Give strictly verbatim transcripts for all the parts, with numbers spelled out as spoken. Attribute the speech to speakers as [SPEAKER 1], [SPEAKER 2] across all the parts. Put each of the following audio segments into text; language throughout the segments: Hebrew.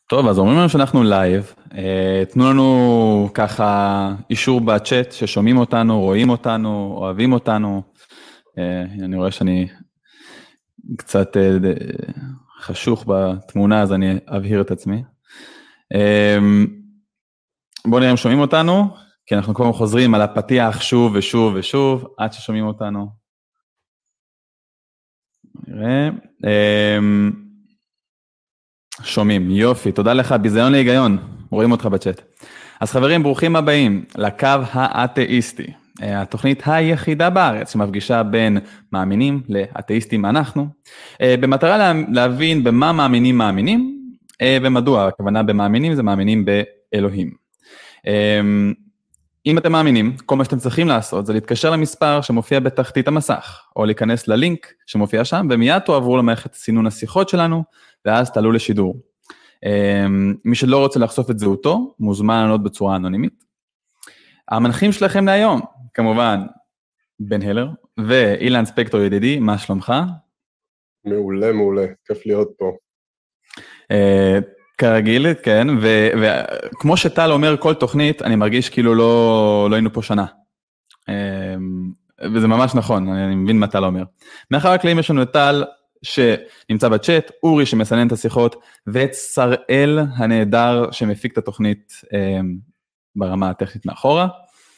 [SPEAKER 1] טוב, אז אומרים לנו שאנחנו לייב, תנו לנו ככה אישור בצ'אט ששומעים אותנו, רואים אותנו, אוהבים אותנו, אני רואה שאני קצת חשוך בתמונה, אז אני אבהיר את עצמי. בואו נראה אם שומעים אותנו, כי אנחנו כבר חוזרים על הפתיח שוב ושוב ושוב, עד ששומעים אותנו. נראה. שומעים, יופי, תודה לך, ביזיון להיגיון, רואים אותך בצ'אט. אז חברים, ברוכים הבאים לקו האתאיסטי, התוכנית היחידה בארץ שמפגישה בין מאמינים לאתאיסטים אנחנו, במטרה להבין במה מאמינים מאמינים, ומדוע הכוונה במאמינים זה מאמינים באלוהים. אם אתם מאמינים, כל מה שאתם צריכים לעשות זה להתקשר למספר שמופיע בתחתית המסך, או להיכנס ללינק שמופיע שם, ומיד תועברו למערכת סינון השיחות שלנו, ואז תעלו לשידור. מי שלא רוצה לחשוף את זהותו, מוזמן לענות בצורה אנונימית. המנחים שלכם להיום, כמובן, בן הלר, ואילן ספקטור ידידי, מה שלומך?
[SPEAKER 2] מעולה, מעולה, כיף להיות פה.
[SPEAKER 1] כרגיל, כן, וכמו שטל אומר כל תוכנית, אני מרגיש כאילו לא, לא היינו פה שנה. וזה ממש נכון, אני מבין מה טל אומר. מאחר הקלעים יש לנו את טל, שנמצא בצ'אט, אורי שמסנן את השיחות, ואת שראל הנהדר שמפיק את התוכנית ברמה הטכנית מאחורה.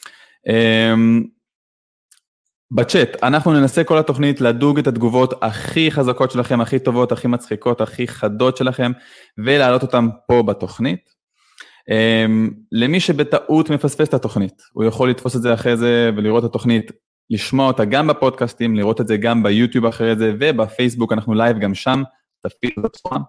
[SPEAKER 1] בצ'אט, אנחנו ננסה כל התוכנית לדוג את התגובות הכי חזקות שלכם, הכי טובות, הכי מצחיקות, הכי חדות שלכם, ולהעלות אותם פה בתוכנית. למי שבטעות מפספס את התוכנית, הוא יכול לתפוס את זה אחרי זה ולראות את התוכנית, לשמוע אותה גם בפודקאסטים, לראות את זה גם ביוטיוב אחרי זה, ובפייסבוק אנחנו לייב גם שם, תפיץ את הבשורה.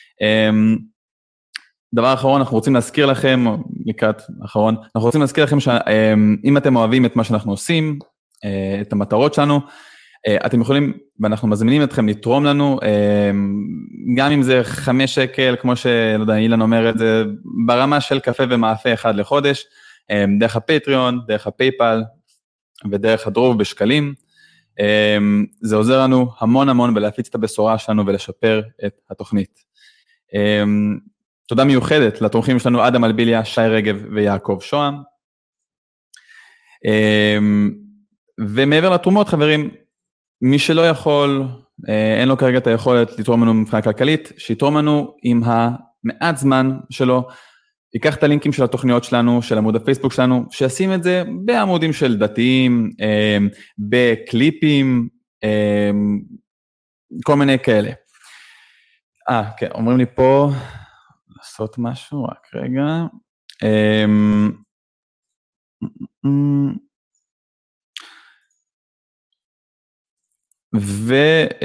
[SPEAKER 1] דבר אחרון, אנחנו רוצים להזכיר לכם, לקראת אחרון, אנחנו רוצים להזכיר לכם שאם אתם אוהבים את מה שאנחנו עושים, את המטרות שלנו, אתם יכולים, ואנחנו מזמינים אתכם לתרום לנו, גם אם זה חמש שקל, כמו שלא יודע, אילן אומר את זה, ברמה של קפה ומאפה אחד לחודש, דרך הפטריון, דרך הפייפל, ודרך הדרוב בשקלים, זה עוזר לנו המון המון בלהפיץ את הבשורה שלנו ולשפר את התוכנית. תודה מיוחדת לתומכים שלנו, אדם אלביליה, שי רגב ויעקב שוהם. ומעבר לתרומות, חברים, מי שלא יכול, אין לו כרגע את היכולת לתרום לנו מבחינה כלכלית, שיתרום לנו עם המעט זמן שלו, ייקח את הלינקים של התוכניות שלנו, של עמוד הפייסבוק שלנו, שישים את זה בעמודים של דתיים, בקליפים, כל מיני כאלה. אה, כן, אומרים לי פה, לעשות משהו, רק רגע. ו...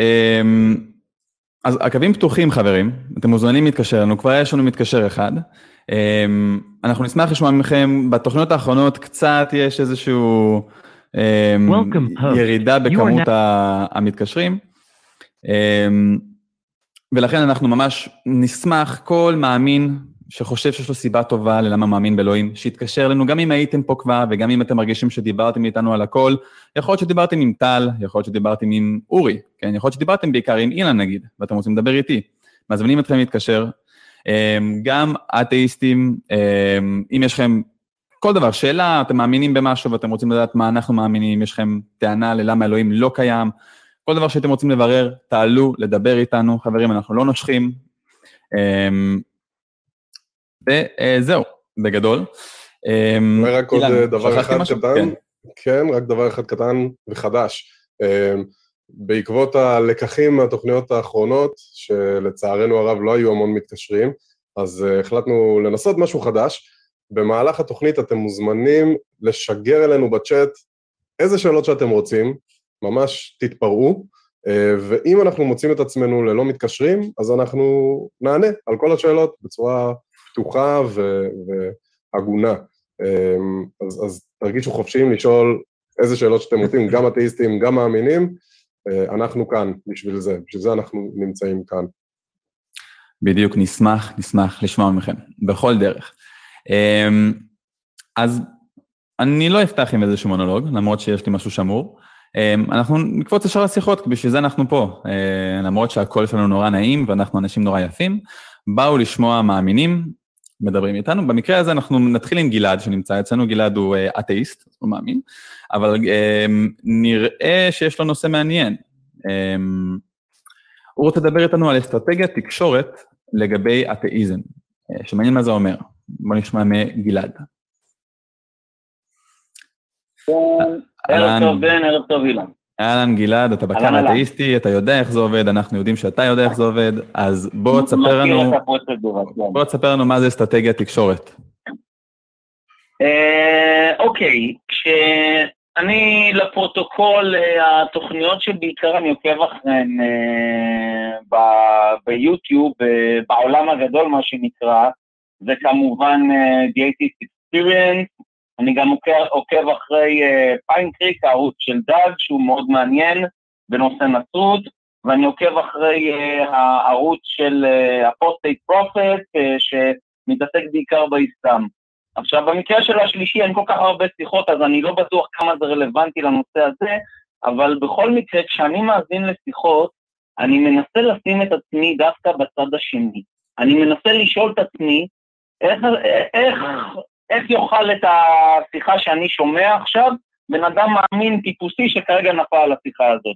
[SPEAKER 1] אז הקווים פתוחים, חברים, אתם מוזמנים להתקשר לנו, כבר יש לנו מתקשר אחד, אנחנו נשמח לשמוע מכם, בתוכניות האחרונות קצת יש איזשהו ירידה בכמות המתקשרים, ולכן אנחנו ממש נשמח כל מאמין שחושב שיש לו סיבה טובה ללמה מאמין באלוהים, שיתקשר לנו, גם אם הייתם פה כבר, וגם אם אתם מרגישים שדיברתם איתנו על הכל, יכול להיות שדיברתם עם טל, יכול להיות שדיברתם עם אורי, כן? יכול להיות שדיברתם בעיקר עם אילן נגיד, ואתם רוצים לדבר איתי, מזמינים אתכם להתקשר, גם אתאיסטים, אם יש לכם כל דבר, שאלה, אתם מאמינים במשהו, ואתם רוצים לדעת מה אנחנו מאמינים, יש לכם טענה ללמה אלוהים לא קיים, כל דבר שאתם רוצים לברר, תעלו, לדבר איתנו, חברים, אנחנו לא נושכים, וזהו, בגדול.
[SPEAKER 2] רק עוד דבר אחד קטן, כן, רק דבר אחד קטן וחדש. בעקבות הלקחים מהתוכניות האחרונות, שלצערנו הרב לא היו המון מתקשרים, אז החלטנו לנסות משהו חדש. במהלך התוכנית אתם מוזמנים לשגר אלינו בצ'אט איזה שאלות שאתם רוצים, ממש תתפרעו, ואם אנחנו מוצאים את עצמנו ללא מתקשרים, אז אנחנו נענה על כל השאלות בצורה פתוחה והגונה. אז, אז תרגישו חופשיים לשאול איזה שאלות שאתם רוצים, גם אתאיסטים, גם מאמינים, אנחנו כאן בשביל זה, בשביל זה אנחנו נמצאים כאן.
[SPEAKER 1] בדיוק, נשמח, נשמח לשמוע מכם, בכל דרך. אז אני לא אפתח עם איזשהו מונולוג, למרות שיש לי משהו שמור, אנחנו נקפוץ ישר לשיחות, בשביל זה אנחנו פה, למרות שהקול שלנו נורא נעים, ואנחנו אנשים נורא יפים, באו לשמוע מאמינים, מדברים איתנו, במקרה הזה אנחנו נתחיל עם גלעד שנמצא אצלנו, גלעד הוא אתאיסט, הוא מאמין, אבל נראה שיש לו נושא מעניין. הוא רוצה לדבר איתנו על אסטרטגיית תקשורת לגבי אתאיזם, שמעניין מה זה אומר. בוא נשמע מגלעד.
[SPEAKER 3] ערב טוב בן, ערב טוב אילן.
[SPEAKER 1] אהלן גלעד, אתה בקר אתאיסטי, אתה יודע איך זה עובד, אנחנו יודעים שאתה יודע איך זה עובד, אז בוא תספר לנו, בוא תספר לנו מה זה אסטרטגיית תקשורת.
[SPEAKER 3] אוקיי, כשאני לפרוטוקול, התוכניות שבעיקר אני עוקב אחריהן ביוטיוב, בעולם הגדול מה שנקרא, זה כמובן The Atheist Experience, אני גם עוקב אחרי פיין קריק, הערוץ של דאג, שהוא מאוד מעניין בנושא נצרות, ואני עוקב אחרי הערוץ של אפוסטייט פרופט, שמתעסק בעיקר באסלאם. עכשיו, במקרה של השלישי אין כל כך הרבה שיחות, אז אני לא בטוח כמה זה רלוונטי לנושא הזה, אבל בכל מקרה, כשאני מאזין לשיחות, אני מנסה לשים את עצמי דווקא בצד השני. אני מנסה לשאול את עצמי, איך... איך איך יוכל את השיחה שאני שומע עכשיו, בן אדם מאמין טיפוסי שכרגע נפל על השיחה הזאת.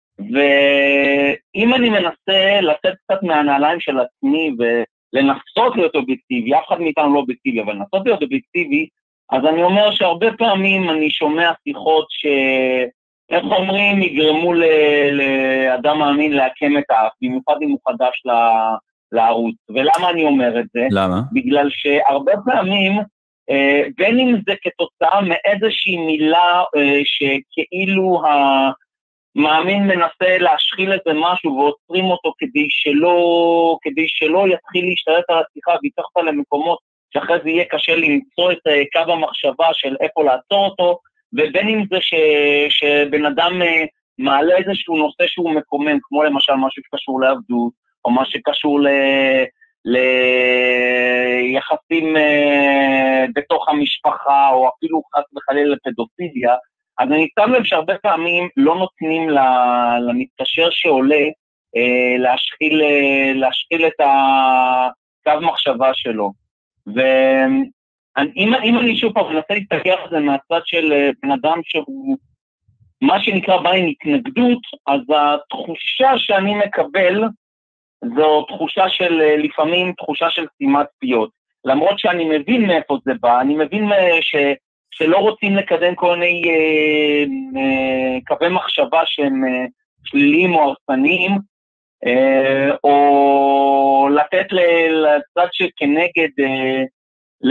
[SPEAKER 3] ואם אני מנסה לצאת קצת מהנעליים של עצמי, ולנסות להיות אובייקטיבי, אף אחד מאיתנו לא אובייקטיבי, אבל לנסות להיות אובייקטיבי, אז אני אומר שהרבה פעמים אני שומע שיחות ש... איך אומרים, יגרמו לאדם מאמין להקם את האף, במיוחד אם הוא חדש לערוץ. ולמה אני אומר את זה?
[SPEAKER 1] למה?
[SPEAKER 3] בגלל שהרבה פעמים, בין אם זה כתוצאה מאיזושהי מילה שכאילו המאמין מנסה להשחיל איזה משהו ועוצרים אותו כדי שלא, כדי שלא יתחיל להשתלט על השיחה ויקח אותה למקומות שאחרי זה יהיה קשה למצוא את קו המחשבה של איפה לעצור אותו, ובין אם זה ש, שבן אדם מעלה איזשהו נושא שהוא מקומם, כמו למשל משהו שקשור לעבדות, או מה שקשור ל... ליחסים בתוך המשפחה, או אפילו חס וחלילה לפדופיליה, אז אני שם לב שהרבה פעמים לא נותנים למתקשר שעולה להשחיל, להשחיל את הקו מחשבה שלו. ואם אני שוב פעם מנסה להתפתח את זה מהצד של בן אדם שהוא מה שנקרא בא עם התנגדות, אז התחושה שאני מקבל זו תחושה של, לפעמים תחושה של סתימת פיות. למרות שאני מבין מאיפה זה בא, אני מבין ש, שלא רוצים לקדם כל מיני אה, אה, קווי מחשבה שהם אה, שליליים או הרסניים, אה, או לתת לצד שכנגד, אה, ל,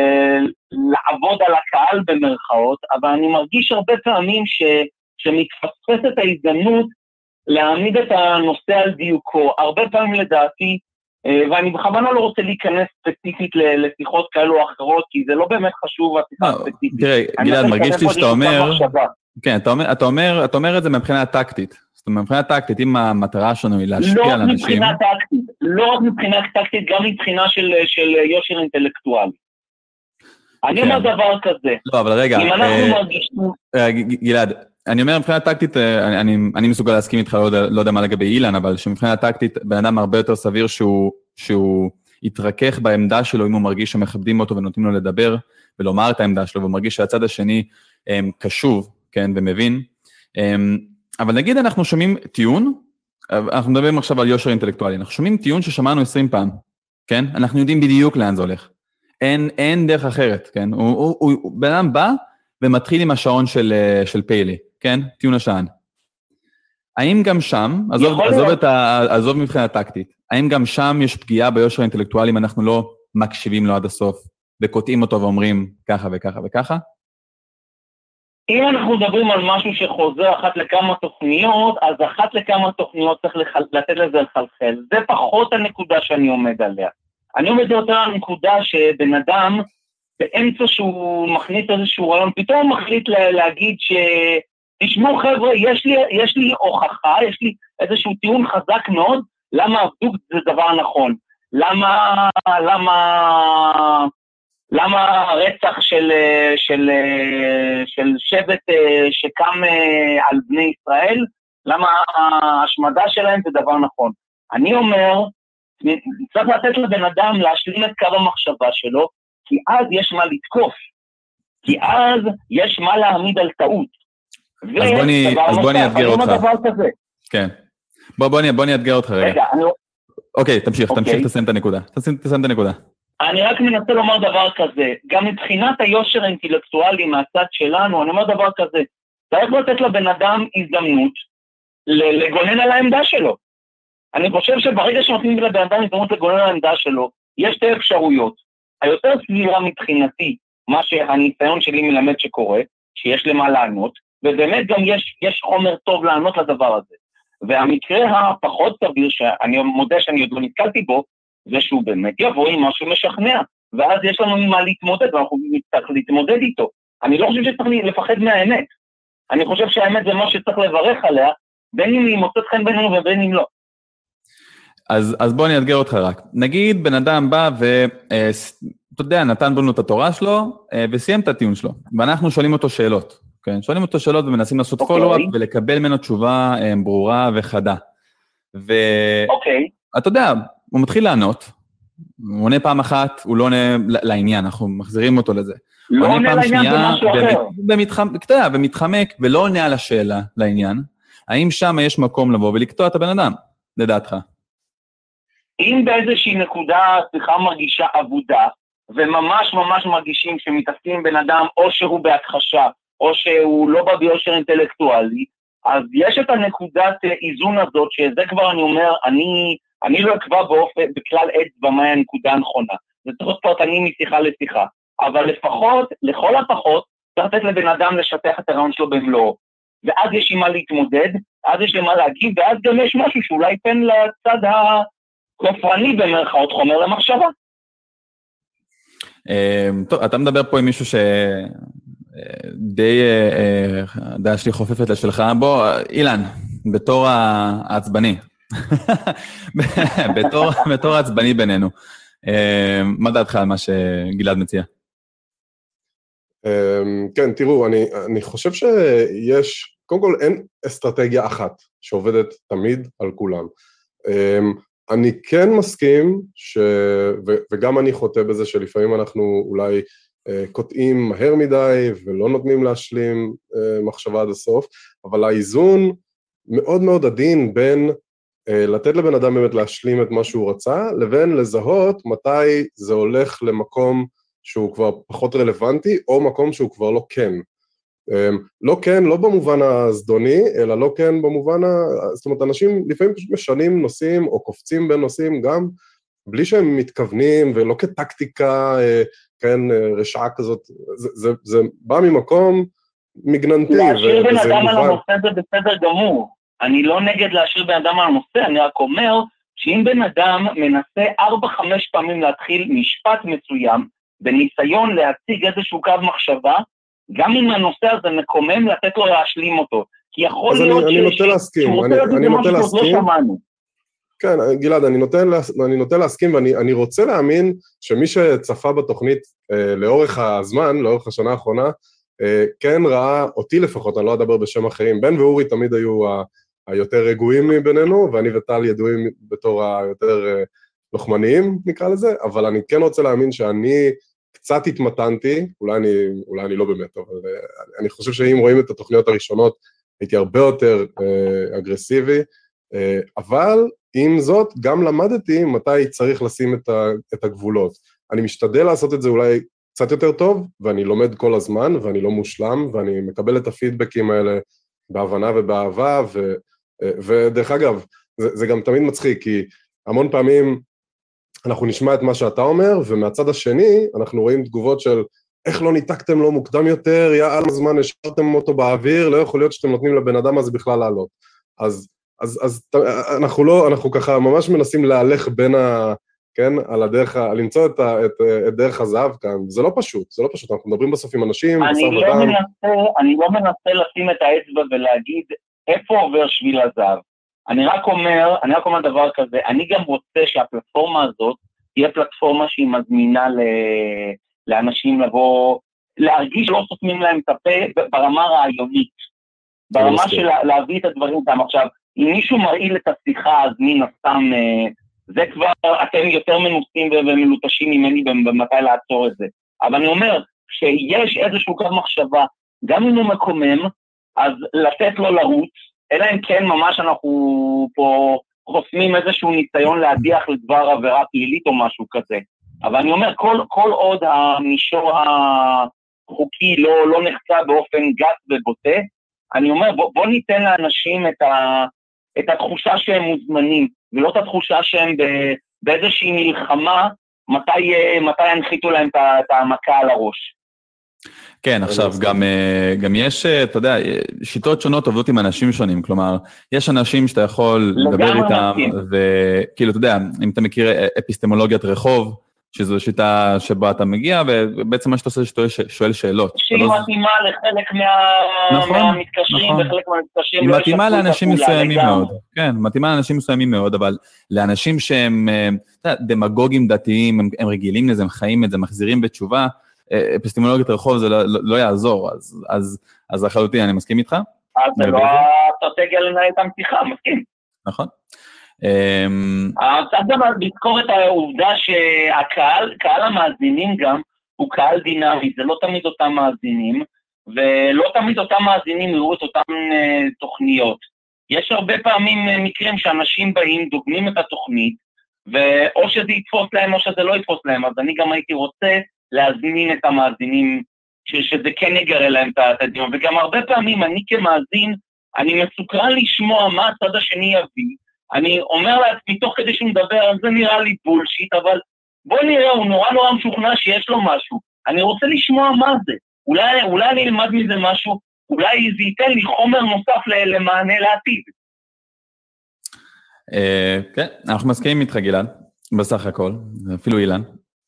[SPEAKER 3] לעבוד על הקהל במרכאות, אבל אני מרגיש הרבה פעמים ש, שמתפספסת ההזדמנות, להעמיד את הנושא על דיוקו, הרבה פעמים לדעתי, ואני בכוונה לא רוצה להיכנס ספציפית לשיחות כאלו או אחרות, כי זה לא באמת חשוב השיחה הספציפית.
[SPEAKER 1] תראה, גלעד, מרגיש לי שאתה אומר, כן, אתה אומר, אתה אומר את זה מבחינה טקטית, זאת אומרת, מבחינה טקטית, אם המטרה שלנו היא להשפיע על אנשים...
[SPEAKER 3] לא מבחינה טקטית, לא רק מבחינה טקטית, גם מבחינה של יושר אינטלקטואלי. אני אומר דבר כזה.
[SPEAKER 1] לא, אבל רגע, גלעד, אני אומר, מבחינה טקטית, אני, אני מסוגל להסכים איתך, לא יודע, לא יודע מה לגבי אילן, אבל שמבחינה טקטית, בן אדם הרבה יותר סביר שהוא, שהוא יתרכך בעמדה שלו, אם הוא מרגיש שמכבדים אותו ונותנים לו לדבר, ולומר את העמדה שלו, והוא מרגיש שהצד השני קשוב, כן, ומבין. אבל נגיד אנחנו שומעים טיעון, אנחנו מדברים עכשיו על יושר אינטלקטואלי, אנחנו שומעים טיעון ששמענו עשרים פעם, כן? אנחנו יודעים בדיוק לאן זה הולך. אין, אין דרך אחרת, כן? הוא, הוא, הוא, בן אדם בא ומתחיל עם השעון של, של פיילי. כן? טיעון השען. האם גם שם, עזוב, עזוב, את ה, עזוב מבחינה טקטית, האם גם שם יש פגיעה ביושר האינטלקטואלי אם אנחנו לא מקשיבים לו עד הסוף, וקוטעים אותו ואומרים ככה וככה וככה?
[SPEAKER 3] אם אנחנו מדברים על משהו שחוזר אחת לכמה תוכניות, אז אחת לכמה תוכניות צריך לחל... לתת לזה לחלחל. זה פחות הנקודה שאני עומד עליה. אני עומד יותר על הנקודה שבן אדם, באמצע שהוא מכניס איזשהו רעיון, פתאום מחליט לה, להגיד ש... תשמעו חבר'ה, יש לי, יש לי הוכחה, יש לי איזשהו טיעון חזק מאוד, למה עבדות זה דבר נכון. למה, למה, למה הרצח של, של, של שבט שקם על בני ישראל, למה ההשמדה שלהם זה דבר נכון. אני אומר, צריך לתת לבן אדם להשלים את קו המחשבה שלו, כי אז יש מה לתקוף, כי אז יש מה להעמיד על טעות.
[SPEAKER 1] אז בוא אני, אז בוא אני אתגר אותך. כן. בוא, בוא אני, בוא אני אתגר אותך רגע. רגע, אני... אוקיי, תמשיך, אוקיי. תמשיך, תסיים את הנקודה. תסיים, תסיים את הנקודה.
[SPEAKER 3] אני רק מנסה לומר דבר כזה, גם מבחינת היושר האינטלקטואלי מהצד שלנו, אני אומר דבר כזה, צריך לתת לבן אדם הזדמנות לגונן על העמדה שלו. אני חושב שברגע שנותנים לבן אדם הזדמנות לגונן על העמדה שלו, יש שתי אפשרויות. היותר סבירה מבחינתי, מה שהניסיון שלי מלמד שקורה, שיש למה לענות, ובאמת גם יש, יש חומר טוב לענות לדבר הזה. והמקרה הפחות סביר, שאני מודה שאני עוד לא נתקלתי בו, זה שהוא באמת יבוא עם משהו משכנע, ואז יש לנו מה להתמודד, ואנחנו נצטרך להתמודד איתו. אני לא חושב שצריך לפחד מהאמת. אני חושב שהאמת זה מה שצריך לברך עליה, בין אם היא מוצאת חן בינינו ובין אם לא.
[SPEAKER 1] אז, אז בוא אני אתגר אותך רק. נגיד בן אדם בא ואתה יודע, נתן בנו את התורה שלו, וסיים את הטיעון שלו, ואנחנו שואלים אותו שאלות. כן? שואלים אותו שאלות ומנסים לעשות okay. פולו-אפ ולקבל ממנו תשובה ברורה וחדה. ואתה okay. יודע, הוא מתחיל לענות, הוא עונה פעם אחת, הוא לא עונה לעניין, אנחנו מחזירים אותו לזה.
[SPEAKER 3] לא עונה לעניין במשהו אחר.
[SPEAKER 1] ומתחמק ולא עונה על השאלה לעניין, האם שם יש מקום לבוא ולקטוע את הבן אדם, לדעתך?
[SPEAKER 3] אם באיזושהי נקודה שיחה מרגישה עבודה, וממש ממש מרגישים שמתעסקים בן אדם, או שהוא בהכחשה, או שהוא לא בא ביושר אינטלקטואלי, אז יש את הנקודת איזון הזאת, שזה כבר אני אומר, אני, אני לא אקבע באופן, בכלל אצבע מה הנקודה הנכונה. זה צריך להיות פרטני משיחה לשיחה. אבל לפחות, לכל הפחות, צריך לתת לבן אדם לשטח את הרעיון שלו במלואו. ואז יש עם מה להתמודד, אז יש למה להגיב, ואז גם יש משהו שאולי ייתן לצד הכופרני במרכאות חומר למחשבה.
[SPEAKER 1] טוב, אתה מדבר פה עם מישהו ש... די, דעה שלי חופפת לשלך. בוא, אילן, בתור העצבני, בתור, בתור העצבני בינינו, מה דעתך על מה שגלעד מציע?
[SPEAKER 2] כן, תראו, אני, אני חושב שיש, קודם כל אין אסטרטגיה אחת שעובדת תמיד על כולם. אני כן מסכים, ש... ו, וגם אני חוטא בזה שלפעמים אנחנו אולי קוטעים מהר מדי ולא נותנים להשלים מחשבה עד הסוף, אבל האיזון מאוד מאוד עדין בין לתת לבן אדם באמת להשלים את מה שהוא רצה, לבין לזהות מתי זה הולך למקום שהוא כבר פחות רלוונטי, או מקום שהוא כבר לא כן. לא כן, לא במובן הזדוני, אלא לא כן במובן, זאת אומרת, אנשים לפעמים פשוט משנים נושאים, או קופצים בין נושאים גם, בלי שהם מתכוונים, ולא כטקטיקה, כן, רשעה כזאת, זה, זה, זה בא ממקום מגננתי.
[SPEAKER 3] להשאיר בן אדם על הנושא זה בסדר גמור. אני לא נגד להשאיר בן אדם על הנושא, אני רק אומר, שאם בן אדם מנסה ארבע, חמש פעמים להתחיל משפט מסוים, בניסיון להציג איזשהו קו מחשבה, גם אם הנושא הזה מקומם לתת לו להשלים אותו. כי יכול להיות
[SPEAKER 2] אני, ש... אני נוטה להסכים, אני, אני נוטה להסכים. כן, גלעד, אני נוטה, אני נוטה להסכים, ואני אני רוצה להאמין שמי שצפה בתוכנית אה, לאורך הזמן, לאורך השנה האחרונה, אה, כן ראה, אותי לפחות, אני לא אדבר בשם אחרים, בן ואורי תמיד היו ה, היותר רגועים מבינינו, ואני וטל ידועים בתור היותר אה, לוחמניים, נקרא לזה, אבל אני כן רוצה להאמין שאני קצת התמתנתי, אולי אני, אולי אני לא באמת, אבל אה, אני חושב שאם רואים את התוכניות הראשונות, הייתי הרבה יותר אה, אגרסיבי, אה, אבל עם זאת, גם למדתי מתי צריך לשים את, ה, את הגבולות. אני משתדל לעשות את זה אולי קצת יותר טוב, ואני לומד כל הזמן, ואני לא מושלם, ואני מקבל את הפידבקים האלה בהבנה ובאהבה, ו, ודרך אגב, זה, זה גם תמיד מצחיק, כי המון פעמים אנחנו נשמע את מה שאתה אומר, ומהצד השני אנחנו רואים תגובות של איך לא ניתקתם לו מוקדם יותר, יא על הזמן השארתם אותו באוויר, לא יכול להיות שאתם נותנים לבן אדם הזה בכלל לעלות. אז אז, אז אנחנו לא, אנחנו ככה ממש מנסים להלך בין ה, כן, על הדרך, למצוא את, ה, את, את דרך הזהב כאן, זה לא פשוט, זה לא פשוט, אנחנו מדברים בסוף עם אנשים,
[SPEAKER 3] אני לא ודם. מנסה, אני לא מנסה לשים את האצבע ולהגיד איפה עובר שביל הזהב, אני רק אומר, אני רק אומר דבר כזה, אני גם רוצה שהפלטפורמה הזאת תהיה פלטפורמה שהיא מזמינה ל, לאנשים לבוא, להרגיש שלא סותמים להם את הפה ברמה הרעיונית, ברמה של להביא את הדברים אותם. עכשיו, אם מישהו מרעיל את השיחה, אז מן הסתם, זה כבר, אתם יותר מנוסים ומלוטשים ממני במתי לעצור את זה. אבל אני אומר, שיש איזשהו קו מחשבה, גם אם הוא מקומם, אז לתת לו לרוץ, אלא אם כן ממש אנחנו פה חוסמים איזשהו ניסיון להדיח לדבר עבירה פלילית או משהו כזה. אבל אני אומר, כל, כל עוד המישור החוקי לא, לא נחצה באופן גס ובוטה, אני אומר, בוא, בוא ניתן לאנשים את, ה, את התחושה שהם מוזמנים, ולא את התחושה שהם באיזושהי מלחמה, מתי, מתי הנחיתו להם את המכה על הראש.
[SPEAKER 1] כן, עכשיו, גם, גם יש, אתה יודע, שיטות שונות עובדות עם אנשים שונים, כלומר, יש אנשים שאתה יכול לדבר איתם, וכאילו, אתה יודע, אם אתה מכיר אפיסטמולוגיית רחוב, שזו שיטה שבה אתה מגיע, ובעצם מה שאתה עושה, שאתה שואל שאלות.
[SPEAKER 3] שהיא מתאימה לחלק מהמתקשרים, וחלק מהמתקשרים.
[SPEAKER 1] היא מתאימה לאנשים מסוימים מאוד, כן, מתאימה לאנשים מסוימים מאוד, אבל לאנשים שהם דמגוגים דתיים, הם רגילים לזה, הם חיים את זה, מחזירים בתשובה, אפיסטמולוגיית רחוב זה לא יעזור, אז לחלוטין, אני מסכים איתך?
[SPEAKER 3] אז זה לא האסטרטגיה לנהל את המשיחה, מסכים.
[SPEAKER 1] נכון.
[SPEAKER 3] צריך גם לזכור את העובדה שהקהל, קהל המאזינים גם, הוא קהל דינמי, זה לא תמיד אותם מאזינים, ולא תמיד אותם מאזינים יראו את אותם תוכניות. יש הרבה פעמים מקרים שאנשים באים, דוגמים את התוכנית, ואו שזה יתפוס להם או שזה לא יתפוס להם, אז אני גם הייתי רוצה להזמין את המאזינים, שזה כן יגרה להם את הדיון, וגם הרבה פעמים אני כמאזין, אני מסוקרן לשמוע מה הצד השני יביא, אני אומר לעצמי, תוך כדי שהוא מדבר, זה נראה לי בולשיט, אבל בוא נראה, הוא נורא נורא משוכנע שיש לו משהו. אני רוצה לשמוע מה זה. אולי, אולי אני אלמד מזה משהו, אולי זה ייתן לי חומר נוסף למענה לעתיד.
[SPEAKER 1] כן, אנחנו מסכימים איתך גלעד, בסך הכל, אפילו אילן.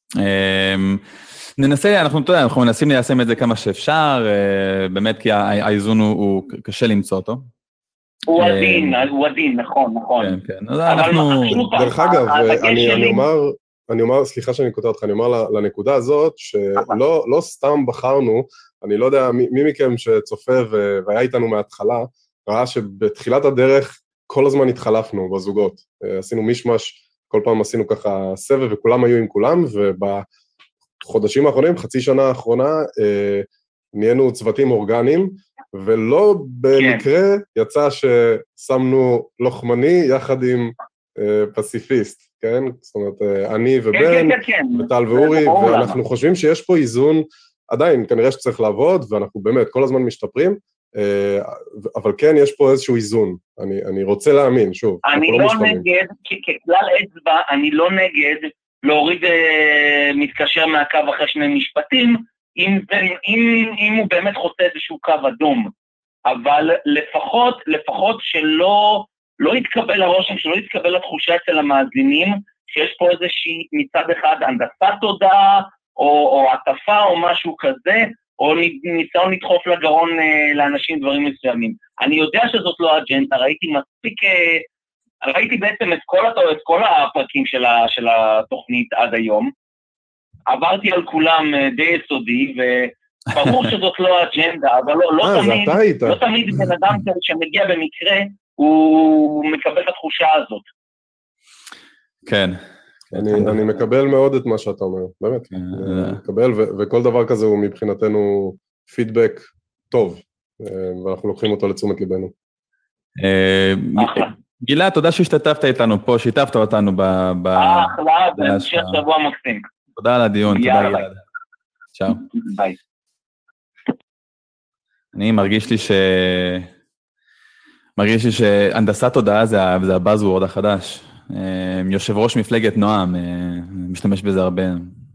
[SPEAKER 1] ננסה, אנחנו, אנחנו מנסים ליישם את זה כמה שאפשר, באמת כי האיזון הוא קשה למצוא אותו.
[SPEAKER 3] הוא עדין, הוא עדין, נכון, נכון.
[SPEAKER 1] כן, כן, אז אנחנו...
[SPEAKER 2] דרך אגב, אני אומר, אני אומר, סליחה שאני קוטע אותך, אני אומר לנקודה הזאת, שלא סתם בחרנו, אני לא יודע, מי מכם שצופה והיה איתנו מההתחלה, ראה שבתחילת הדרך כל הזמן התחלפנו בזוגות, עשינו מישמש, כל פעם עשינו ככה סבב וכולם היו עם כולם, ובחודשים האחרונים, חצי שנה האחרונה, נהיינו צוותים אורגניים, ולא במקרה יצא ששמנו לוחמני יחד עם פסיפיסט, כן? זאת אומרת, אני ובן, וטל ואורי, ואנחנו חושבים שיש פה איזון, עדיין, כנראה שצריך לעבוד, ואנחנו באמת כל הזמן משתפרים, אבל כן, יש פה איזשהו איזון, אני, אני רוצה להאמין, שוב,
[SPEAKER 3] אני לא, לא נגד, ככלל אצבע, אני לא נגד להוריד מתקשר מהקו אחרי שני משפטים, אם, אם, אם הוא באמת חוצה איזשהו קו אדום, אבל לפחות, לפחות שלא, לא יתקבל הרושם, שלא יתקבל התחושה אצל המאזינים, שיש פה איזושהי מצד אחד הנדסת תודעה, או, או עטפה או משהו כזה, או ניסיון לדחוף לגרון לאנשים דברים מסוימים. אני יודע שזאת לא אג'נדה, ראיתי מספיק, ראיתי בעצם את כל, את כל הפרקים של, ה, של התוכנית עד היום, עברתי על כולם די יסודי, וברור שזאת לא אג'נדה, אבל לא, לא, תמיד, לא תמיד בן אדם שמגיע במקרה, הוא מקבל את התחושה הזאת.
[SPEAKER 1] כן.
[SPEAKER 2] אני, אני מקבל מאוד את מה שאתה אומר, באמת. אני מקבל, ו, וכל דבר כזה הוא מבחינתנו פידבק טוב, ואנחנו לוקחים אותו לתשומת ליבנו.
[SPEAKER 1] גלעד, תודה שהשתתפת איתנו פה, שיתפת אותנו ב...
[SPEAKER 3] אחלה, בהמשך שבוע מקסים.
[SPEAKER 1] תודה על הדיון, תודה גלעד. צ'או.
[SPEAKER 3] ביי.
[SPEAKER 1] אני מרגיש לי ש... מרגיש לי שהנדסת תודעה זה הבאזוורד החדש. יושב ראש מפלגת נועם, משתמש בזה הרבה.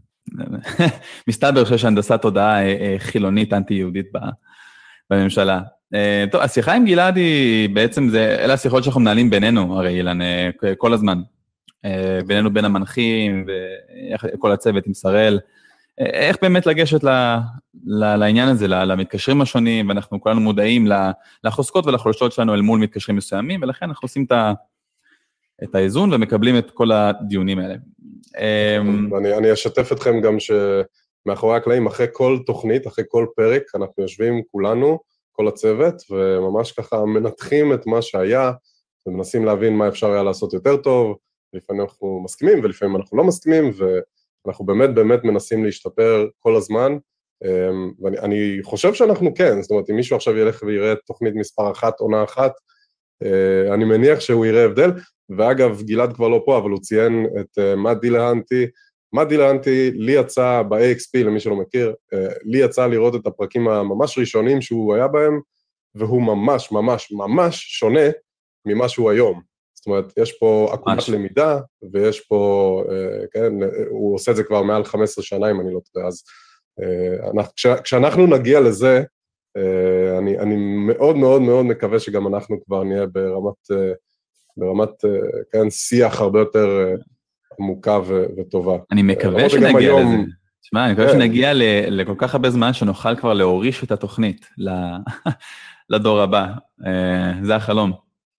[SPEAKER 1] מסתבר שיש הנדסת תודעה חילונית אנטי-יהודית בממשלה. טוב, השיחה עם גלעד היא בעצם, אלה השיחות שאנחנו מנהלים בינינו, הרי אילן, כל הזמן. בינינו בין המנחים וכל הצוות עם שראל. איך באמת לגשת לעניין הזה, למתקשרים השונים, ואנחנו כולנו מודעים לחוזקות ולחולשות שלנו אל מול מתקשרים מסוימים, ולכן אנחנו עושים את האיזון ומקבלים את כל הדיונים האלה.
[SPEAKER 2] אני אשתף אתכם גם מאחורי הקלעים, אחרי כל תוכנית, אחרי כל פרק, אנחנו יושבים כולנו, כל הצוות, וממש ככה מנתחים את מה שהיה, ומנסים להבין מה אפשר היה לעשות יותר טוב, לפעמים אנחנו מסכימים, ולפעמים אנחנו לא מסכימים, ואנחנו באמת באמת מנסים להשתפר כל הזמן, ואני חושב שאנחנו כן, זאת אומרת, אם מישהו עכשיו ילך ויראה תוכנית מספר אחת, עונה אחת, אני מניח שהוא יראה הבדל, ואגב, גלעד כבר לא פה, אבל הוא ציין את מאט דילהנטי, מאט דילהנטי, לי יצא ב-איי אקס פי, למי שלא מכיר, לי יצא לראות את הפרקים הממש ראשונים שהוא היה בהם, והוא ממש ממש ממש שונה ממה שהוא היום. זאת אומרת, יש פה עקומת למידה, ויש פה, כן, הוא עושה את זה כבר מעל חמש עשרה שנה, אם אני לא טועה, אז כשאנחנו נגיע לזה, אני, אני מאוד מאוד מאוד מקווה שגם אנחנו כבר נהיה ברמת, ברמת, כן, שיח הרבה יותר עמוקה וטובה.
[SPEAKER 1] אני מקווה שנגיע לזה. תשמע, אני מקווה שנגיע לכל כך הרבה זמן שנוכל כבר להוריש את התוכנית לדור הבא. זה החלום.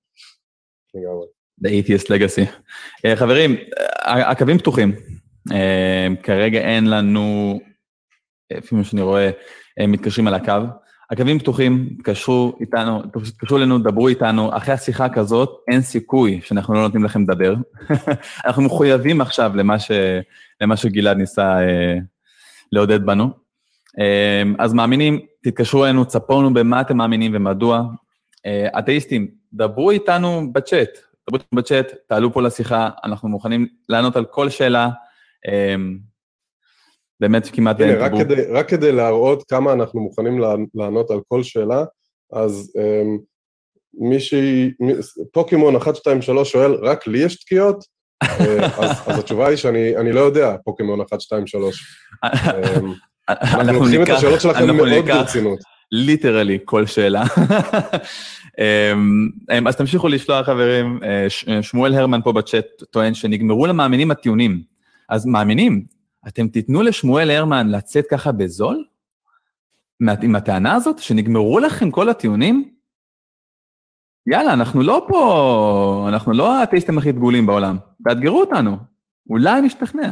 [SPEAKER 1] The Atheist Legacy. חברים, הקווים פתוחים. כרגע אין לנו, לפי שאני רואה, מתקשרים על הקו. הקווים פתוחים, תקשרו איתנו, תקשרו לנו, דברו איתנו. אחרי השיחה כזאת, אין סיכוי שאנחנו לא נותנים לכם לדבר. אנחנו מחויבים עכשיו למה, ש, למה שגלעד ניסה לעודד בנו. אז מאמינים, תתקשרו אלינו, צפונו במה אתם מאמינים ומדוע. אתאיסטים, דברו איתנו בצ'אט, דברו איתנו בצ'אט, תעלו פה לשיחה, אנחנו מוכנים לענות על כל שאלה, באמת כמעט...
[SPEAKER 2] הנה, רק כדי, רק כדי להראות כמה אנחנו מוכנים לענות על כל שאלה, אז מישהי, פוקימון אחת שתיים שלוש שואל, רק לי יש תקיעות? אז, אז התשובה היא שאני אני לא יודע, פוקימון אחת שתיים שלוש. אנחנו לוקחים את השאלות שלכם מאוד ברצינות.
[SPEAKER 1] ליטרלי כל שאלה. אז תמשיכו לשלוח חברים, שמואל הרמן פה בצ'אט טוען שנגמרו למאמינים הטיעונים. אז מאמינים, אתם תיתנו לשמואל הרמן לצאת ככה בזול? עם הטענה הזאת, שנגמרו לכם כל הטיעונים? יאללה, אנחנו לא פה, אנחנו לא האתאיסטים הכי דגולים בעולם. תאתגרו אותנו, אולי נשתכנע.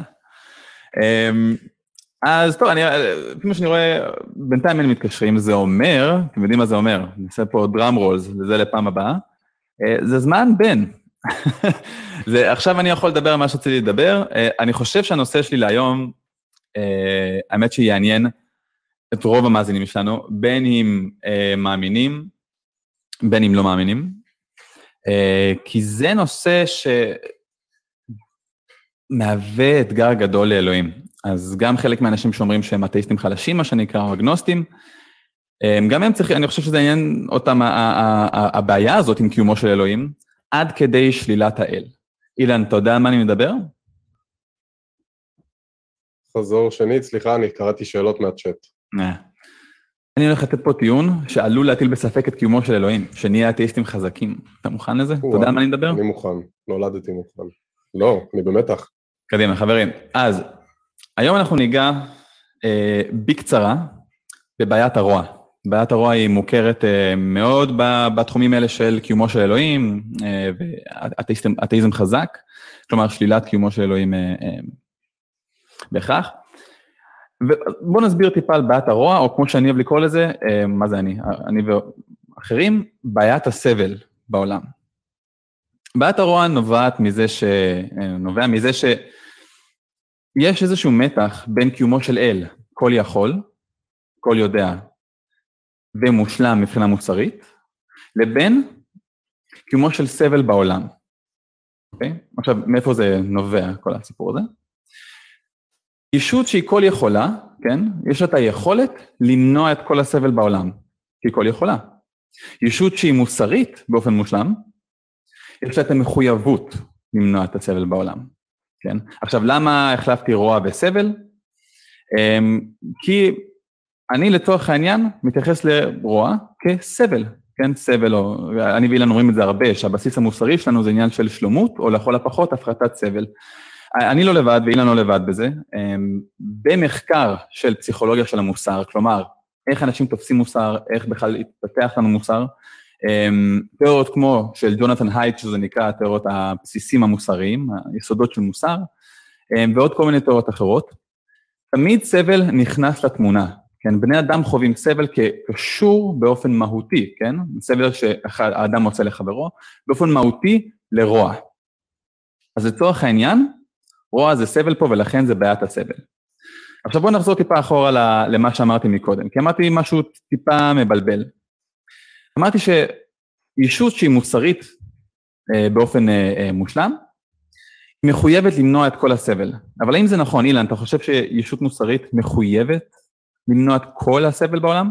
[SPEAKER 1] אז טוב, לפי מה שאני רואה, בינתיים אין מתקשרים, זה אומר, אתם יודעים מה זה אומר, נעשה פה דראם רולס, וזה לפעם הבאה, זה זמן בין. זה, עכשיו אני יכול לדבר על מה שרציתי לדבר, אני חושב שהנושא שלי להיום, האמת שיעניין את רוב המאזינים שלנו, בין אם מאמינים, בין אם לא מאמינים, כי זה נושא שמהווה אתגר גדול לאלוהים. אז גם חלק מהאנשים שאומרים שהם אתאיסטים חלשים, מה שנקרא, או אגנוסטים, גם הם צריכים, אני חושב שזה עניין אותם, הבעיה הזאת עם קיומו של אלוהים, עד כדי שלילת האל. אילן, אתה יודע מה אני מדבר?
[SPEAKER 2] חזור שנית, סליחה, אני קראתי שאלות מהצ'אט.
[SPEAKER 1] אני הולך לתת פה טיעון שעלול להטיל בספק את קיומו של אלוהים, שנהיה אתאיסטים חזקים. אתה מוכן לזה? אתה יודע מה אני מדבר?
[SPEAKER 2] אני מוכן, נולדתי מוכן. לא, אני במתח.
[SPEAKER 1] קדימה, חברים. אז, היום אנחנו ניגע אה, בקצרה בבעיית הרוע. בעיית הרוע היא מוכרת אה, מאוד בתחומים האלה של קיומו של אלוהים, אה, ואתאיזם חזק, כלומר שלילת קיומו של אלוהים אה, אה, בהכרח. ובואו נסביר טיפה על בעיית הרוע, או כמו שאני אוהב לקרוא לזה, אה, מה זה אני? אני ואחרים, בעיית הסבל בעולם. בעיית הרוע נובעת מזה ש... נובע מזה ש... יש איזשהו מתח בין קיומו של אל, כל יכול, כל יודע, ומושלם מבחינה מוצרית, לבין קיומו של סבל בעולם. אוקיי? עכשיו, מאיפה זה נובע, כל הסיפור הזה? ישות שהיא כל יכולה, כן? יש לה את היכולת למנוע את כל הסבל בעולם, כי היא כל יכולה. ישות שהיא מוסרית באופן מושלם, יש לה את המחויבות למנוע את הסבל בעולם. כן? עכשיו, למה החלפתי רוע וסבל? כי אני לצורך העניין מתייחס לרוע כסבל, כן? סבל, או, אני ואילן אומרים את זה הרבה, שהבסיס המוסרי שלנו זה עניין של שלומות, או לכל הפחות הפחתת סבל. אני לא לבד, ואילן לא לבד בזה. במחקר של פסיכולוגיה של המוסר, כלומר, איך אנשים תופסים מוסר, איך בכלל התפתח לנו מוסר, תיאוריות כמו של ג'ונתן הייט, שזה נקרא תיאוריות הבסיסים המוסריים, היסודות של מוסר, ועוד כל מיני תיאוריות אחרות. תמיד סבל נכנס לתמונה, כן? בני אדם חווים סבל כקשור באופן מהותי, כן? סבל שהאדם מוצא לחברו, באופן מהותי לרוע. אז לצורך העניין, רוע זה סבל פה ולכן זה בעיית הסבל. עכשיו בואו נחזור טיפה אחורה למה שאמרתי מקודם, כי אמרתי משהו טיפה מבלבל. אמרתי שישות שהיא מוסרית באופן מושלם, היא מחויבת למנוע את כל הסבל. אבל האם זה נכון, אילן, אתה חושב שישות מוסרית מחויבת למנוע את כל הסבל בעולם?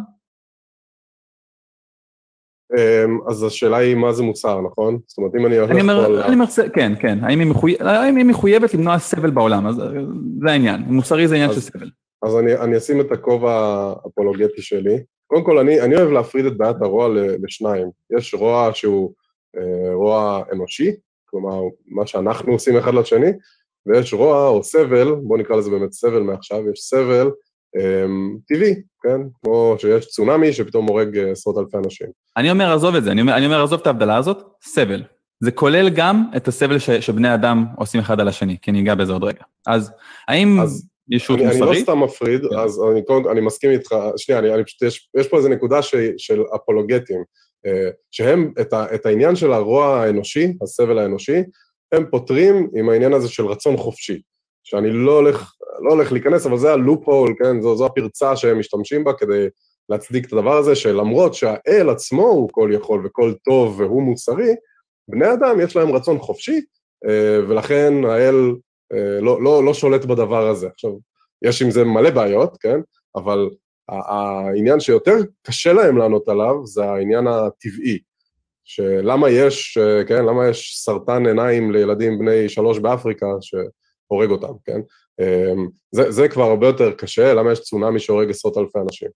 [SPEAKER 2] אז השאלה היא מה זה מוסר, נכון? זאת אומרת, אם אני הולך
[SPEAKER 1] פה על... כן, כן. האם היא מחויבת למנוע סבל בעולם? אז זה העניין. מוסרי זה עניין של סבל.
[SPEAKER 2] אז אני אשים את הכובע האפולוגטי שלי. קודם כל, אני אוהב להפריד את בעיית הרוע לשניים. יש רוע שהוא רוע אנושי, כלומר, מה שאנחנו עושים אחד לשני, ויש רוע או סבל, בוא נקרא לזה באמת סבל מעכשיו, יש סבל טבעי, כן? כמו שיש צונמי שפתאום הורג עשרות אלפי אנשים.
[SPEAKER 1] אני אומר, עזוב את זה, אני אומר, אני אומר, עזוב את ההבדלה הזאת, סבל. זה כולל גם את הסבל ש, שבני אדם עושים אחד על השני, כי אני אגע בזה עוד רגע. אז האם אז ישות
[SPEAKER 2] אני,
[SPEAKER 1] מוסרית?
[SPEAKER 2] אני לא סתם מפריד, yeah. אז אני, אני מסכים איתך, שנייה, אני, אני פשוט, יש, יש פה איזו נקודה ש, של אפולוגטים, שהם את, ה, את העניין של הרוע האנושי, הסבל האנושי, הם פותרים עם העניין הזה של רצון חופשי, שאני לא הולך, לא הולך להיכנס, אבל זה הלופ-הול, כן? זו, זו הפרצה שהם משתמשים בה כדי להצדיק את הדבר הזה, שלמרות שהאל עצמו הוא כל יכול וכל טוב והוא מוסרי, בני אדם יש להם רצון חופשי, ולכן האל לא, לא, לא שולט בדבר הזה. עכשיו, יש עם זה מלא בעיות, כן? אבל העניין שיותר קשה להם לענות עליו, זה העניין הטבעי, שלמה יש, כן? למה יש סרטן עיניים לילדים בני שלוש באפריקה, שהורג אותם, כן? זה, זה כבר הרבה יותר קשה, למה יש צונמי שהורג עשרות אלפי אנשים.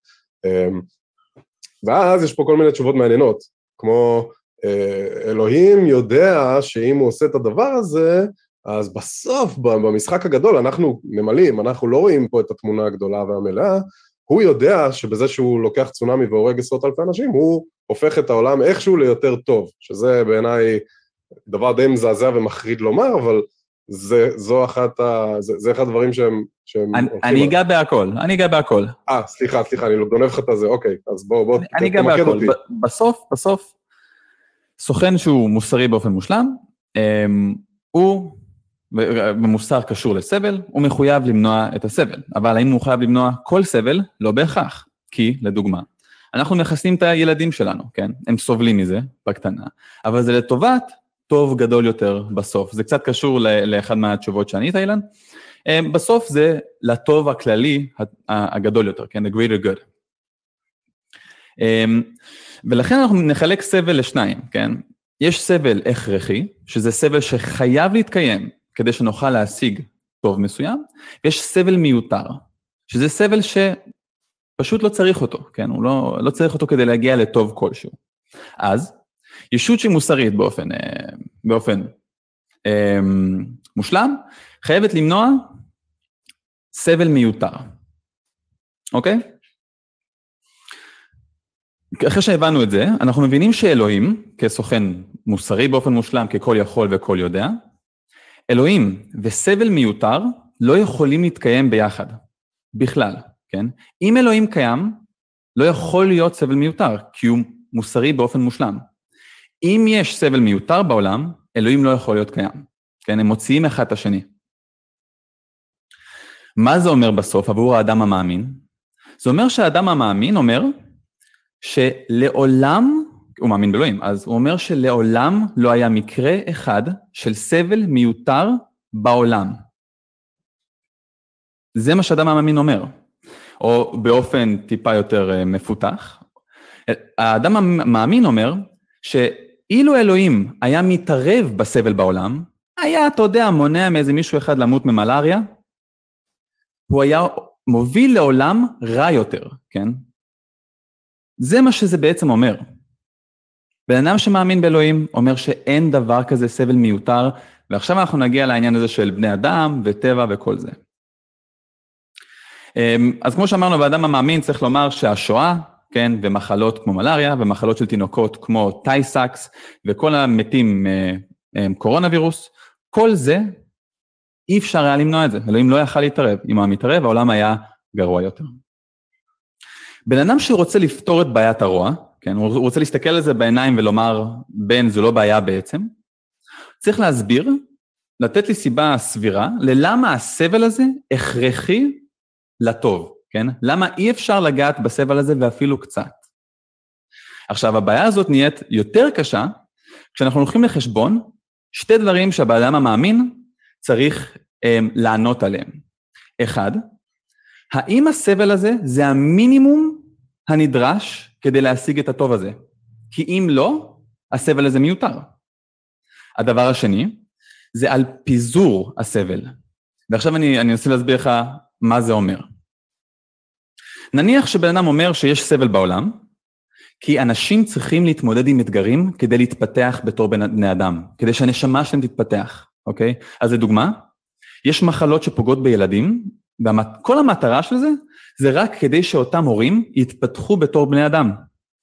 [SPEAKER 2] ואז יש פה כל מיני תשובות מעניינות, כמו אלוהים יודע שאם הוא עושה את הדבר הזה, אז בסוף, במשחק הגדול, אנחנו נמלים, אנחנו לא רואים פה את התמונה הגדולה והמלאה, הוא יודע שבזה שהוא לוקח צונמי והורג עשרות אלפי אנשים, הוא הופך את העולם איכשהו ליותר טוב, שזה בעיניי דבר די מזעזע ומחריד לומר, אבל זה, זו אחת ה... זה, זה אחד הדברים שהם... שהם
[SPEAKER 1] אני, אני אגע בהכל, אני אגע בהכל.
[SPEAKER 2] אה, סליחה, סליחה, אני גונב לך את זה, אוקיי, אז בוא, בוא,
[SPEAKER 1] אני אגע בהכל. בסוף, בסוף, סוכן שהוא מוסרי באופן מושלם, הוא, במוסר קשור לסבל, הוא מחויב למנוע את הסבל. אבל האם הוא מחויב למנוע כל סבל? לא בהכרח. כי, לדוגמה, אנחנו מכסים את הילדים שלנו, כן? הם סובלים מזה, בקטנה. אבל זה לטובת טוב גדול יותר בסוף. זה קצת קשור לאחד מהתשובות שענית, אילן. בסוף זה לטוב הכללי הגדול יותר, כן? The greater good. ולכן אנחנו נחלק סבל לשניים, כן? יש סבל הכרחי, שזה סבל שחייב להתקיים כדי שנוכל להשיג טוב מסוים, ויש סבל מיותר, שזה סבל שפשוט לא צריך אותו, כן? הוא לא, לא צריך אותו כדי להגיע לטוב כלשהו. אז, ישות שהיא מוסרית באופן, באופן מושלם, חייבת למנוע סבל מיותר. אוקיי? אחרי שהבנו את זה, אנחנו מבינים שאלוהים, כסוכן מוסרי באופן מושלם, ככל יכול וכל יודע, אלוהים וסבל מיותר לא יכולים להתקיים ביחד, בכלל, כן? אם אלוהים קיים, לא יכול להיות סבל מיותר, כי הוא מוסרי באופן מושלם. אם יש סבל מיותר בעולם, אלוהים לא יכול להיות קיים, כן? הם מוציאים אחד את השני. מה זה אומר בסוף עבור האדם המאמין? זה אומר שהאדם המאמין אומר שלעולם, הוא מאמין באלוהים, אז הוא אומר שלעולם לא היה מקרה אחד של סבל מיותר בעולם. זה מה שאדם המאמין אומר, או באופן טיפה יותר מפותח. האדם המאמין אומר שאילו אלוהים היה מתערב בסבל בעולם, היה, אתה יודע, מונע מאיזה מישהו אחד למות ממלאריה, הוא היה מוביל לעולם רע יותר, כן? זה מה שזה בעצם אומר. בן אדם שמאמין באלוהים אומר שאין דבר כזה סבל מיותר, ועכשיו אנחנו נגיע לעניין הזה של בני אדם וטבע וכל זה. אז כמו שאמרנו, באדם המאמין צריך לומר שהשואה, כן, ומחלות כמו מלאריה, ומחלות של תינוקות כמו טייסקס, וכל המתים קורונה וירוס, כל זה, אי אפשר היה למנוע את זה, אלוהים לא יכל להתערב, אם הוא מתערב, העולם היה גרוע יותר. בן אדם שרוצה לפתור את בעיית הרוע, כן, הוא רוצה להסתכל על זה בעיניים ולומר, בן, זו לא בעיה בעצם, צריך להסביר, לתת לי סיבה סבירה, ללמה הסבל הזה הכרחי לטוב, כן? למה אי אפשר לגעת בסבל הזה ואפילו קצת. עכשיו, הבעיה הזאת נהיית יותר קשה, כשאנחנו הולכים לחשבון, שתי דברים שהבאדם המאמין צריך הם, לענות עליהם. אחד, האם הסבל הזה זה המינימום הנדרש כדי להשיג את הטוב הזה? כי אם לא, הסבל הזה מיותר. הדבר השני, זה על פיזור הסבל. ועכשיו אני, אני אנסה להסביר לך מה זה אומר. נניח שבן אדם אומר שיש סבל בעולם, כי אנשים צריכים להתמודד עם אתגרים כדי להתפתח בתור בני אדם, כדי שהנשמה שלהם תתפתח, אוקיי? אז לדוגמה, יש מחלות שפוגעות בילדים, וכל המטרה של זה, זה רק כדי שאותם הורים יתפתחו בתור בני אדם.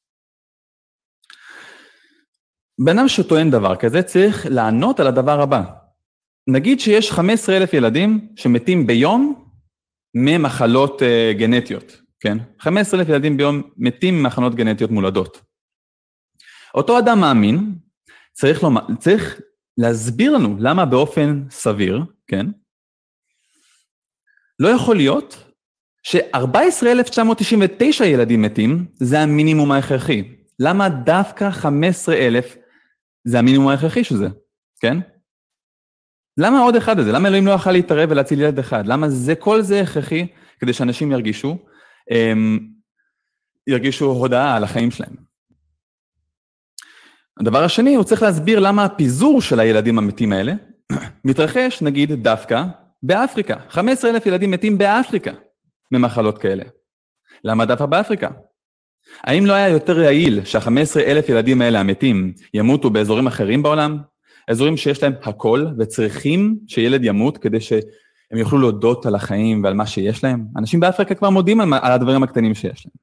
[SPEAKER 1] בן אדם שטוען דבר כזה צריך לענות על הדבר הבא. נגיד שיש חמישה עשר אלף ילדים שמתים ביום ממחלות uh, גנטיות, כן? חמישה עשר אלף ילדים ביום מתים ממחלות גנטיות מולדות. אותו אדם מאמין צריך, לומר, צריך להסביר לנו למה באופן סביר, כן? לא יכול להיות ש-ארבעה עשר אלף תשע מאות תשעים ותשע ילדים מתים, זה המינימום ההכרחי. למה דווקא חמישה עשר אלף זה המינימום ההכרחי של זה, כן? למה עוד אחד הזה? למה אלוהים לא יוכל להתערב ולהציל ילד אחד? למה זה, כל זה הכרחי כדי שאנשים ירגישו, הם, ירגישו הודעה על החיים שלהם? הדבר השני, הוא צריך להסביר למה הפיזור של הילדים המתים האלה מתרחש, נגיד, דווקא באפריקה. חמישה עשר אלף ילדים מתים באפריקה ממחלות כאלה. למה דווקא באפריקה? האם לא היה יותר יעיל שה-חמישה עשר אלף ילדים האלה המתים ימותו באזורים אחרים בעולם? אזורים שיש להם הכל וצריכים שילד ימות כדי שהם יוכלו להודות על החיים ועל מה שיש להם? אנשים באפריקה כבר מודים על הדברים הקטנים שיש להם.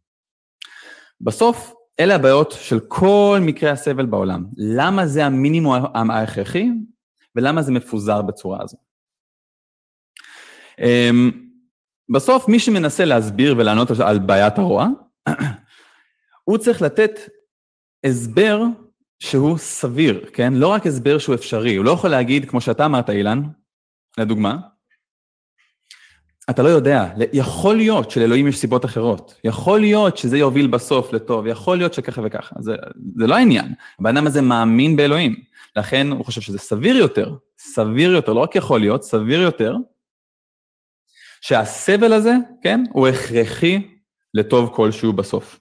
[SPEAKER 1] בסוף, אלה הבעיות של כל מקרי הסבל בעולם. למה זה המינימום ההכרחי ולמה זה מפוזר בצורה הזו? בסוף, מי שמנסה להסביר ולענות על בעיית הרוע, הוא צריך לתת הסבר שהוא סביר, כן? לא רק הסבר שהוא אפשרי. הוא לא יכול להגיד, כמו שאתה אמרת, אילן, לדוגמה, אתה לא יודע, יכול להיות שלאלוהים יש סיבות אחרות, יכול להיות שזה יוביל בסוף לטוב, יכול להיות שככה וככה, זה, זה לא העניין. הבן הזה מאמין באלוהים, לכן הוא חושב שזה סביר יותר, סביר יותר, לא רק יכול להיות, סביר יותר, שהסבל הזה, כן, הוא הכרחי לטוב כלשהו בסוף.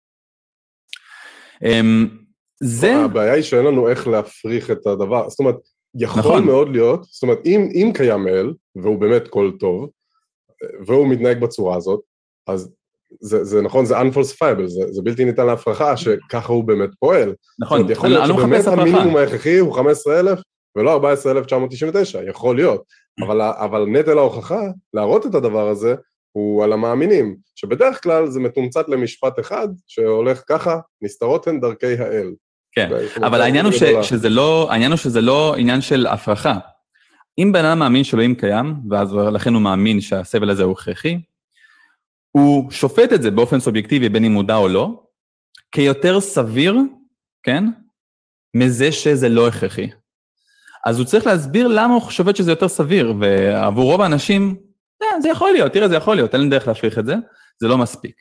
[SPEAKER 1] זה...
[SPEAKER 2] הבעיה היא שאין לנו איך להפריך את הדבר, זאת אומרת, יכול נכון. מאוד להיות, זאת אומרת, אם, אם קיים אל, והוא באמת כל טוב, והוא מתנהג בצורה הזאת, אז זה, זה נכון, זה unfalsifiable, זה, זה בלתי ניתן להפרחה, שככה הוא באמת פועל.
[SPEAKER 1] נכון.
[SPEAKER 2] זאת אומרת, יכול להיות שבאמת המינימום ההכרחי הוא חמישה עשר אלף, ולא ארבעה עשר אלף תשע מאות תשעים ותשע, יכול להיות. אבל, אבל נטל ההוכחה, להראות את הדבר הזה, הוא על המאמינים, שבדרך כלל זה מתומצת למשפט אחד, שהולך ככה, נסתרות הן דרכי האל.
[SPEAKER 1] כן, אבל העניין הוא, ש, שזה לא, העניין הוא שזה לא עניין של הפרחה. אם בן אדם מאמין שאלוהים קיים, ואז לכן הוא מאמין שהסבל הזה הוא הכרחי, הוא שופט את זה באופן סובייקטיבי, בין אם מודע או לא, כיותר סביר, כן, מזה שזה לא הכרחי. אז הוא צריך להסביר למה הוא שופט שזה יותר סביר, ועבור רוב האנשים, זה יכול להיות, תראה, זה יכול להיות, אין דרך להפריך את זה, זה לא מספיק.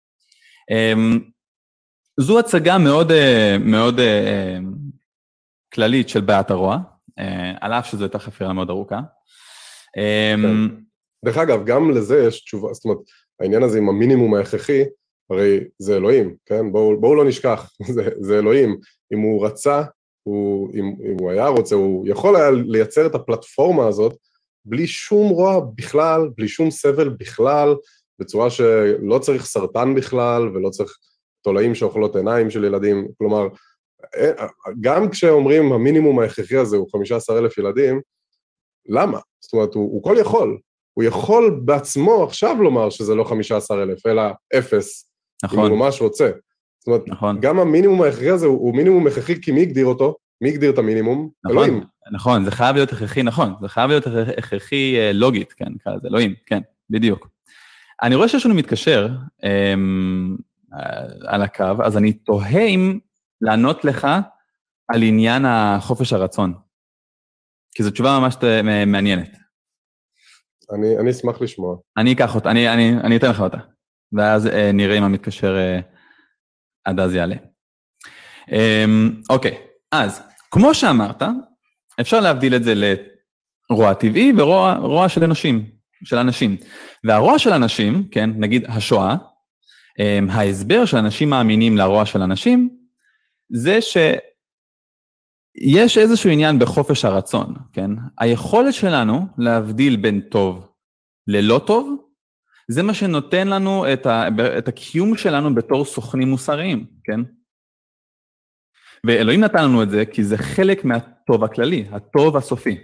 [SPEAKER 1] זו הצגה מאוד, מאוד כללית של בעיית הרוע, על אף שזו הייתה חפירה מאוד ארוכה.
[SPEAKER 2] דרך אגב, גם לזה יש תשובה, זאת אומרת, העניין הזה עם המינימום ההכרחי, הרי זה אלוהים, כן? בואו, בואו לא נשכח, זה, זה אלוהים. אם הוא רצה, הוא, אם, אם הוא היה רוצה, הוא יכול היה לייצר את הפלטפורמה הזאת, בלי שום רוע בכלל, בלי שום סבל בכלל, בצורה שלא צריך סרטן בכלל, ולא צריך תולעים שאוכלות עיניים של ילדים, כלומר, גם כשאומרים המינימום ההכרחי הזה הוא חמישה עשר אלף ילדים, למה? זאת אומרת, הוא, הוא כל יכול, הוא יכול בעצמו עכשיו לומר שזה לא חמישה עשר אלף, אלא אפס, נכון. אם הוא ממש רוצה. זאת אומרת, נכון. גם המינימום ההכרחי הזה הוא, הוא מינימום הכרחי, כי מי הגדיר אותו? מי הגדיר את המינימום?
[SPEAKER 1] נכון,
[SPEAKER 2] אלוהים.
[SPEAKER 1] נכון, זה חייב להיות הכרחי, נכון, זה חייב להיות הכרחי לוגית, כן, נקרא לזה, אלוהים, כן, בדיוק. אני רואה שיש לנו מתקשר אמ, על הקו, אז אני תוהה אם לענות לך על עניין החופש הרצון, כי זו תשובה ממש מעניינת.
[SPEAKER 2] אני, אני אשמח לשמוע.
[SPEAKER 1] אני אקח אותה, אני, אני, אני אתן לך אותה, ואז אה, נראה אם המתקשר אה, עד אז יעלה. אה, אוקיי, אז כמו שאמרת, אפשר להבדיל את זה לרוע טבעי ורוע רוע של אנשים, של אנשים. והרוע של אנשים, כן, נגיד השואה, אה, ההסבר של אנשים מאמינים לרוע של אנשים, זה שיש איזשהו עניין בחופש הרצון, כן? היכולת שלנו להבדיל בין טוב ללא טוב, זה מה שנותן לנו את, ה, את הקיום שלנו בתור סוכנים מוסריים, כן? ואלוהים נתן לנו את זה כי זה חלק מהטוב הכללי, הטוב הסופי.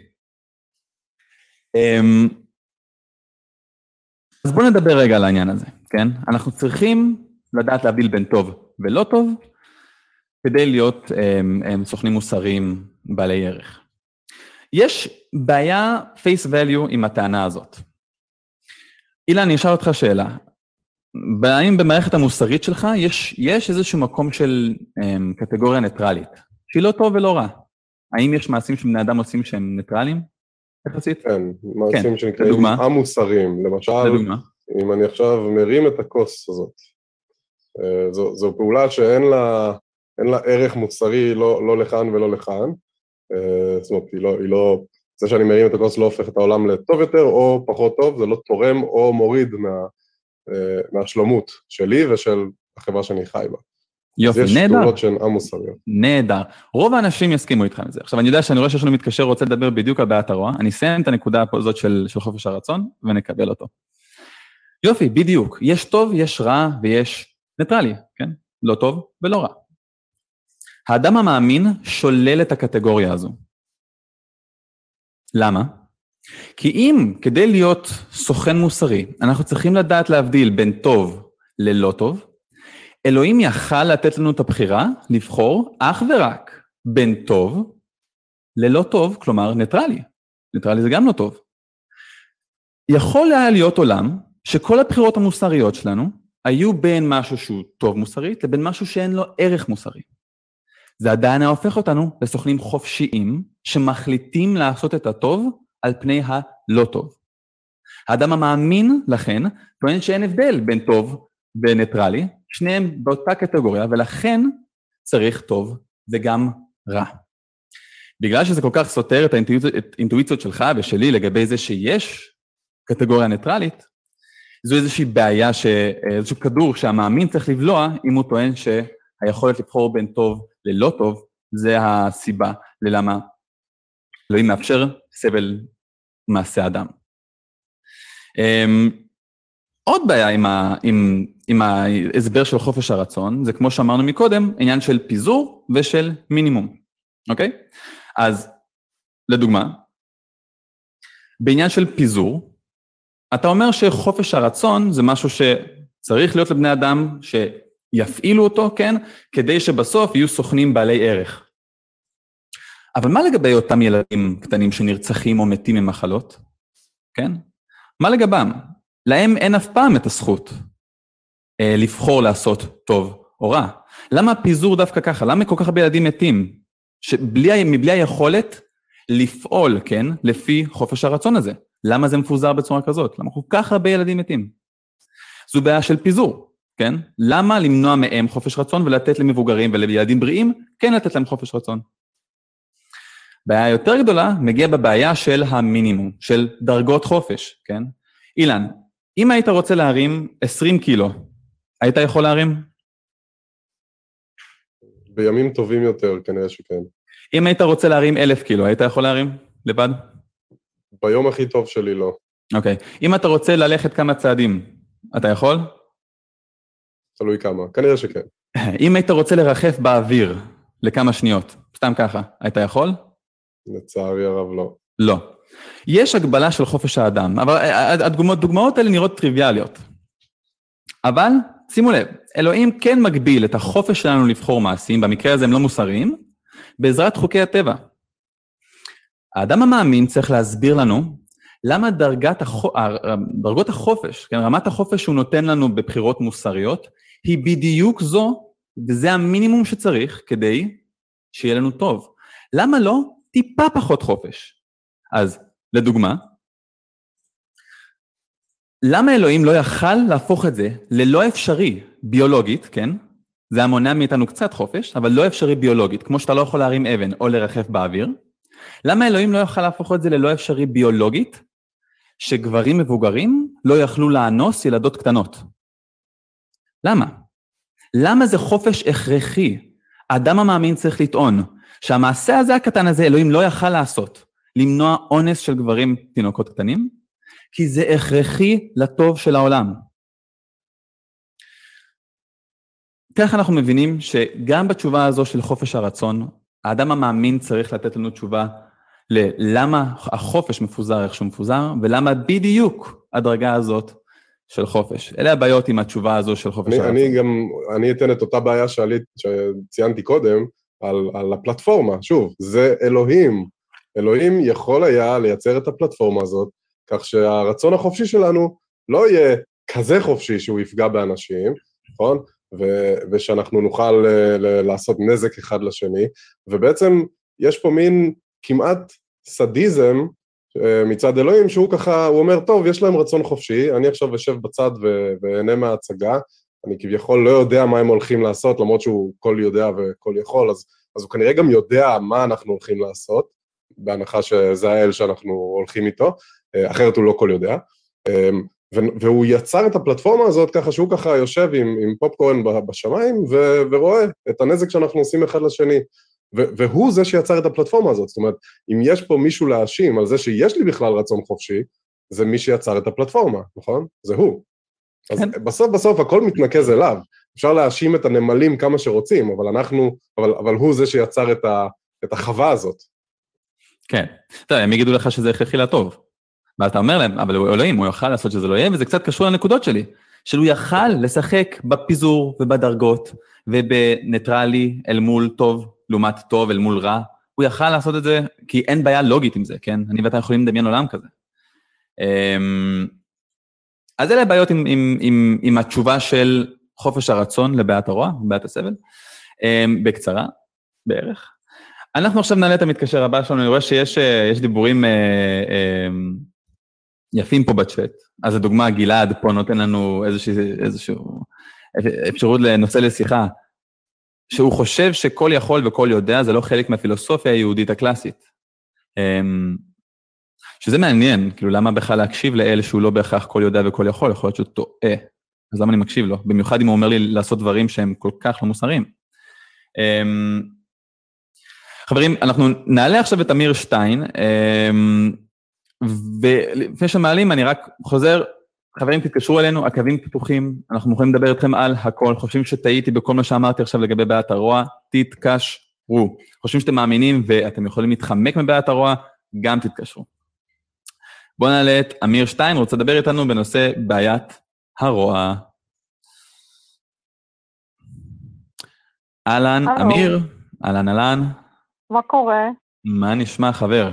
[SPEAKER 1] אז בואו נדבר רגע על העניין הזה, כן? אנחנו צריכים לדעת להבדיל בין טוב ולא טוב, כדי להיות הם, הם, סוכנים מוסריים בעלי ערך. יש בעיה face value עם הטענה הזאת. אילן, אני אשאל אותך שאלה. האם במערכת המוסרית שלך יש, יש איזשהו מקום של הם, קטגוריה ניטרלית, שהיא לא טוב ולא רע? האם יש מעשים שבני אדם עושים שהם ניטרליים? יחסית?
[SPEAKER 2] כן, מעשים
[SPEAKER 1] כן,
[SPEAKER 2] שנקראים המוסריים. למשל,
[SPEAKER 1] לדוגמה.
[SPEAKER 2] אם אני עכשיו מרים את הכוס הזאת, זו, זו פעולה שאין לה... אין לה ערך מוסרי לא, לא לכאן ולא לכאן, זאת אומרת, היא לא, היא לא, זה שאני מרים את הכוס לא הופך את העולם לטוב יותר או פחות טוב, זה לא תורם או מוריד מה, מהשלמות שלי ושל החברה שאני חי בה.
[SPEAKER 1] יופי, נהדר.
[SPEAKER 2] יש פעולות שהן המוסריות.
[SPEAKER 1] נהדר. רוב האנשים יסכימו איתך עם זה. עכשיו, אני יודע שאני רואה שיש לנו מתקשר רוצה לדבר בדיוק על בעיית הרוע, אני אסיים את הנקודה הזאת של, של חופש הרצון ונקבל אותו. יופי, בדיוק. יש טוב, יש רע ויש ניטרלי, כן? לא טוב ולא רע. האדם המאמין שולל את הקטגוריה הזו. למה? כי אם כדי להיות סוכן מוסרי, אנחנו צריכים לדעת להבדיל בין טוב ללא טוב, אלוהים יכל לתת לנו את הבחירה לבחור אך ורק בין טוב ללא טוב, כלומר ניטרלי. ניטרלי זה גם לא טוב. יכול היה להיות עולם שכל הבחירות המוסריות שלנו היו בין משהו שהוא טוב מוסרית לבין משהו שאין לו ערך מוסרי. זה עדיין הופך אותנו לסוכנים חופשיים שמחליטים לעשות את הטוב על פני הלא טוב. האדם המאמין לכן טוען שאין הבדל בין טוב וניטרלי, שניהם באותה קטגוריה, ולכן צריך טוב וגם רע. בגלל שזה כל כך סותר את האינטואיציות שלך ושלי לגבי זה שיש קטגוריה ניטרלית, זו איזושהי בעיה, איזשהו כדור שהמאמין צריך לבלוע אם הוא טוען שהיכולת לבחור בין טוב ללא טוב, זה הסיבה ללמה אלוהים מאפשר סבל מעשה אדם. עוד בעיה עם, ה, עם, עם ההסבר של חופש הרצון, זה כמו שאמרנו מקודם, עניין של פיזור ושל מינימום, אוקיי? אז לדוגמה, בעניין של פיזור, אתה אומר שחופש הרצון זה משהו שצריך להיות לבני אדם שיפעילו אותו, כן? כדי שבסוף יהיו סוכנים בעלי ערך. אבל מה לגבי אותם ילדים קטנים שנרצחים או מתים ממחלות? כן? מה לגבם? להם אין אף פעם את הזכות אה, לבחור לעשות טוב או רע. למה הפיזור דווקא ככה? למה כל כך הרבה ילדים מתים? שבלי, מבלי היכולת לפעול, כן? לפי חופש הרצון הזה. למה זה מפוזר בצורה כזאת? למה כל כך הרבה ילדים מתים? זו בעיה של פיזור, כן? למה למנוע מהם חופש רצון ולתת למבוגרים ולילדים בריאים, כן לתת להם חופש רצון? בעיה יותר גדולה מגיעה בבעיה של המינימום, של דרגות חופש, כן? אילן, אם היית רוצה להרים עשרים קילו, היית יכול להרים?
[SPEAKER 2] בימים טובים יותר, כנראה שכן.
[SPEAKER 1] אם היית רוצה להרים אלף קילו, היית יכול להרים לבד?
[SPEAKER 2] ביום הכי טוב שלי לא.
[SPEAKER 1] אוקיי. אם אתה רוצה ללכת כמה צעדים, אתה יכול?
[SPEAKER 2] תלוי כמה, כנראה שכן.
[SPEAKER 1] אם היית רוצה לרחף באוויר לכמה שניות, סתם ככה, היית יכול?
[SPEAKER 2] לצערי הרב לא.
[SPEAKER 1] לא. יש הגבלה של חופש האדם, אבל הדוגמאות האלה נראות טריוויאליות. אבל, שימו לב, אלוהים כן מגביל את החופש שלנו לבחור מעשים, במקרה הזה הם לא מוסריים, בעזרת חוקי הטבע. האדם המאמין צריך להסביר לנו למה דרגת החופ... דרגות החופש, כן, רמת החופש שהוא נותן לנו בבחירות מוסריות, היא בדיוק זו, וזה המינימום שצריך כדי שיהיה לנו טוב. למה לא? טיפה פחות חופש. אז, לדוגמה, למה אלוהים לא יכל להפוך את זה ללא אפשרי ביולוגית, כן? זה המונע מאיתנו קצת חופש, אבל לא אפשרי ביולוגית, כמו שאתה לא יכול להרים אבן או לרחף באוויר. למה אלוהים לא יכל להפוך את זה ללא אפשרי ביולוגית, שגברים מבוגרים לא יכלו לאנוס ילדות קטנות? למה? למה זה חופש הכרחי? האדם המאמין צריך לטעון שהמעשה הזה הקטן הזה אלוהים לא יכל לעשות, למנוע אונס של גברים תינוקות קטנים, כי זה הכרחי לטוב של העולם. כך אנחנו מבינים שגם בתשובה הזו של חופש הרצון, האדם המאמין צריך לתת לנו תשובה ללמה החופש מפוזר איך שהוא מפוזר, ולמה בדיוק הדרגה הזאת של חופש. אלה הבעיות עם התשובה הזו של חופש
[SPEAKER 2] אני,
[SPEAKER 1] הרצון.
[SPEAKER 2] אני גם, אני אתן את אותה בעיה שעלית, שציינתי קודם, על, על הפלטפורמה. שוב, זה אלוהים. אלוהים יכול היה לייצר את הפלטפורמה הזאת, כך שהרצון החופשי שלנו לא יהיה כזה חופשי שהוא יפגע באנשים, נכון? ו- ושאנחנו נוכל ל- ל- לעשות נזק אחד לשני, ובעצם יש פה מין כמעט סדיזם מצד אלוהים, שהוא ככה, הוא אומר, טוב, יש להם רצון חופשי, אני עכשיו אשב בצד ו- ואהנה מההצגה, אני כביכול לא יודע מה הם הולכים לעשות, למרות שהוא כל יודע וכל יכול, אז, אז הוא כנראה גם יודע מה אנחנו הולכים לעשות, בהנחה שזה האל שאנחנו הולכים איתו, אחרת הוא לא כל יודע, והוא יצר את הפלטפורמה הזאת ככה שהוא ככה יושב עם, עם פופקורן בשמיים ו- ורואה את הנזק שאנחנו עושים אחד לשני, ו- והוא זה שיצר את הפלטפורמה הזאת. זאת אומרת, אם יש פה מישהו להאשים על זה שיש לי בכלל רצון חופשי, זה מי שיצר את הפלטפורמה, נכון? זה הוא. אז בסוף בסוף הכל מתנקז אליו. אפשר להאשים את הנמלים כמה שרוצים, אבל אנחנו, אבל, אבל הוא זה שיצר את, ה- את החווה הזאת.
[SPEAKER 1] כן. טוב, הם יגידו לך שזה הכרחי לטוב. ואז אתה אומר להם, אבל הוא אלוהים, הוא יוכל לעשות שזה לא יהיה, וזה קצת קשור לנקודות שלי, שהוא יכל לשחק בפיזור ובדרגות, ובניטרלי אל מול טוב, לעומת טוב אל מול רע, הוא יכל לעשות את זה, כי אין בעיה לוגית עם זה, כן? אני ואתה יכולים לדמיין עולם כזה. אז אלה הבעיות עם, עם, עם, עם התשובה של חופש הרצון לבעיית הרוע, לבעיית הסבל. בקצרה, בערך. אנחנו עכשיו נעלה את המתקשר הבא שלנו, אני רואה שיש יש דיבורים אה, אה, יפים פה בצ'אט, אז הדוגמה גלעד פה נותן לנו איזושהי, איזשהו אפשרות לנושא לשיחה, שהוא חושב שכל יכול וכל יודע, זה לא חלק מהפילוסופיה היהודית הקלאסית. שזה מעניין, כאילו למה בכלל להקשיב לאל שהוא לא בהכרח כל יודע וכל יכול, יכול להיות שהוא טועה, אז למה אני מקשיב לו? במיוחד אם הוא אומר לי לעשות דברים שהם כל כך לא מוסריים. חברים, אנחנו נעלה עכשיו את אמיר שטיין, ולפני שמעלים אני רק חוזר, חברים תתקשרו אלינו, הקווים פתוחים, אנחנו יכולים לדבר איתכם על הכל, חושבים שטעיתי בכל מה שאמרתי עכשיו לגבי בעיית הרוע, תתקשרו. חושבים שאתם מאמינים ואתם יכולים להתחמק מבעיית הרוע, גם תתקשרו. בואו נעלה את אמיר שטיין, רוצה לדבר איתנו בנושא בעיית הרוע. אהלן, אמיר, אהלן, אהלן.
[SPEAKER 4] מה קורה?
[SPEAKER 1] מה נשמע, חבר?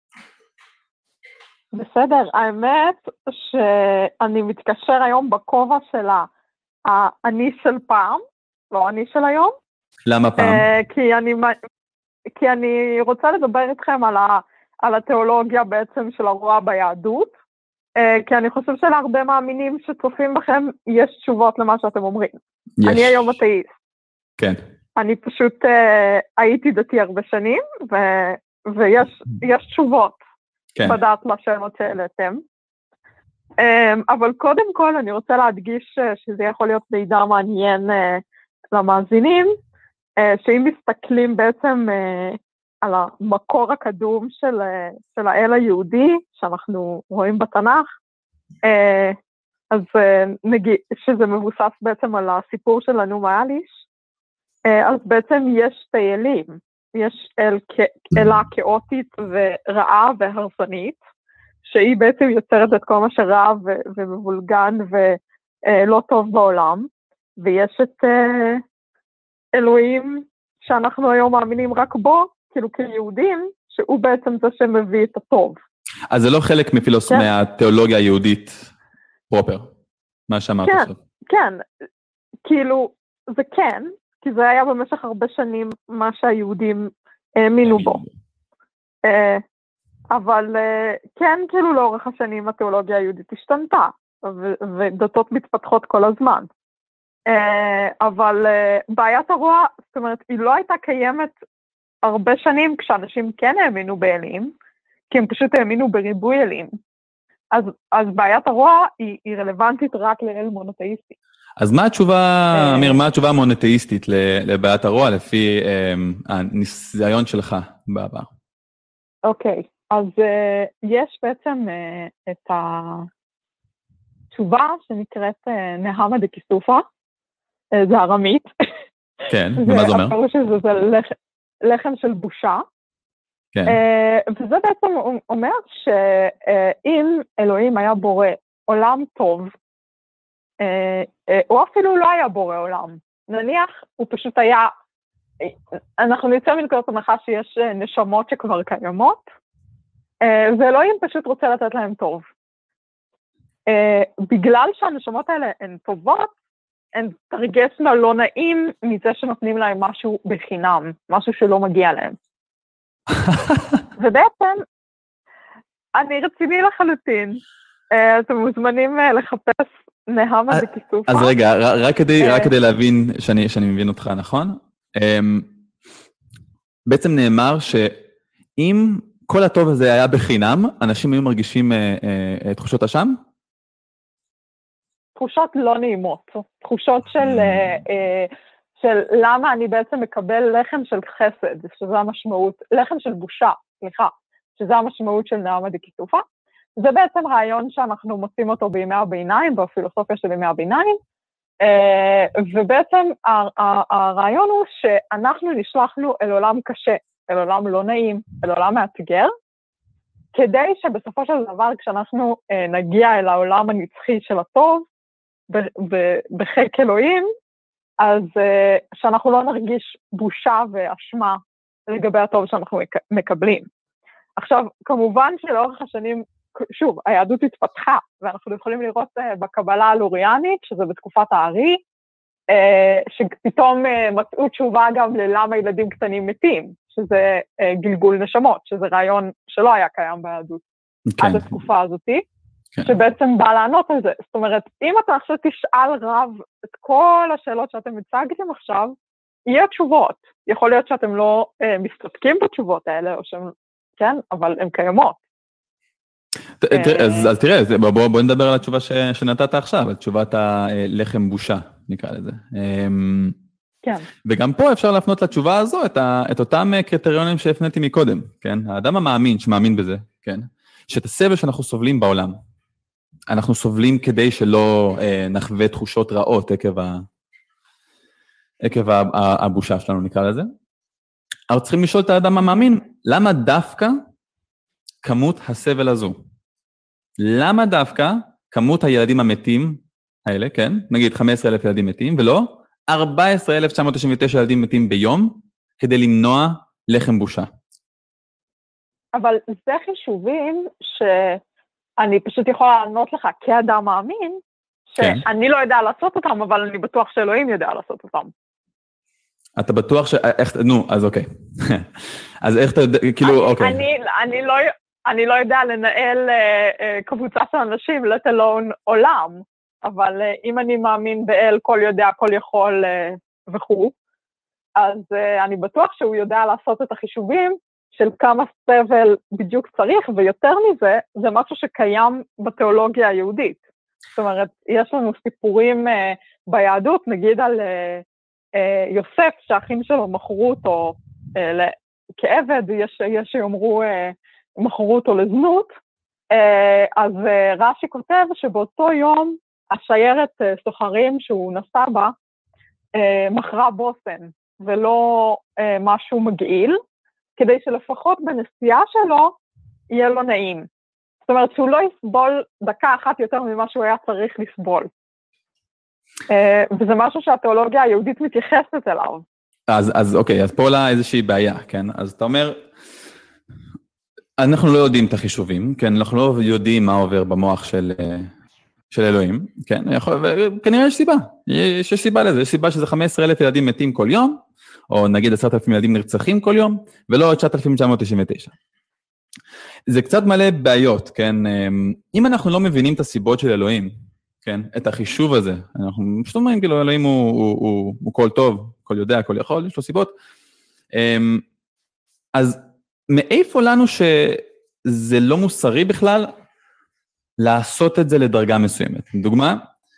[SPEAKER 4] בסדר, האמת שאני מתקשר היום בכובע של האני של פעם, לא אני של היום.
[SPEAKER 1] למה פעם?
[SPEAKER 4] כי אני, כי אני רוצה לדבר איתכם על, ה, על התיאולוגיה בעצם של הרוע ביהדות, כי אני חושב שלהרבה מאמינים שצופים בכם יש תשובות למה שאתם אומרים. יש. אני היום אתאיסט.
[SPEAKER 1] כן.
[SPEAKER 4] אני פשוט הייתי דתי הרבה שנים, ו, ויש יש תשובות. כן. בדעת לשאלות שהעליתם. אבל קודם כל אני רוצה להדגיש שזה יכול להיות מידע מעניין למאזינים, שאם מסתכלים בעצם על המקור הקדום של, של האל היהודי, שאנחנו רואים בתנ"ך, אז נגיד, שזה מבוסס בעצם על הסיפור של הנומה אליש, אז בעצם יש תהילים, יש אל, אלה כאוטית ורעה והרסנית, שהיא בעצם יוצרת את כל מה שרע ו- ומבולגן ולא טוב בעולם, ויש את אלוהים שאנחנו היום מאמינים רק בו, כאילו כיהודים, שהוא בעצם זה שמביא את הטוב.
[SPEAKER 1] אז זה לא חלק מפילוס... כן. מהתיאולוגיה היהודית פרופר, מה שאמרת
[SPEAKER 4] כן,
[SPEAKER 1] עכשיו.
[SPEAKER 4] כן, כאילו, זה כן, כי זה היה במשך הרבה שנים מה שהיהודים האמינו בו. אבל כן, כאילו לאורך השנים התיאולוגיה היהודית השתנתה, ודתות מתפתחות כל הזמן. אבל בעיית הרוע, זאת אומרת, היא לא הייתה קיימת הרבה שנים כשאנשים כן האמינו באלים, כי הם פשוט האמינו בריבוי אלים. אז, אז בעיית הרוע היא, היא רלוונטית רק לאל מונותאיסטי.
[SPEAKER 1] אז מה התשובה, אמיר, מה התשובה המונותאיסטית לבעיית הרוע, לפי הניסיון שלך בעבר?
[SPEAKER 4] אוקיי, אז יש בעצם את התשובה שנקראת נהמה דקיסופה, זה ארמית.
[SPEAKER 1] כן, ומה זה אומר?
[SPEAKER 4] הפירוש הזה זה לחם של בושה.
[SPEAKER 1] כן.
[SPEAKER 4] וזה בעצם אומר שאם אלוהים היה בורא עולם טוב, או אפילו לא היה בורא עולם, נניח הוא פשוט היה, אנחנו נצא מנקודת הנחה שיש נשמות שכבר קיימות, ואלוהים פשוט רוצה לתת להם טוב. בגלל שהנשמות האלה הן טובות, הן תרגשנה לא נעים מזה שנותנים להם משהו בחינם, משהו שלא מגיע להם. ובעצם, אני רציני לחלוטין, אתם מוזמנים לחפש נהמה דקיסופה.
[SPEAKER 1] אז רגע, רק כדי, רק כדי להבין שאני, שאני מבין אותך, נכון? בעצם נאמר שאם כל הטוב הזה היה בחינם, אנשים היו מרגישים תחושות אשם?
[SPEAKER 4] תחושות לא נעימות, תחושות של, של למה אני בעצם מקבל לחם של חסד, שזה המשמעות, לחם של בושה, סליחה, שזה המשמעות של נהמה דקיסופה. זה בעצם רעיון שאנחנו מוצאים אותו בימי הביניים, בפילוסופיה של ימי הביניים, ובעצם הרעיון הוא שאנחנו נשלחנו אל עולם קשה, אל עולם לא נעים, אל עולם מאתגר, כדי שבסופו של דבר כשאנחנו נגיע אל העולם הנצחי של הטוב, בחיק אלוהים, אז שאנחנו לא נרגיש בושה ואשמה לגבי הטוב שאנחנו מקבלים. עכשיו, כמובן שלאורך השנים, שוב, היהדות התפתחה, ואנחנו יכולים לראות בקבלה הלוריאנית, שזה בתקופת הארי, שפתאום מצאו תשובה גם ללמה ילדים קטנים מתים, שזה גלגול נשמות, שזה רעיון שלא היה קיים ביהדות כן. עד התקופה הזאת, כן. שבעצם בא לענות על זה. זאת אומרת, אם אתה עכשיו תשאל רב את כל השאלות שאתם הצגתם עכשיו, יהיה תשובות. יכול להיות שאתם לא מסתפקים בתשובות האלה, או שהם, כן, אבל הן קיימות.
[SPEAKER 1] אז תראה, בוא נדבר על התשובה שנתת עכשיו, על תשובת הלחם בושה, נקרא לזה.
[SPEAKER 4] כן.
[SPEAKER 1] וגם פה אפשר להפנות לתשובה הזו את אותם קריטריונים שהפניתי מקודם, כן? האדם המאמין, שמאמין בזה, כן? שאת הסבל שאנחנו סובלים בעולם, אנחנו סובלים כדי שלא נחווה תחושות רעות עקב עקב הבושה שלנו, נקרא לזה. אבל צריכים לשאול את האדם המאמין, למה דווקא כמות הסבל הזו? למה דווקא כמות הילדים המתים האלה, כן? נגיד חמישה עשר אלף ילדים מתים, ולא ארבעה עשר אלף תשע מאות תשעים ותשע ילדים מתים ביום, כדי למנוע לחם בושה.
[SPEAKER 4] אבל זה חישובים שאני פשוט יכולה לענות לך כאדם מאמין, שאני לא יודע לעשות אותם, אבל אני בטוח שאלוהים יודע לעשות אותם.
[SPEAKER 1] אתה בטוח ש... איך... נו, אז אוקיי. אז איך אתה יודע, כאילו, אוקיי.
[SPEAKER 4] אני, אני לא... אני לא יודע לנהל uh, קבוצה של אנשים, let alone עולם, אבל uh, אם אני מאמין באל, כל יודע, כל יכול uh, וכו', אז uh, אני בטוח שהוא יודע לעשות את החישובים של כמה סבל בדיוק צריך, ויותר מזה, זה משהו שקיים בתיאולוגיה היהודית. זאת אומרת, יש לנו סיפורים uh, ביהדות, נגיד על uh, uh, יוסף, שהאחים שלו מכרו אותו uh, כעבד, יש, יש שיאמרו... Uh, מכרו אותו לזנות, אז רש"י כותב שבאותו יום השיירת סוחרים שהוא נסע בה, מכרה בוסן, ולא משהו מגעיל, כדי שלפחות בנסיעה שלו יהיה לו נעים. זאת אומרת שהוא לא יסבול דקה אחת יותר ממה שהוא היה צריך לסבול. וזה משהו שהתיאולוגיה היהודית מתייחסת אליו.
[SPEAKER 1] אז, אז אוקיי, אז פה עולה איזושהי בעיה, כן? אז אתה אומר, אנחנו לא יודעים את החישובים, כן? אנחנו לא יודעים מה עובר במוח של, של אלוהים, כן? יכול, וכנראה יש סיבה, יש, יש סיבה לזה, יש סיבה שזה חמישה עשר אלף ילדים מתים כל יום, או נגיד עשרת אלפים ילדים נרצחים כל יום, ולא תשעת אלפים תשע מאות תשעים ותשע. זה קצת מלא בעיות, כן? אם אנחנו לא מבינים את הסיבות של אלוהים, כן? את החישוב הזה, אנחנו פשוט אומרים, כאילו, אלוהים הוא, הוא, הוא, הוא כל טוב, כל יודע, כל יכול, יש לו סיבות. אז מאיפה לנו שזה לא מוסרי בכלל לעשות את זה לדרגה מסוימת? דוגמה,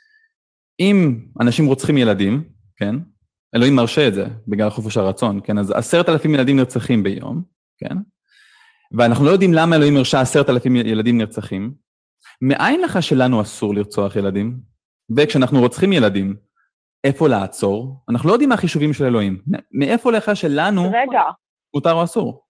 [SPEAKER 1] אם אנשים רוצחים ילדים, כן? אלוהים מרשה את זה בגלל חופש הרצון, כן? אז עשרת אלפים ילדים נרצחים ביום, כן? ואנחנו לא יודעים למה אלוהים מרשה עשרת אלפים ילדים נרצחים. מאין לך שלנו אסור לרצוח ילדים? וכשאנחנו רוצחים ילדים, איפה לעצור? אנחנו לא יודעים מה החישובים של אלוהים. מאיפה לך שלנו
[SPEAKER 4] רגע.
[SPEAKER 1] מותר או אסור?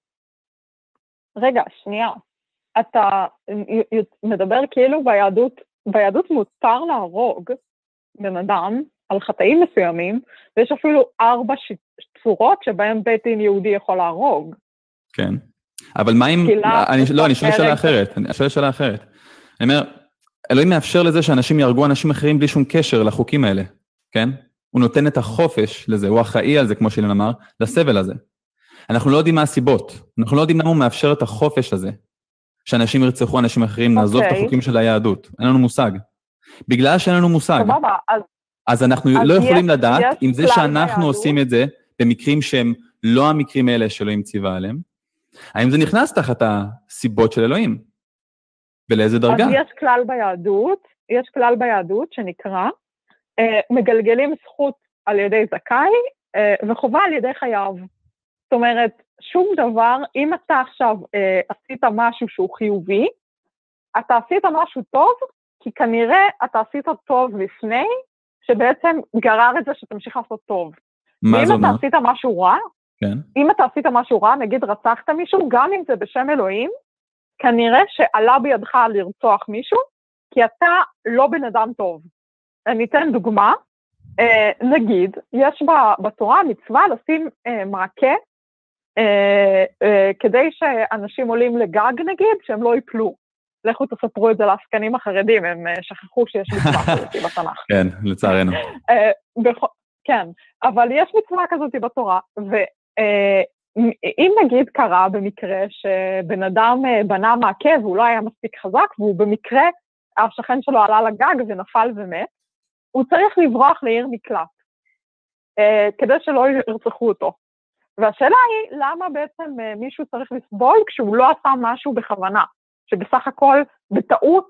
[SPEAKER 4] רגע, שנייה. אתה מדבר כאילו ביהדות, ביהדות מותר להרוג בן אדם על חטאים מסוימים, ויש אפילו ארבע צורות שבהם בית דין יהודי יכול להרוג.
[SPEAKER 1] כן. אבל מה אם... אני, לא, אני שואל שאלה אחרת. אני שואל שאלה אחרת. אני אומר, אלוהים מאפשר לזה שאנשים יהרגו אנשים אחרים בלי שום קשר לחוקים האלה, כן? הוא נותן את החופש לזה, הוא אחראי על זה, כמו שאילן אמר, לסבל הזה. אנחנו לא יודעים מה הסיבות, אנחנו לא יודעים למה הוא מאפשר את החופש הזה, שאנשים ירצחו אנשים אחרים, נעזוב את החוקים של היהדות. אין לנו מושג. בגלל שאין לנו מושג. אז אנחנו לא יכולים לדעת, אם זה שאנחנו עושים את זה, במקרים שהם לא המקרים האלה שאלוהים ציווה עליהם, האם זה נכנס תחת הסיבות של אלוהים? ולאיזה דרגה?
[SPEAKER 4] אז יש כלל ביהדות, יש כלל ביהדות שנקרא, אה, מגלגלים זכות על ידי זכאי, אה, וחובה על ידי חייב. זאת אומרת, שום דבר, אם אתה עכשיו אה, עשית משהו שהוא חיובי, אתה עשית משהו טוב, כי כנראה אתה עשית טוב לפני, שבעצם גרר את זה שתמשיך לעשות טוב.
[SPEAKER 1] מה זה אומר?
[SPEAKER 4] אם אתה עשית משהו רע,
[SPEAKER 1] כן.
[SPEAKER 4] אם אתה עשית משהו רע, נגיד רצחת מישהו, גם אם זה בשם אלוהים, כנראה שעלה בידך לרצוח מישהו, כי אתה לא בן אדם טוב. אני אתן דוגמה, אה, נגיד, יש בתורה מצווה לשים אה, מעקה, אה, אה, כדי שאנשים עולים לגג נגיד, שהם לא ייפלו. לכו תספרו את זה לעסקנים החרדים, הם אה, שכחו שיש מצווה כזאת בתנ"ך.
[SPEAKER 1] כן, לצערנו.
[SPEAKER 4] אה, בכ... כן, אבל יש מצווה כזאת בתורה, ו... אה, אם נגיד קרה במקרה שבן אדם בנה מעקה והוא לא היה מספיק חזק, והוא במקרה, השכן שלו עלה לגג ונפל ומת, הוא צריך לברוח לעיר מקלט, כדי שלא ירצחו אותו. והשאלה היא, למה בעצם מישהו צריך לסבול כשהוא לא עשה משהו בכוונה, שבסך הכל בטעות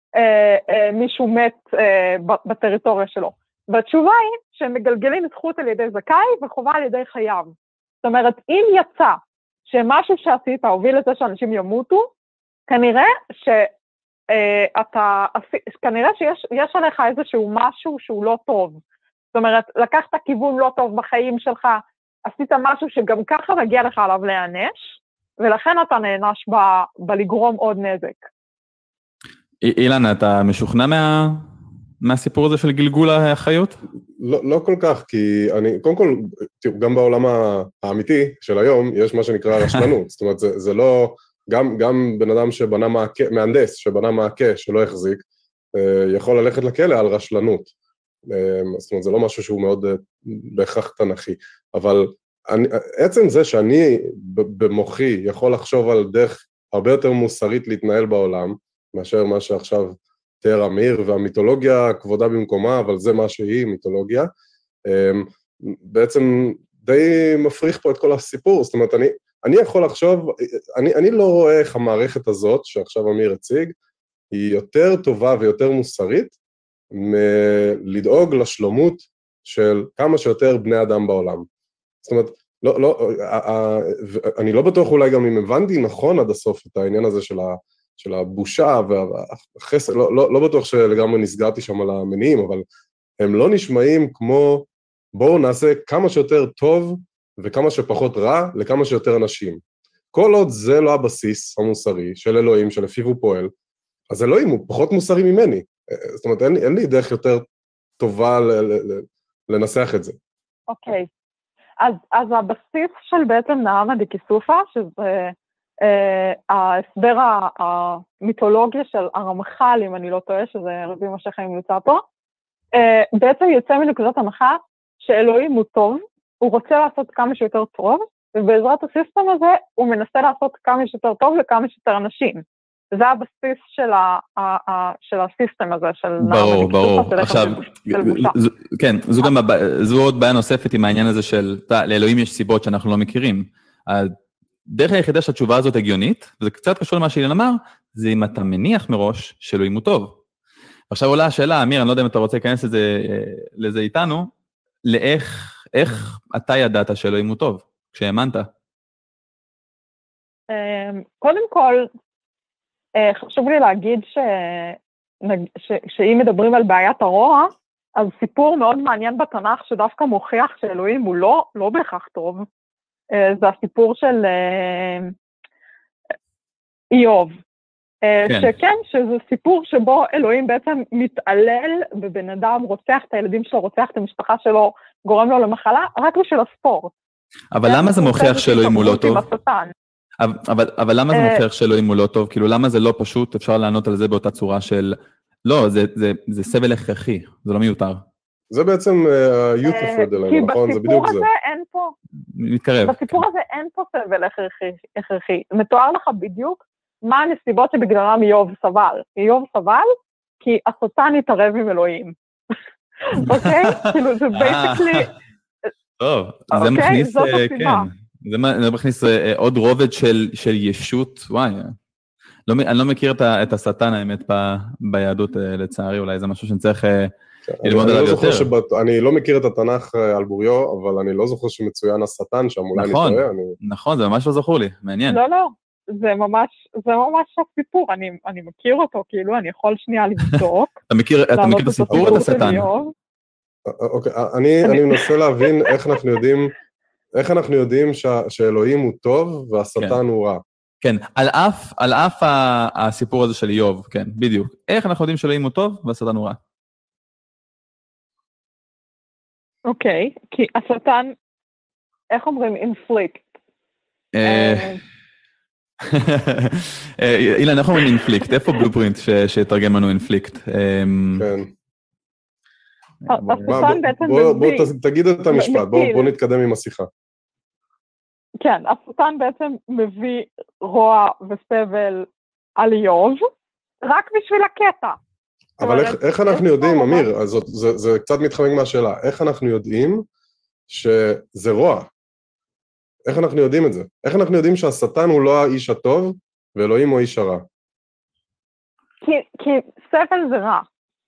[SPEAKER 4] מישהו מת בטריטוריה שלו. והתשובה היא שהם מגלגלים זכות על ידי זכאי וחובה על ידי חייב. זאת אומרת, אם יצא שמשהו שעשית הוביל לזה שאנשים ימותו, כנראה שאתה, כנראה שיש יש עליך איזשהו משהו שהוא לא טוב. זאת אומרת, לקחת כיוון לא טוב בחיים שלך, עשית משהו שגם ככה מגיע לך עליו להיענש, ולכן אתה נענש ב, בלגרום עוד נזק.
[SPEAKER 1] אילן, אתה משוכנע מה... מהסיפור הזה של גלגול החיות?
[SPEAKER 2] לא, לא כל כך, כי אני, קודם כל, תראו, גם בעולם האמיתי של היום, יש מה שנקרא רשלנות, זאת אומרת, זה, זה לא, גם, גם בן אדם שבנה מעקה, מהנדס שבנה מעקה שלא החזיק, יכול ללכת לכלא על רשלנות. זאת אומרת, זה לא משהו שהוא מאוד בהכרח תנכי, אבל אני, עצם זה שאני במוחי יכול לחשוב על דרך הרבה יותר מוסרית להתנהל בעולם, מאשר מה שעכשיו תיאר אמיר, והמיתולוגיה כבודה במקומה, אבל זה מה שהיא, מיתולוגיה, בעצם די מפריך פה את כל הסיפור, זאת אומרת, אני, אני יכול לחשוב, אני, אני לא רואה איך המערכת הזאת, שעכשיו אמיר הציג, היא יותר טובה ויותר מוסרית, מלדאוג לשלומות של כמה שיותר בני אדם בעולם. זאת אומרת, לא, לא, אני לא בטוח אולי גם אם הבנתי נכון עד הסוף את העניין הזה של ה... של הבושה והחסר, לא, לא, לא בטוח שלגמרי נסגרתי שם על המניעים, אבל הם לא נשמעים כמו, בואו נעשה כמה שיותר טוב וכמה שפחות רע לכמה שיותר אנשים. כל עוד זה לא הבסיס המוסרי של אלוהים, שלפיו הוא פועל, אז אלוהים הוא פחות מוסרי ממני. זאת אומרת, אין, אין לי דרך יותר טובה ל, ל, ל, לנסח את זה.
[SPEAKER 4] אוקיי. אז, אז הבסיס של בעצם נעמה דקיסופה, שזה אה, ההסבר המיתולוגיה של הרמח"ל, אם אני לא טועה, שזה רבי משה חיים נמצא פה, אה, בעצם יוצא מנקודת הנחה שאלוהים הוא טוב, הוא רוצה לעשות כמה שיותר טוב, ובעזרת הסיסטם הזה הוא מנסה לעשות כמה שיותר טוב לכמה שיותר אנשים. זה הבסיס של, ה, ה, ה, של הסיסטם הזה, של נעמה
[SPEAKER 1] ברור,
[SPEAKER 4] דקיסופה.
[SPEAKER 1] ברור. עכשיו, זו, כן, זו גם, זו עוד בעיה נוספת עם העניין הזה של, לאלוהים יש סיבות שאנחנו לא מכירים. הדרך היחידה שהתשובה הזאת הגיונית, וזה קצת קשור למה שאילן אמר, זה אם אתה מניח מראש שאלוהים הוא טוב. עכשיו עולה השאלה, אמיר, אני לא יודע אם אתה רוצה להיכנס לזה, לזה איתנו, לאיך, איך אתה ידעת שאלוהים הוא טוב, כשהאמנת?
[SPEAKER 4] קודם כל, חשוב לי להגיד ש... ש... שאם מדברים על בעיית הרוע, אז סיפור מאוד מעניין בתנ"ך שדווקא מוכיח שאלוהים הוא לא, לא בהכרח טוב. זה הסיפור של איוב. כן. שכן, שזה סיפור שבו אלוהים בעצם מתעלל בבן אדם, רוצח את הילדים שלו, רוצח את המשפחה שלו, גורם לו למחלה, רק בשביל הספורט.
[SPEAKER 1] אבל למה זה מוכיח שאלוהים הוא לא טוב? אבל, אבל למה זה מוכיח שאלוהים הוא לא טוב? כאילו, למה זה לא פשוט? אפשר לענות על זה באותה צורה של... לא, זה, זה, זה סבל הכרחי, זה לא מיותר.
[SPEAKER 2] זה בעצם ה-youth of Red, נכון? זה בדיוק זה.
[SPEAKER 4] כי בסיפור הזה אין פה...
[SPEAKER 1] מתקרב.
[SPEAKER 4] בסיפור הזה אין פה סבל הכרחי. מתואר לך בדיוק מה הנסיבות שבגללם איוב סבל. איוב סבל כי השטן התערב עם אלוהים. אוקיי? כאילו, זה basically...
[SPEAKER 1] טוב, זה מכניס... כן. זה מכניס עוד רובד של, של ישות, וואי, לא, אני לא מכיר את, את השטן האמת ב, ביהדות לצערי, אולי זה משהו שנצטרך ללמוד עליו יותר.
[SPEAKER 2] שבת, אני לא מכיר את התנ"ך על בוריו, אבל אני לא זוכר שמצוין השטן שם, אולי
[SPEAKER 1] נכון,
[SPEAKER 2] אני טועה. אני...
[SPEAKER 1] נכון, זה ממש לא זכור לי, מעניין.
[SPEAKER 4] לא, לא, זה ממש, זה ממש הסיפור, אני, אני מכיר אותו, כאילו, אני יכול שנייה לבדוק.
[SPEAKER 1] אתה מכיר, אתה מכיר את הסיפור או את השטן?
[SPEAKER 2] אוקיי, אני, אני מנסה להבין איך אנחנו יודעים... איך אנחנו יודעים שאלוהים הוא טוב והשטן הוא רע?
[SPEAKER 1] כן, על אף, על אף הסיפור הזה של איוב, כן, בדיוק. איך אנחנו יודעים שאלוהים הוא טוב והשטן הוא רע?
[SPEAKER 4] אוקיי, כי השטן, איך אומרים אינפליקט?
[SPEAKER 1] אילן, איך אומרים אינפליקט? איפה בלופרינט שתרגם לנו אינפליקט?
[SPEAKER 2] כן.
[SPEAKER 4] השטן בעצם
[SPEAKER 2] מביא... בוא תגיד את המשפט, בוא נתקדם עם השיחה.
[SPEAKER 4] כן, השטן בעצם מביא רוע וסבל על איוב, רק בשביל הקטע.
[SPEAKER 2] אבל איך אנחנו יודעים, אמיר, זה קצת מתחמק מהשאלה, איך אנחנו יודעים שזה רוע? איך אנחנו יודעים את זה? איך אנחנו יודעים שהשטן הוא לא האיש הטוב, ואלוהים הוא האיש הרע?
[SPEAKER 4] כי סבל זה רע.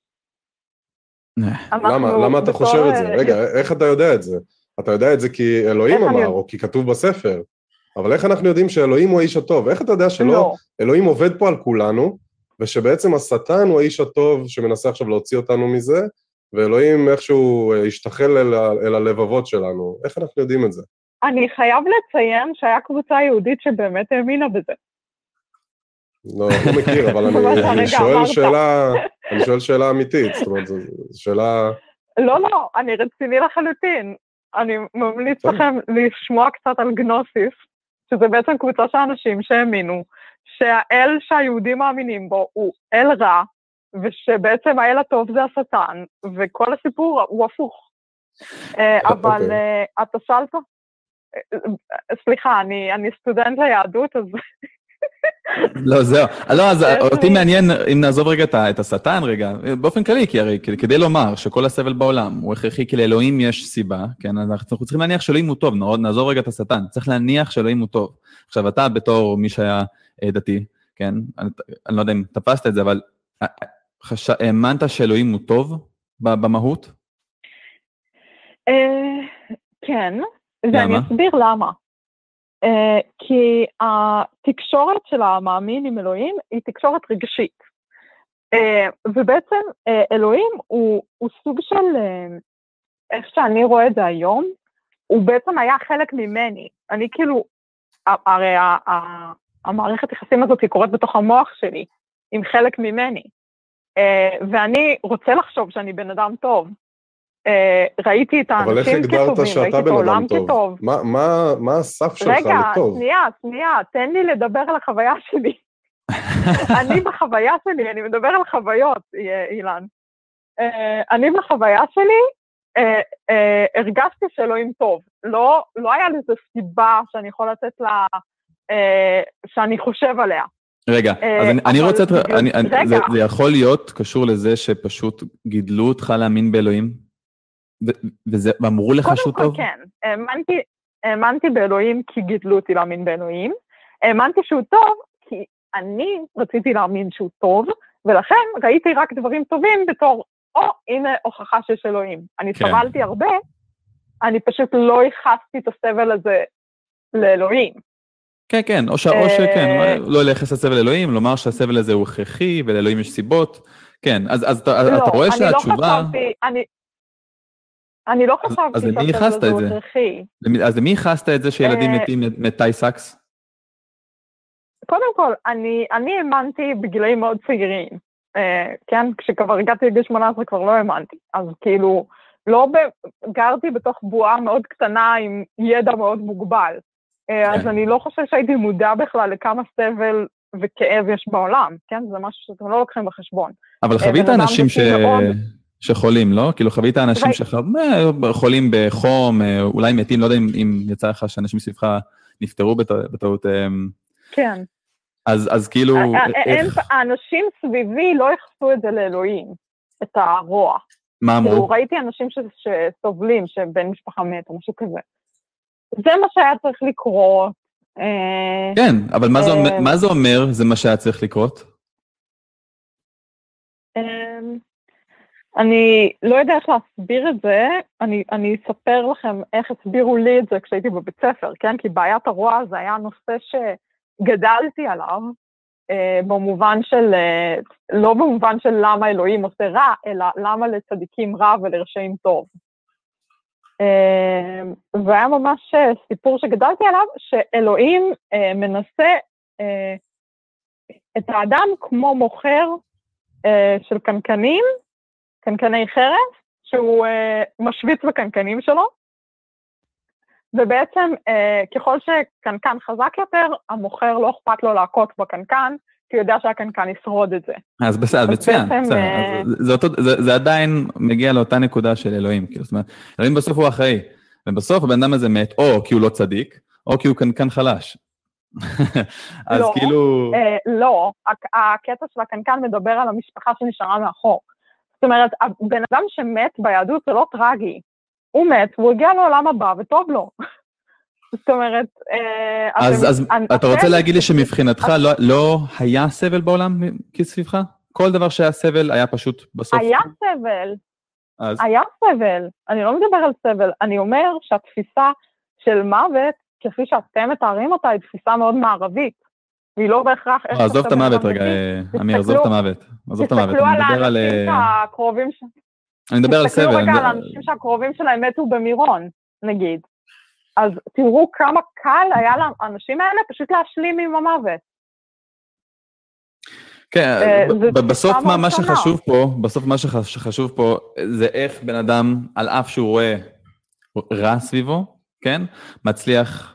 [SPEAKER 2] למה? למה אתה חושב את זה? רגע, איך אתה יודע את זה? אתה יודע את זה כי אלוהים אמר, או כי כתוב בספר, אבל איך אנחנו יודעים שאלוהים הוא האיש הטוב? איך אתה יודע שלא? אלוהים עובד פה על כולנו, ושבעצם השטן הוא האיש הטוב שמנסה עכשיו להוציא אותנו מזה, ואלוהים איכשהו ישתחל אל הלבבות שלנו. איך אנחנו יודעים את זה?
[SPEAKER 4] אני חייב לציין שהיה קבוצה יהודית שבאמת האמינה בזה.
[SPEAKER 2] לא, לא מכיר, אבל אני שואל שאלה, אני שואל שאלה אמיתית, זאת אומרת, זו שאלה...
[SPEAKER 4] לא, לא, אני רציני לחלוטין. אני ממליץ לכם לשמוע קצת על גנוסיס, שזה בעצם קבוצה של אנשים שהאמינו, שהאל שהיהודים מאמינים בו הוא אל רע, ושבעצם האל הטוב זה השטן, וכל הסיפור הוא הפוך. אבל אתה שאלת, סליחה, אני סטודנט ליהדות, אז...
[SPEAKER 1] לא, זהו. לא, אז אותי מעניין, אם נעזוב רגע את השטן רגע, באופן כללי, כי הרי כדי לומר שכל הסבל בעולם הוא הכרחי, כי לאלוהים יש סיבה, כן, אז אנחנו צריכים להניח שאלוהים הוא טוב, נעזוב רגע את השטן, צריך להניח שאלוהים הוא טוב. עכשיו, אתה בתור מי שהיה דתי, כן, אני לא יודע אם תפסת את זה, אבל האמנת שאלוהים הוא טוב במהות?
[SPEAKER 4] כן, ואני אסביר למה. Uh, כי התקשורת של המאמין עם אלוהים היא תקשורת רגשית. Uh, ובעצם uh, אלוהים הוא, הוא סוג של, uh, איך שאני רואה את זה היום, הוא בעצם היה חלק ממני. אני כאילו, הרי המערכת יחסים הזאת היא קורית בתוך המוח שלי, עם חלק ממני. Uh, ואני רוצה לחשוב שאני בן אדם טוב. ראיתי את האנשים כטובים, ראיתי את העולם כטוב.
[SPEAKER 2] מה הסף שלך לטוב?
[SPEAKER 4] רגע, שנייה, שנייה, תן לי לדבר על החוויה שלי. אני בחוויה שלי, אני מדבר על חוויות, אילן. אני בחוויה שלי, הרגשתי שאלוהים טוב. לא היה לזה סיבה שאני יכול לתת לה, שאני חושב עליה.
[SPEAKER 1] רגע, אז אני רוצה, זה יכול להיות קשור לזה שפשוט גידלו אותך להאמין באלוהים? ואמרו לך שהוא טוב?
[SPEAKER 4] קודם כל כן, האמנתי באלוהים כי גידלו אותי להאמין באלוהים, האמנתי שהוא טוב כי אני רציתי להאמין שהוא טוב, ולכן ראיתי רק דברים טובים בתור, או הנה הוכחה שיש אלוהים. אני סבלתי הרבה, אני פשוט לא ייחסתי את הסבל הזה לאלוהים.
[SPEAKER 1] כן, כן, או שכן, לא לייחס לסבל אלוהים, לומר שהסבל הזה הוא הכרחי, ולאלוהים יש סיבות, כן, אז אתה רואה שהתשובה...
[SPEAKER 4] אני לא חשבתי שהסבל הזה הוא הכרחי.
[SPEAKER 1] אז למי ייחסת את זה שילדים מתים מטי סאקס?
[SPEAKER 4] קודם כל, אני האמנתי בגילאים מאוד צעירים, כן, כשכבר הגעתי לגיל שמונה עשרה כבר לא האמנתי, אז כאילו, לא גרתי בתוך בועה מאוד קטנה עם ידע מאוד מוגבל. אז אני לא חושב שהייתי מודע בכלל לכמה סבל וכאב יש בעולם, כן? זה משהו שאתם לא לוקחים בחשבון.
[SPEAKER 1] אבל חווית אנשים שחולים, לא? כאילו חווית אנשים שחולים בחום, אולי מתים, לא יודע אם יצא לך שאנשים סביבך נפטרו בטעות.
[SPEAKER 4] כן.
[SPEAKER 1] אז כאילו...
[SPEAKER 4] האנשים סביבי לא יחסו את זה לאלוהים, את הרוע.
[SPEAKER 1] מה אמרו?
[SPEAKER 4] ראיתי אנשים שסובלים, שבן משפחה מת, או משהו כזה. זה מה שהיה צריך לקרות.
[SPEAKER 1] כן, אבל מה זה אומר, זה מה שהיה צריך לקרות?
[SPEAKER 4] אני לא יודע איך להסביר את זה, אני אספר לכם איך הסבירו לי את זה כשהייתי בבית ספר, כן? כי בעיית הרוע זה היה נושא שגדלתי עליו, במובן של, לא במובן של למה אלוהים עושה רע, אלא למה לצדיקים רע ולרשעים טוב. והיה ממש סיפור שגדלתי עליו, שאלוהים מנסה את האדם כמו מוכר של קנקנים, קנקני חרס, שהוא משוויץ בקנקנים שלו, ובעצם ככל שקנקן חזק יותר, המוכר לא אכפת לו להכות בקנקן, כי הוא יודע שהקנקן ישרוד את זה.
[SPEAKER 1] אז בסדר, מצוין, זה עדיין מגיע לאותה נקודה של אלוהים, זאת אומרת, אלוהים בסוף הוא אחראי, ובסוף הבן אדם הזה מת, או כי הוא לא צדיק, או כי הוא קנקן חלש. אז כאילו...
[SPEAKER 4] לא, הקטע של הקנקן מדבר על המשפחה שנשארה מאחור. זאת אומרת, הבן אדם שמת ביהדות זה לא טרגי, הוא מת, והוא הגיע לעולם הבא, וטוב לו. זאת אומרת...
[SPEAKER 1] אז אתה רוצה להגיד לי שמבחינתך לא היה סבל בעולם כסביבך? כל דבר שהיה סבל היה פשוט בסוף...
[SPEAKER 4] היה סבל. היה סבל. אני לא מדבר על סבל. אני אומר שהתפיסה של מוות, כפי שאתם מתארים אותה, היא תפיסה מאוד מערבית. והיא לא בהכרח...
[SPEAKER 1] עזוב את המוות רגע, אמיר, עזוב את המוות. עזוב את המוות.
[SPEAKER 4] תסתכלו על האנשים שהקרובים שלהם.
[SPEAKER 1] אני מדבר על סבל.
[SPEAKER 4] תסתכלו רגע על האנשים שהקרובים שלהם מתו במירון, נגיד. אז תראו כמה קל היה לאנשים האלה פשוט להשלים עם המוות.
[SPEAKER 1] כן, בסוף מה שחשוב פה, בסוף מה שחשוב פה, זה איך בן אדם, על אף שהוא רואה רע סביבו, כן? מצליח,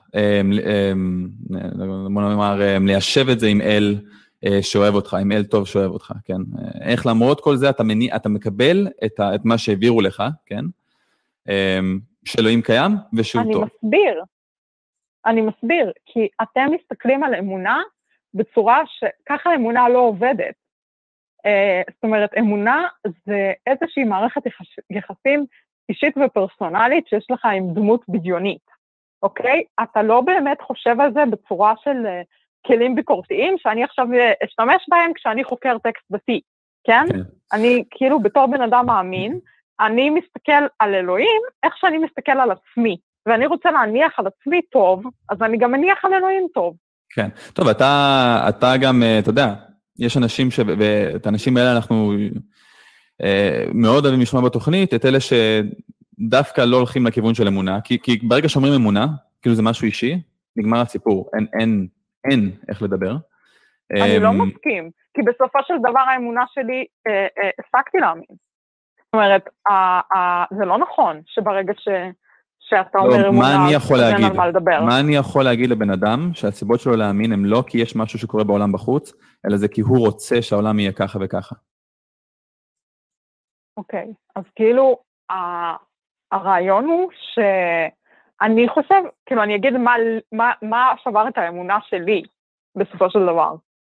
[SPEAKER 1] בוא נאמר, ליישב את זה עם אל שאוהב אותך, עם אל טוב שאוהב אותך, כן? איך למרות כל זה אתה מקבל את מה שהעבירו לך, כן? שאלוהים קיים ושהוא
[SPEAKER 4] אני
[SPEAKER 1] טוב.
[SPEAKER 4] אני מסביר, אני מסביר, כי אתם מסתכלים על אמונה בצורה שככה אמונה לא עובדת. זאת אומרת, אמונה זה איזושהי מערכת יחסים אישית ופרסונלית שיש לך עם דמות בדיונית, אוקיי? אתה לא באמת חושב על זה בצורה של כלים ביקורתיים, שאני עכשיו אשתמש בהם כשאני חוקר טקסט דתי, כן? כן. אני כאילו בתור בן אדם מאמין, אני מסתכל על אלוהים, איך שאני מסתכל על עצמי, ואני רוצה להניח על עצמי טוב, אז אני גם מניח על אלוהים טוב.
[SPEAKER 1] כן, טוב, אתה, אתה גם, אתה יודע, יש אנשים, ש... ואת האנשים האלה אנחנו אה, מאוד אוהבים לשמוע בתוכנית, את אלה שדווקא לא הולכים לכיוון של אמונה, כי, כי ברגע שאומרים אמונה, כאילו זה משהו אישי, נגמר הסיפור, אין, אין, אין איך לדבר.
[SPEAKER 4] אני לא מסכים, כי בסופו של דבר האמונה שלי, אה, אה, הפסקתי להאמין. זאת אומרת, זה לא נכון שברגע ש... שאתה אומר אמונה,
[SPEAKER 1] מה אני יכול להגיד?
[SPEAKER 4] מה לדבר.
[SPEAKER 1] מה אני יכול להגיד לבן אדם שהסיבות שלו להאמין הם לא כי יש משהו שקורה בעולם בחוץ, אלא זה כי הוא רוצה שהעולם יהיה ככה וככה.
[SPEAKER 4] אוקיי, אז כאילו, הרעיון הוא שאני חושב, כאילו אני אגיד מה, מה, מה שבר את האמונה שלי בסופו של דבר.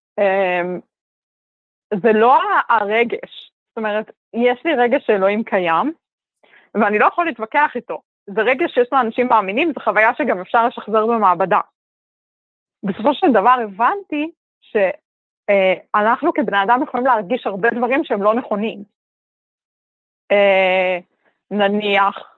[SPEAKER 4] זה לא הרגש, זאת אומרת, יש לי רגש שאלוהים קיים, ואני לא יכול להתווכח איתו. זה רגש שיש לאנשים מאמינים, זו חוויה שגם אפשר לשחזר במעבדה. בסופו של דבר הבנתי שאנחנו כבני אדם יכולים להרגיש הרבה דברים שהם לא נכונים. נניח,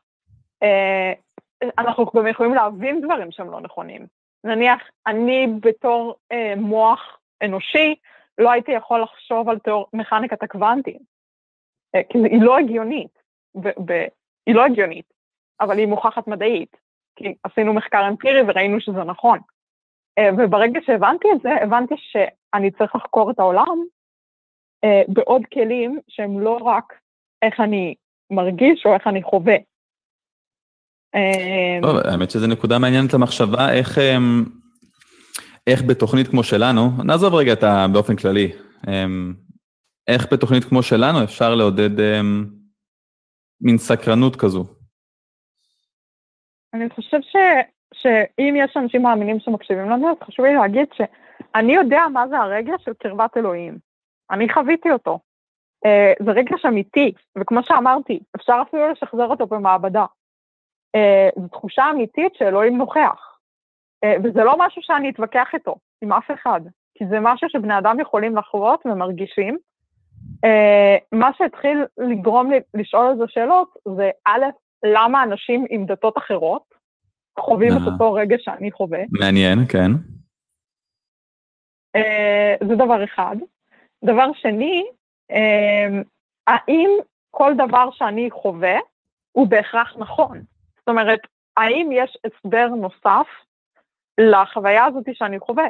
[SPEAKER 4] אנחנו גם יכולים להבין דברים שהם לא נכונים. נניח, אני בתור מוח אנושי, לא הייתי יכול לחשוב על תיאור מכניקת הקוונטים, כי היא לא הגיונית, ב- ב- היא לא הגיונית, אבל היא מוכחת מדעית, כי עשינו מחקר אמפירי וראינו שזה נכון. וברגע שהבנתי את זה, הבנתי שאני צריך לחקור את העולם בעוד כלים שהם לא רק איך אני מרגיש או איך אני חווה.
[SPEAKER 1] טוב, האמת שזו נקודה מעניינת למחשבה, איך... איך בתוכנית כמו שלנו, נעזוב רגע את ה... באופן כללי, איך בתוכנית כמו שלנו אפשר לעודד מין סקרנות כזו?
[SPEAKER 4] אני חושב ש... שאם יש אנשים מאמינים שמקשיבים לנו, אז חשוב לי להגיד שאני יודע מה זה הרגש של קרבת אלוהים. אני חוויתי אותו. זה רגש אמיתי, וכמו שאמרתי, אפשר אפילו לשחזר אותו במעבדה. זו תחושה אמיתית שאלוהים נוכח. וזה לא משהו שאני אתווכח איתו, עם אף אחד, כי זה משהו שבני אדם יכולים לחוות ומרגישים. מה שהתחיל לגרום לי לשאול על זה שאלות, זה א', למה אנשים עם דתות אחרות חווים את אותו רגע שאני חווה.
[SPEAKER 1] מעניין, כן.
[SPEAKER 4] זה דבר אחד. דבר שני, האם כל דבר שאני חווה הוא בהכרח נכון? זאת אומרת, האם יש הסבר נוסף לחוויה הזאת שאני חווה.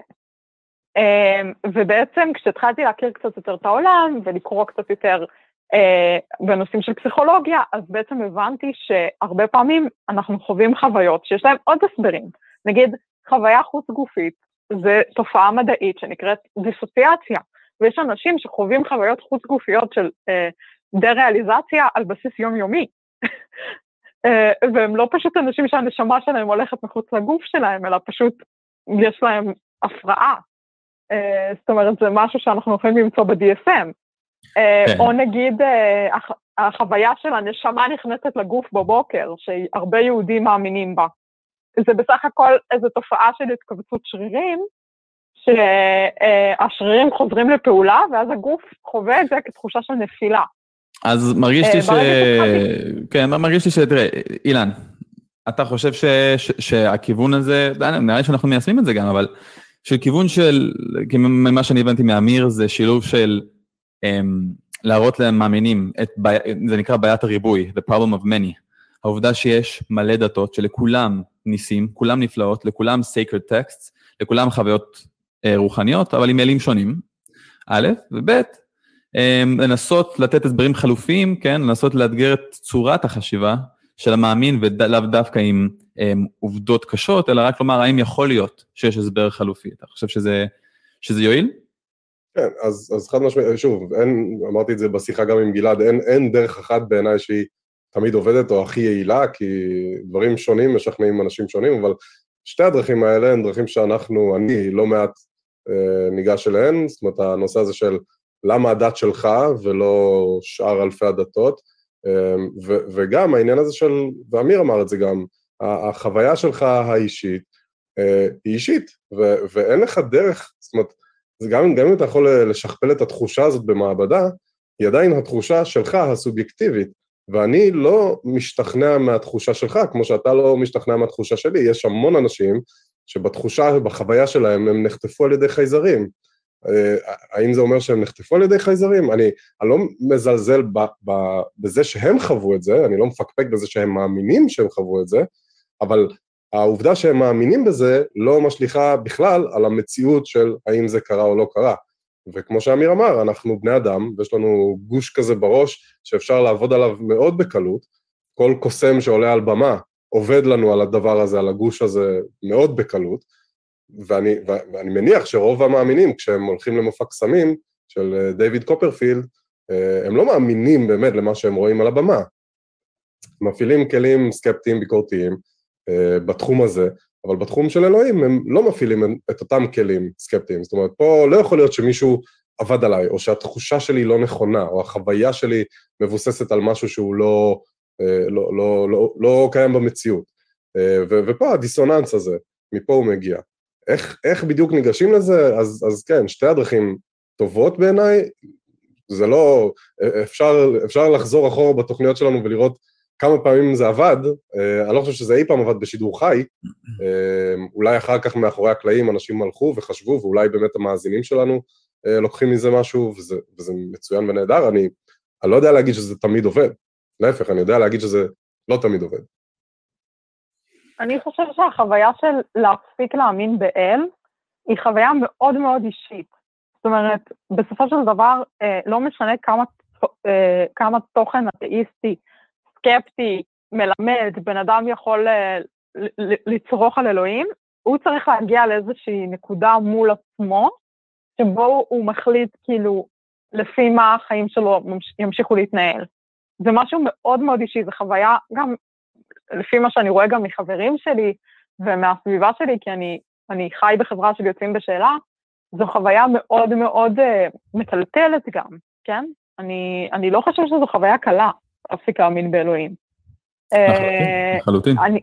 [SPEAKER 4] ובעצם כשהתחלתי להכיר קצת יותר את העולם, ולקרוא קצת יותר בנושאים של פסיכולוגיה, אז בעצם הבנתי שהרבה פעמים אנחנו חווים חוויות שיש להם עוד הסברים. נגיד, חוויה חוץ גופית, זה תופעה מדעית שנקראת דיסוציאציה, ויש אנשים שחווים חוויות חוץ גופיות של דה-ריאליזציה על בסיס יומיומי. והם לא פשוט אנשים שהנשמה שלהם הולכת מחוץ לגוף שלהם, אלא פשוט יש להם הפרעה. זאת אומרת, זה משהו שאנחנו יכולים למצוא ב-די אס אם. או נגיד, החוויה של הנשמה נכנסת לגוף בבוקר, שהרבה יהודים מאמינים בה. זה בסך הכל איזו תופעה של התכווצות שרירים, שהשרירים חוזרים לפעולה, ואז הגוף חווה את זה כתחושה של נפילה.
[SPEAKER 1] אז מרגיש לי ש... כן, מרגיש לי ש... תראה, אילן, אתה חושב ש... שהכיוון הזה, נראה לי שאנחנו מיישמים את זה גם, אבל שכיוון של, ממה שאני הבנתי מאמיר, זה שילוב של להראות להם מאמינים, זה נקרא בעיית הריבוי, the problem of many, העובדה שיש מלא דתות שלכולם ניסים, כולם נפלאות, לכולם sacred texts, לכולם חוויות רוחניות, אבל עם מילים שונים, א', וב', לנסות לתת הסברים חלופיים, כן, לנסות לאתגר את צורת החשיבה של המאמין, ולאו דווקא עם עובדות קשות, אלא רק לומר, האם יכול להיות שיש הסבר חלופי? אתה חושב שזה, שזה יועיל?
[SPEAKER 2] כן, אז, אז חד משמעית, שוב, אין, אמרתי את זה בשיחה גם עם גלעד, אין, אין דרך אחת בעיניי שהיא תמיד עובדת או הכי יעילה, כי דברים שונים משכנעים אנשים שונים, אבל שתי הדרכים האלה הן דרכים שאנחנו, אני לא מעט אה, ניגש אליהן, זאת אומרת, הנושא הזה של למה הדת שלך ולא שאר אלפי הדתות, ו, וגם העניין הזה של, ואמיר אמר את זה גם, החוויה שלך האישית, היא אישית, ו, ואין לך דרך, זאת אומרת, זה גם, גם אם אתה יכול לשכפל את התחושה הזאת במעבדה, היא עדיין התחושה שלך הסובייקטיבית, ואני לא משתכנע מהתחושה שלך, כמו שאתה לא משתכנע מהתחושה שלי, יש המון אנשים שבתחושה, בחוויה שלהם, הם נחטפו על ידי חייזרים. האם זה אומר שהם נחטפו על ידי חייזרים? אני, אני לא מזלזל ב, ב, בזה שהם חוו את זה, אני לא מפקפק בזה שהם מאמינים שהם חוו את זה, אבל העובדה שהם מאמינים בזה לא משליכה בכלל על המציאות של האם זה קרה או לא קרה. וכמו שאמיר אמר, אנחנו בני אדם, ויש לנו גוש כזה בראש, שאפשר לעבוד עליו מאוד בקלות, כל קוסם שעולה על במה, עובד לנו על הדבר הזה, על הגוש הזה, מאוד בקלות, ואני, ואני מניח שרוב המאמינים, כשהם הולכים למופע קסמים, של דיוויד קופרפילד, הם לא מאמינים באמת למה שהם רואים על הבמה. מפעילים כלים סקפטיים ביקורתיים בתחום הזה, אבל בתחום של אלוהים הם לא מפעילים את אותם כלים סקפטיים. זאת אומרת, פה לא יכול להיות שמישהו עבד עליי, או שהתחושה שלי לא נכונה, או החוויה שלי מבוססת על משהו שהוא לא, לא, לא, לא, לא קיים במציאות. ופה הדיסוננס הזה, מפה הוא מגיע. איך, איך בדיוק ניגשים לזה? אז, אז כן, שתי הדרכים טובות בעיניי, זה לא, אפשר, אפשר לחזור אחורה בתוכניות שלנו ולראות כמה פעמים זה עבד, אני לא חושב שזה אי פעם עבד בשידור חי, אולי אחר כך מאחורי הקלעים אנשים הלכו וחשבו, ואולי באמת המאזינים שלנו לוקחים מזה משהו, וזה, וזה מצוין ונהדר, אני, אני לא יודע להגיד שזה תמיד עובד, להפך, אני יודע להגיד שזה לא תמיד עובד.
[SPEAKER 4] אני חושב שהחוויה של להפסיק להאמין באל, היא חוויה מאוד מאוד אישית. זאת אומרת, בסופו של דבר, לא משנה כמה, כמה תוכן אתאיסטי, סקפטי, מלמד, בן אדם יכול לצרוך על אלוהים, הוא צריך להגיע לאיזושהי נקודה מול עצמו, שבו הוא מחליט כאילו לפי מה החיים שלו ימשיכו להתנהל. זה משהו מאוד מאוד אישי, זו חוויה גם לפי מה שאני רואה גם מחברים שלי ומהסביבה שלי, כי אני, אני חי בחברה של יוצאים בשאלה, זו חוויה מאוד מאוד uh, מטלטלת גם, כן? אני, אני לא חושב שזו חוויה קלה, להפסיק להאמין באלוהים.
[SPEAKER 1] לחלוטין, לחלוטין.
[SPEAKER 4] אני,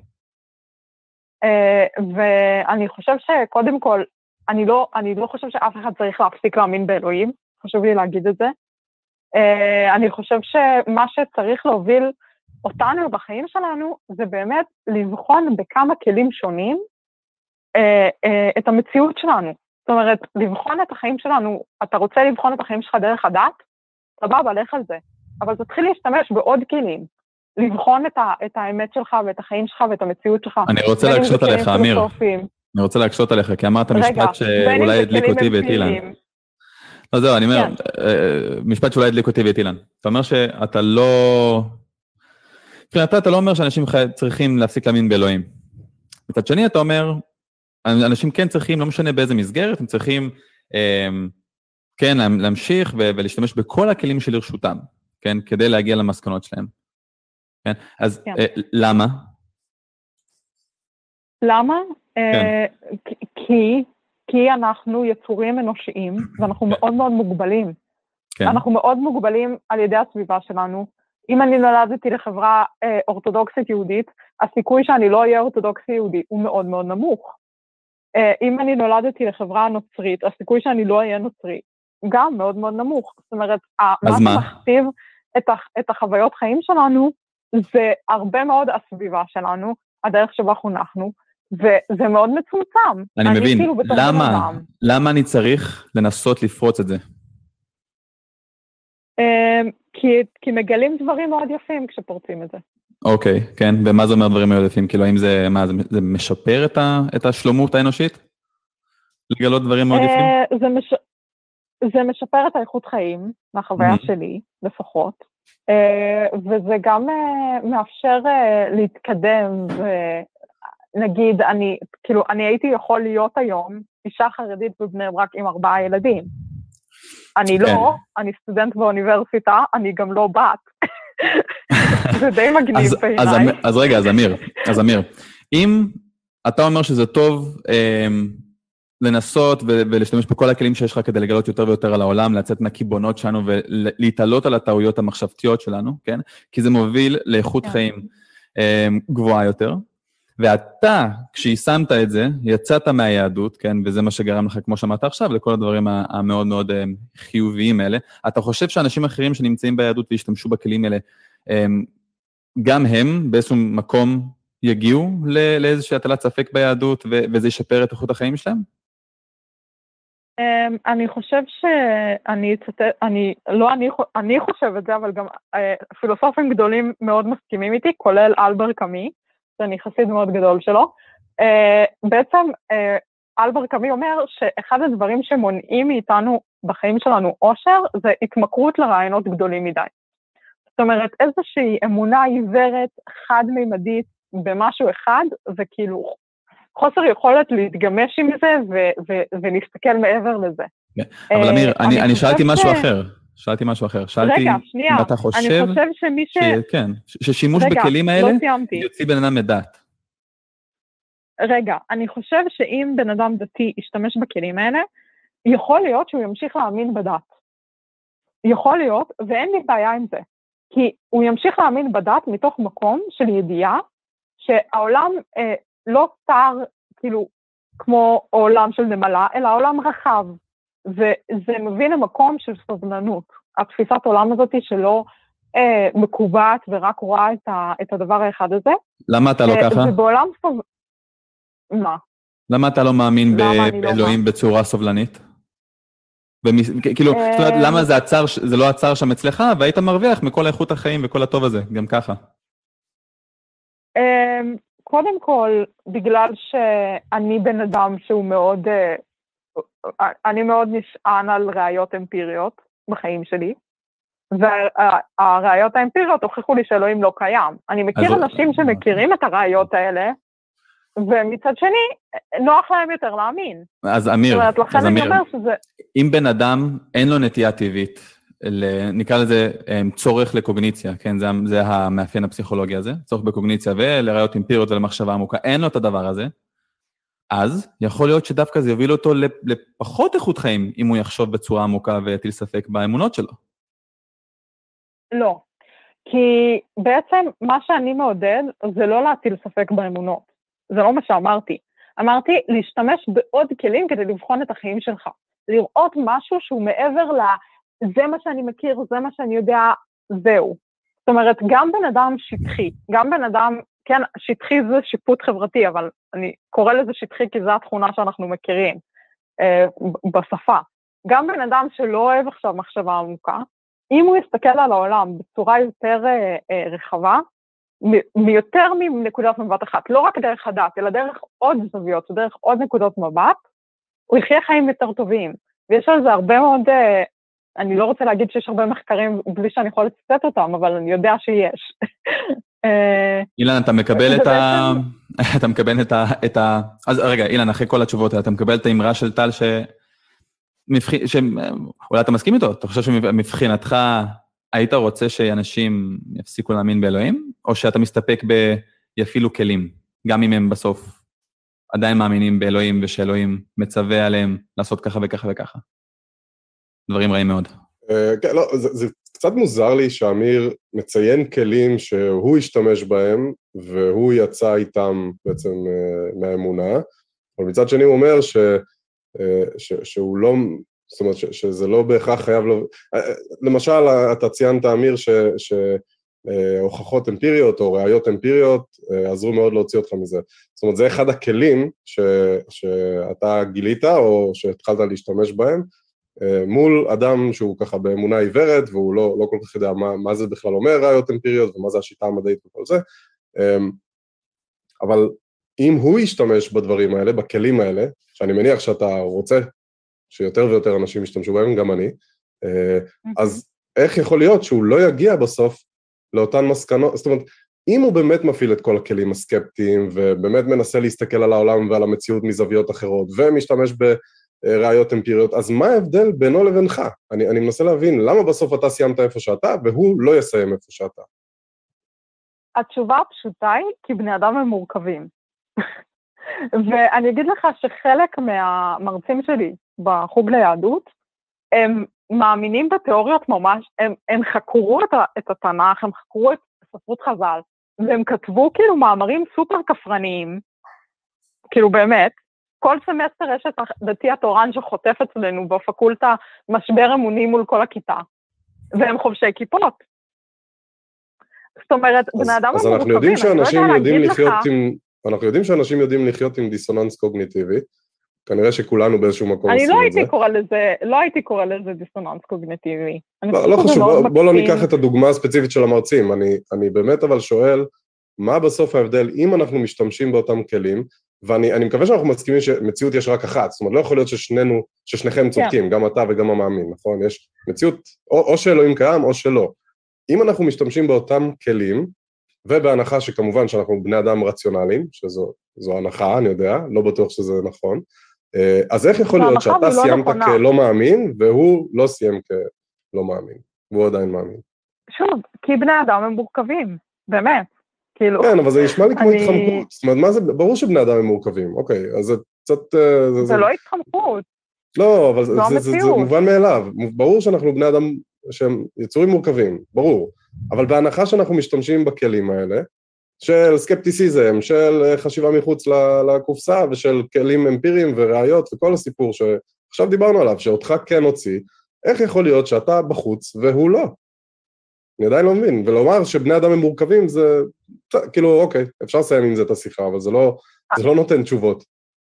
[SPEAKER 4] uh, ואני חושב שקודם כל, אני לא, אני לא חושב שאף אחד צריך להפסיק להאמין באלוהים, חשוב לי להגיד את זה. Uh, אני חושב שמה שצריך להוביל אותנו בחיים שלנו, זה באמת לבחון בכמה כלים שונים אה, אה, את המציאות שלנו. זאת אומרת, לבחון את החיים שלנו, אתה רוצה לבחון את החיים שלך דרך הדת? סבבה, לך על זה. אבל תתחיל להשתמש בעוד כלים. לבחון את, ה, את האמת שלך ואת החיים שלך ואת המציאות שלך.
[SPEAKER 1] אני רוצה להקשות עליך, אמיר. אני רוצה להקשות עליך, כי אמרת משפט שאולי הדליק אותי ואת אילן. לא, זהו, אני אומר, משפט שאולי הדליק אותי ואת אילן. אתה אומר שאתה לא... מבחינתה, אתה לא אומר שאנשים צריכים להפסיק להאמין באלוהים. מצד שני, אתה אומר, אנשים כן צריכים, לא משנה באיזה מסגרת, הם צריכים, כן, להמשיך ולהשתמש בכל הכלים שלרשותם, כן, כדי להגיע למסקנות שלהם. כן, אז למה?
[SPEAKER 4] למה? כי, כי אנחנו יצורים אנושיים, ואנחנו מאוד מאוד מוגבלים. אנחנו מאוד מוגבלים על ידי הסביבה שלנו, אם אני נולדתי לחברה אה, אורתודוקסית יהודית, הסיכוי שאני לא אהיה אורתודוקסי יהודי הוא מאוד מאוד נמוך. אה, אם אני נולדתי לחברה נוצרית, הסיכוי שאני לא אהיה נוצרי גם מאוד מאוד נמוך. זאת אומרת, מה שמכתיב את, את החוויות חיים שלנו, זה הרבה מאוד הסביבה שלנו, הדרך שבה חונכנו, וזה מאוד מצומצם.
[SPEAKER 1] אני, אני מבין, כאילו למה, למה אני צריך לנסות לפרוץ את זה?
[SPEAKER 4] כי, כי מגלים דברים מאוד יפים כשפורצים את זה.
[SPEAKER 1] אוקיי, כן, ומה זה אומר דברים מאוד יפים? כאילו, האם זה, מה, זה, זה משפר את, ה, את השלומות האנושית? לגלות דברים מאוד יפים?
[SPEAKER 4] זה, מש, זה משפר את האיכות חיים, מהחוויה mm-hmm. שלי, לפחות, וזה גם מאפשר להתקדם, ונגיד, אני, כאילו, אני הייתי יכול להיות היום אישה חרדית בבני ברק עם ארבעה ילדים. אני לא, אני סטודנט באוניברסיטה, אני גם לא בת. זה די מגניב בעיניי.
[SPEAKER 1] אז רגע, אז אמיר, אז אמיר, אם אתה אומר שזה טוב לנסות ולהשתמש בכל הכלים שיש לך כדי לגלות יותר ויותר על העולם, לצאת מהקיבעונות שלנו ולהתעלות על הטעויות המחשבתיות שלנו, כן? כי זה מוביל לאיכות חיים גבוהה יותר. ואתה, כשיישמת את זה, יצאת מהיהדות, כן, וזה מה שגרם לך, כמו שאמרת עכשיו, לכל הדברים המאוד מאוד חיוביים האלה. אתה חושב שאנשים אחרים שנמצאים ביהדות והשתמשו בכלים האלה, גם הם באיזשהו מקום יגיעו לאיזושהי הטלת ספק ביהדות, וזה ישפר את איכות החיים שלהם?
[SPEAKER 4] אני חושב שאני, אני, לא אני, אני חושב את זה, אבל גם פילוסופים גדולים מאוד מסכימים איתי, כולל אלבר קאמי, שאני חסיד מאוד גדול שלו. בעצם אלבר קאמי אומר שאחד הדברים שמונעים מאיתנו בחיים שלנו אושר, זה התמכרות לרעיונות גדולים מדי. זאת אומרת, איזושהי אמונה עיוורת, חד-מימדית, במשהו אחד, וכאילו חוסר יכולת להתגמש עם זה, ו- ו- ולהסתכל מעבר לזה.
[SPEAKER 1] אבל אמיר, אני, אני שאלתי משהו אחר. שאלתי משהו אחר. שאלתי,
[SPEAKER 4] רגע, שנייה,
[SPEAKER 1] אתה חושב
[SPEAKER 4] אני חושב שמי ש...
[SPEAKER 1] ש... כן, ששימוש
[SPEAKER 4] רגע,
[SPEAKER 1] בכלים האלה,
[SPEAKER 4] לא
[SPEAKER 1] יוציא בן אדם מדעת.
[SPEAKER 4] רגע, אני חושב שאם בן אדם דתי ישתמש בכלים האלה, יכול להיות שהוא ימשיך להאמין בדת. יכול להיות, ואין לי בעיה עם זה. כי הוא ימשיך להאמין בדת מתוך מקום של ידיעה, שהעולם אה, לא צר, כאילו, כמו עולם של נמלה, אלא עולם רחב. וזה מביא למקום של סובלנות. התפיסת עולם הזאת היא שלא אה, מקובעת ורק רואה את, ה, את הדבר האחד הזה.
[SPEAKER 1] למה אתה לא
[SPEAKER 4] אה,
[SPEAKER 1] ככה?
[SPEAKER 4] ובעולם סוב... מה?
[SPEAKER 1] למה אתה לא מאמין
[SPEAKER 4] ב-
[SPEAKER 1] באלוהים לא בצורה סובלנית? ומס... כאילו,
[SPEAKER 4] אה...
[SPEAKER 1] זאת אומרת, למה זה, עצר, זה לא עצר שם אצלך, והיית מרוויח מכל איכות החיים וכל הטוב הזה, גם ככה?
[SPEAKER 4] אה... קודם כל, בגלל שאני בן אדם שהוא מאוד... אה... אני מאוד נשען על ראיות אמפיריות בחיים שלי, והראיות האמפיריות הוכיחו לי שאלוהים לא קיים. אני מכיר אנשים שמכירים את הראיות האלה, ומצד שני, נוח להם יותר להאמין.
[SPEAKER 1] אז אמיר,
[SPEAKER 4] זאת אומרת, לכן
[SPEAKER 1] אז
[SPEAKER 4] אני
[SPEAKER 1] אמיר,
[SPEAKER 4] אומר שזה...
[SPEAKER 1] אם בן אדם אין לו נטייה טבעית, נקרא לזה צורך לקוגניציה, כן, זה, זה המאפיין הפסיכולוגי הזה, צורך בקוגניציה ולראיות אמפיריות ולמחשבה עמוקה, אין לו את הדבר הזה, אז יכול להיות שדווקא זה יוביל אותו לפחות איכות חיים, אם הוא יחשוב בצורה עמוקה ויטיל ספק באמונות שלו.
[SPEAKER 4] לא, כי בעצם מה שאני מעודד זה לא להטיל ספק באמונות, זה לא מה שאמרתי. אמרתי להשתמש בעוד כלים כדי לבחון את החיים שלך, לראות משהו שהוא מעבר ל... זה מה שאני מכיר, זה מה שאני יודע, זהו. זאת אומרת, גם בן אדם שטחי, גם בן אדם, כן, שטחי זה שיפוט חברתי, אבל אני קורא לזה שטחי כי זו התכונה שאנחנו מכירים אה, בשפה. גם בן אדם שלא אוהב עכשיו מחשבה עמוקה, אם הוא יסתכל על העולם בצורה יותר אה, אה, רחבה, מ- מיותר מנקודת מבט אחת, לא רק דרך הדת, אלא דרך עוד זוויות, דרך עוד נקודות מבט, הוא יחיה חיים יותר טובים. ויש על זה הרבה מאוד... אה, אני לא רוצה להגיד שיש הרבה מחקרים בלי שאני יכולה לצטט אותם, אבל אני יודע שיש.
[SPEAKER 1] אילן, אתה מקבל את ה... אתה מקבל את ה... אז רגע, אילן, אחרי כל התשובות, אתה מקבל את האמרה של טל ש... אולי אתה מסכים איתו? אתה חושב שמבחינתך היית רוצה שאנשים יפסיקו להאמין באלוהים? או שאתה מסתפק ביפעילו כלים, גם אם הם בסוף עדיין מאמינים באלוהים, ושאלוהים מצווה עליהם לעשות ככה וככה וככה? דברים רעים מאוד.
[SPEAKER 2] כן, לא, זה קצת מוזר לי שאמיר מציין כלים שהוא השתמש בהם, והוא יצא איתם בעצם מהאמונה, אבל מצד שני הוא אומר שהוא לא, זאת אומרת שזה לא בהכרח חייב, למשל אתה ציינת אמיר שהוכחות אמפיריות או ראיות אמפיריות עזרו מאוד להוציא אותך מזה. זאת אומרת זה אחד הכלים שאתה גילית או שהתחלת להשתמש בהם, מול אדם שהוא ככה באמונה עיוורת, והוא לא, לא כל כך יודע מה, מה זה בכלל אומר ראיות אמפיריות, ומה זה השיטה המדעית וכל זה. אבל אם הוא ישתמש בדברים האלה, בכלים האלה, שאני מניח שאתה רוצה שיותר ויותר אנשים ישתמשו בהם, גם אני, אז איך יכול להיות שהוא לא יגיע בסוף לאותן מסקנות? זאת אומרת, אם הוא באמת מפעיל את כל הכלים הסקפטיים, ובאמת מנסה להסתכל על העולם ועל המציאות מזוויות אחרות, ומשתמש ב... ראיות אמפיריות, אז מה ההבדל בינו לבינך? אני, אני מנסה להבין, למה בסוף אתה סיימת איפה שאתה, והוא לא יסיים איפה שאתה?
[SPEAKER 4] התשובה הפשוטה היא, כי בני אדם הם מורכבים. ואני אגיד לך שחלק מהמרצים שלי בחוג ליהדות, הם מאמינים בתיאוריות ממש, הם, הם חקרו את, את התנ"ך, הם חקרו את ספרות חז"ל, והם כתבו כאילו מאמרים סופר כפרניים, כאילו באמת, כל סמסטר יש את דתי התורן שחוטף אצלנו בפקולטה משבר אמונים מול כל הכיתה, והם חובשי כיפות. זאת אומרת, בני אדם
[SPEAKER 2] אז אנחנו יודעים שאנשים יודעים לחיות עם, אנחנו יודעים שאנשים יודעים לחיות עם דיסוננס קוגניטיבי, כנראה שכולנו באיזשהו מקום
[SPEAKER 4] עושים את זה. אני לא הייתי קורא לזה, לא הייתי קורא לזה דיסוננס קוגניטיבי.
[SPEAKER 2] לא חשוב, בוא לא ניקח את הדוגמה הספציפית של המרצים, אני באמת אבל שואל, מה בסוף ההבדל, אם אנחנו משתמשים באותם כלים, ואני אני מקווה שאנחנו מסכימים שמציאות יש רק אחת, זאת אומרת, לא יכול להיות ששנינו, ששניכם צודקים, yeah. גם אתה וגם המאמין, נכון? יש מציאות, או, או שאלוהים קיים או שלא. אם אנחנו משתמשים באותם כלים, ובהנחה שכמובן שאנחנו בני אדם רציונליים, שזו זו הנחה, אני יודע, לא בטוח שזה נכון, אז איך יכול להיות שאתה סיימת לא כלא מאמין, והוא לא סיים כלא מאמין, והוא עדיין מאמין?
[SPEAKER 4] שוב, כי בני אדם הם מורכבים, באמת. כאילו,
[SPEAKER 2] כן, אבל זה נשמע לי כמו אני... התחמקות, זאת אומרת, מה זה, ברור שבני אדם הם מורכבים, אוקיי, אז זה קצת...
[SPEAKER 4] זה, זה, זה לא התחמקות.
[SPEAKER 2] לא, אבל זה, זה, זה, זה מובן מאליו, ברור שאנחנו בני אדם שהם יצורים מורכבים, ברור, אבל בהנחה שאנחנו משתמשים בכלים האלה, של סקפטיסיזם, של חשיבה מחוץ לקופסה, ושל כלים אמפיריים וראיות, וכל הסיפור שעכשיו דיברנו עליו, שאותך כן הוציא, איך יכול להיות שאתה בחוץ והוא לא? אני עדיין לא מבין, ולומר שבני אדם הם מורכבים, זה, כאילו, אוקיי, אפשר לסיים עם זה את השיחה, אבל זה לא, זה לא נותן תשובות.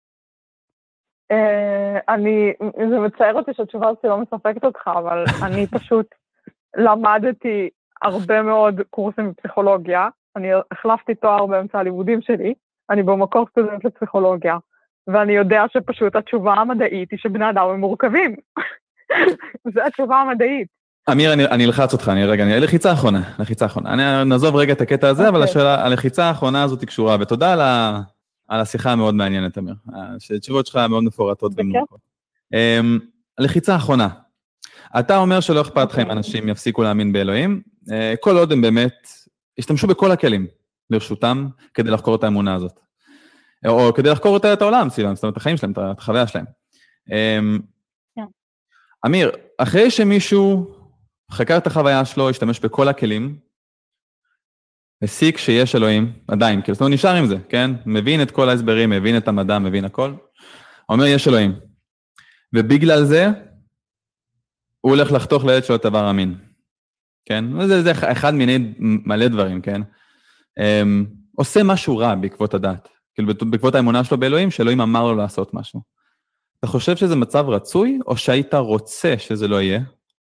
[SPEAKER 4] אני, זה מצער אותי שהתשובה הזאת לא מספקת אותך, אבל אני פשוט למדתי הרבה מאוד קורסים בפסיכולוגיה, אני החלפתי תואר באמצע הלימודים שלי, אני במקור סטודנט לפסיכולוגיה, ואני יודע שפשוט התשובה המדעית היא שבני אדם הם מורכבים. זו התשובה המדעית.
[SPEAKER 1] אמיר, אני, אני אלחץ אותך, אני רגע, אני לחיצה האחרונה, לחיצה האחרונה. אני נעזוב רגע את הקטע הזה, okay. אבל השאלה, הלחיצה האחרונה הזאת היא קשורה, ותודה על, ה, על השיחה המאוד מעניינת, אמיר. התשובות שלך מאוד מפורטות ומורכות. Um, הלחיצה האחרונה. אתה אומר שלא אכפת לך אם אנשים יפסיקו להאמין באלוהים, uh, כל עוד הם באמת השתמשו בכל הכלים לרשותם כדי לחקור את האמונה הזאת. או כדי לחקור את העולם, סביבם, זאת אומרת, את החיים שלהם, את החוויה שלהם. Um, yeah. אמיר, אחרי שמישהו חקר את החוויה שלו, השתמש בכל הכלים, הסיק שיש אלוהים, עדיין, כאילו, זאת אומרת, נשאר עם זה, כן? מבין את כל ההסברים, מבין את המדע, מבין הכל. אומר, יש אלוהים. ובגלל זה, הוא הולך לחתוך לילד שלו את דבר אמין. כן? וזה זה אחד מיני מלא דברים, כן? Um, עושה משהו רע בעקבות הדת. כאילו, בעקבות האמונה שלו באלוהים, שאלוהים אמר לו לעשות משהו. אתה חושב שזה מצב רצוי, או שהיית רוצה שזה לא יהיה?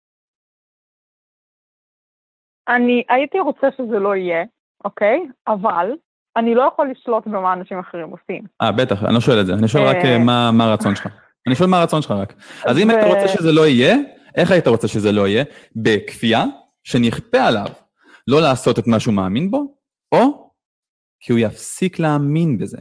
[SPEAKER 4] אני הייתי רוצה שזה לא יהיה, אוקיי? אבל אני לא יכול לשלוט במה אנשים אחרים עושים.
[SPEAKER 1] אה, בטח, אני לא שואל את זה. אני שואל רק מה, מה הרצון שלך. אני שואל מה הרצון שלך רק. אז אם היית רוצה שזה לא יהיה, איך היית רוצה שזה לא יהיה? בכפייה, שנכפה עליו לא לעשות את מה שהוא מאמין בו, או כי הוא יפסיק להאמין בזה.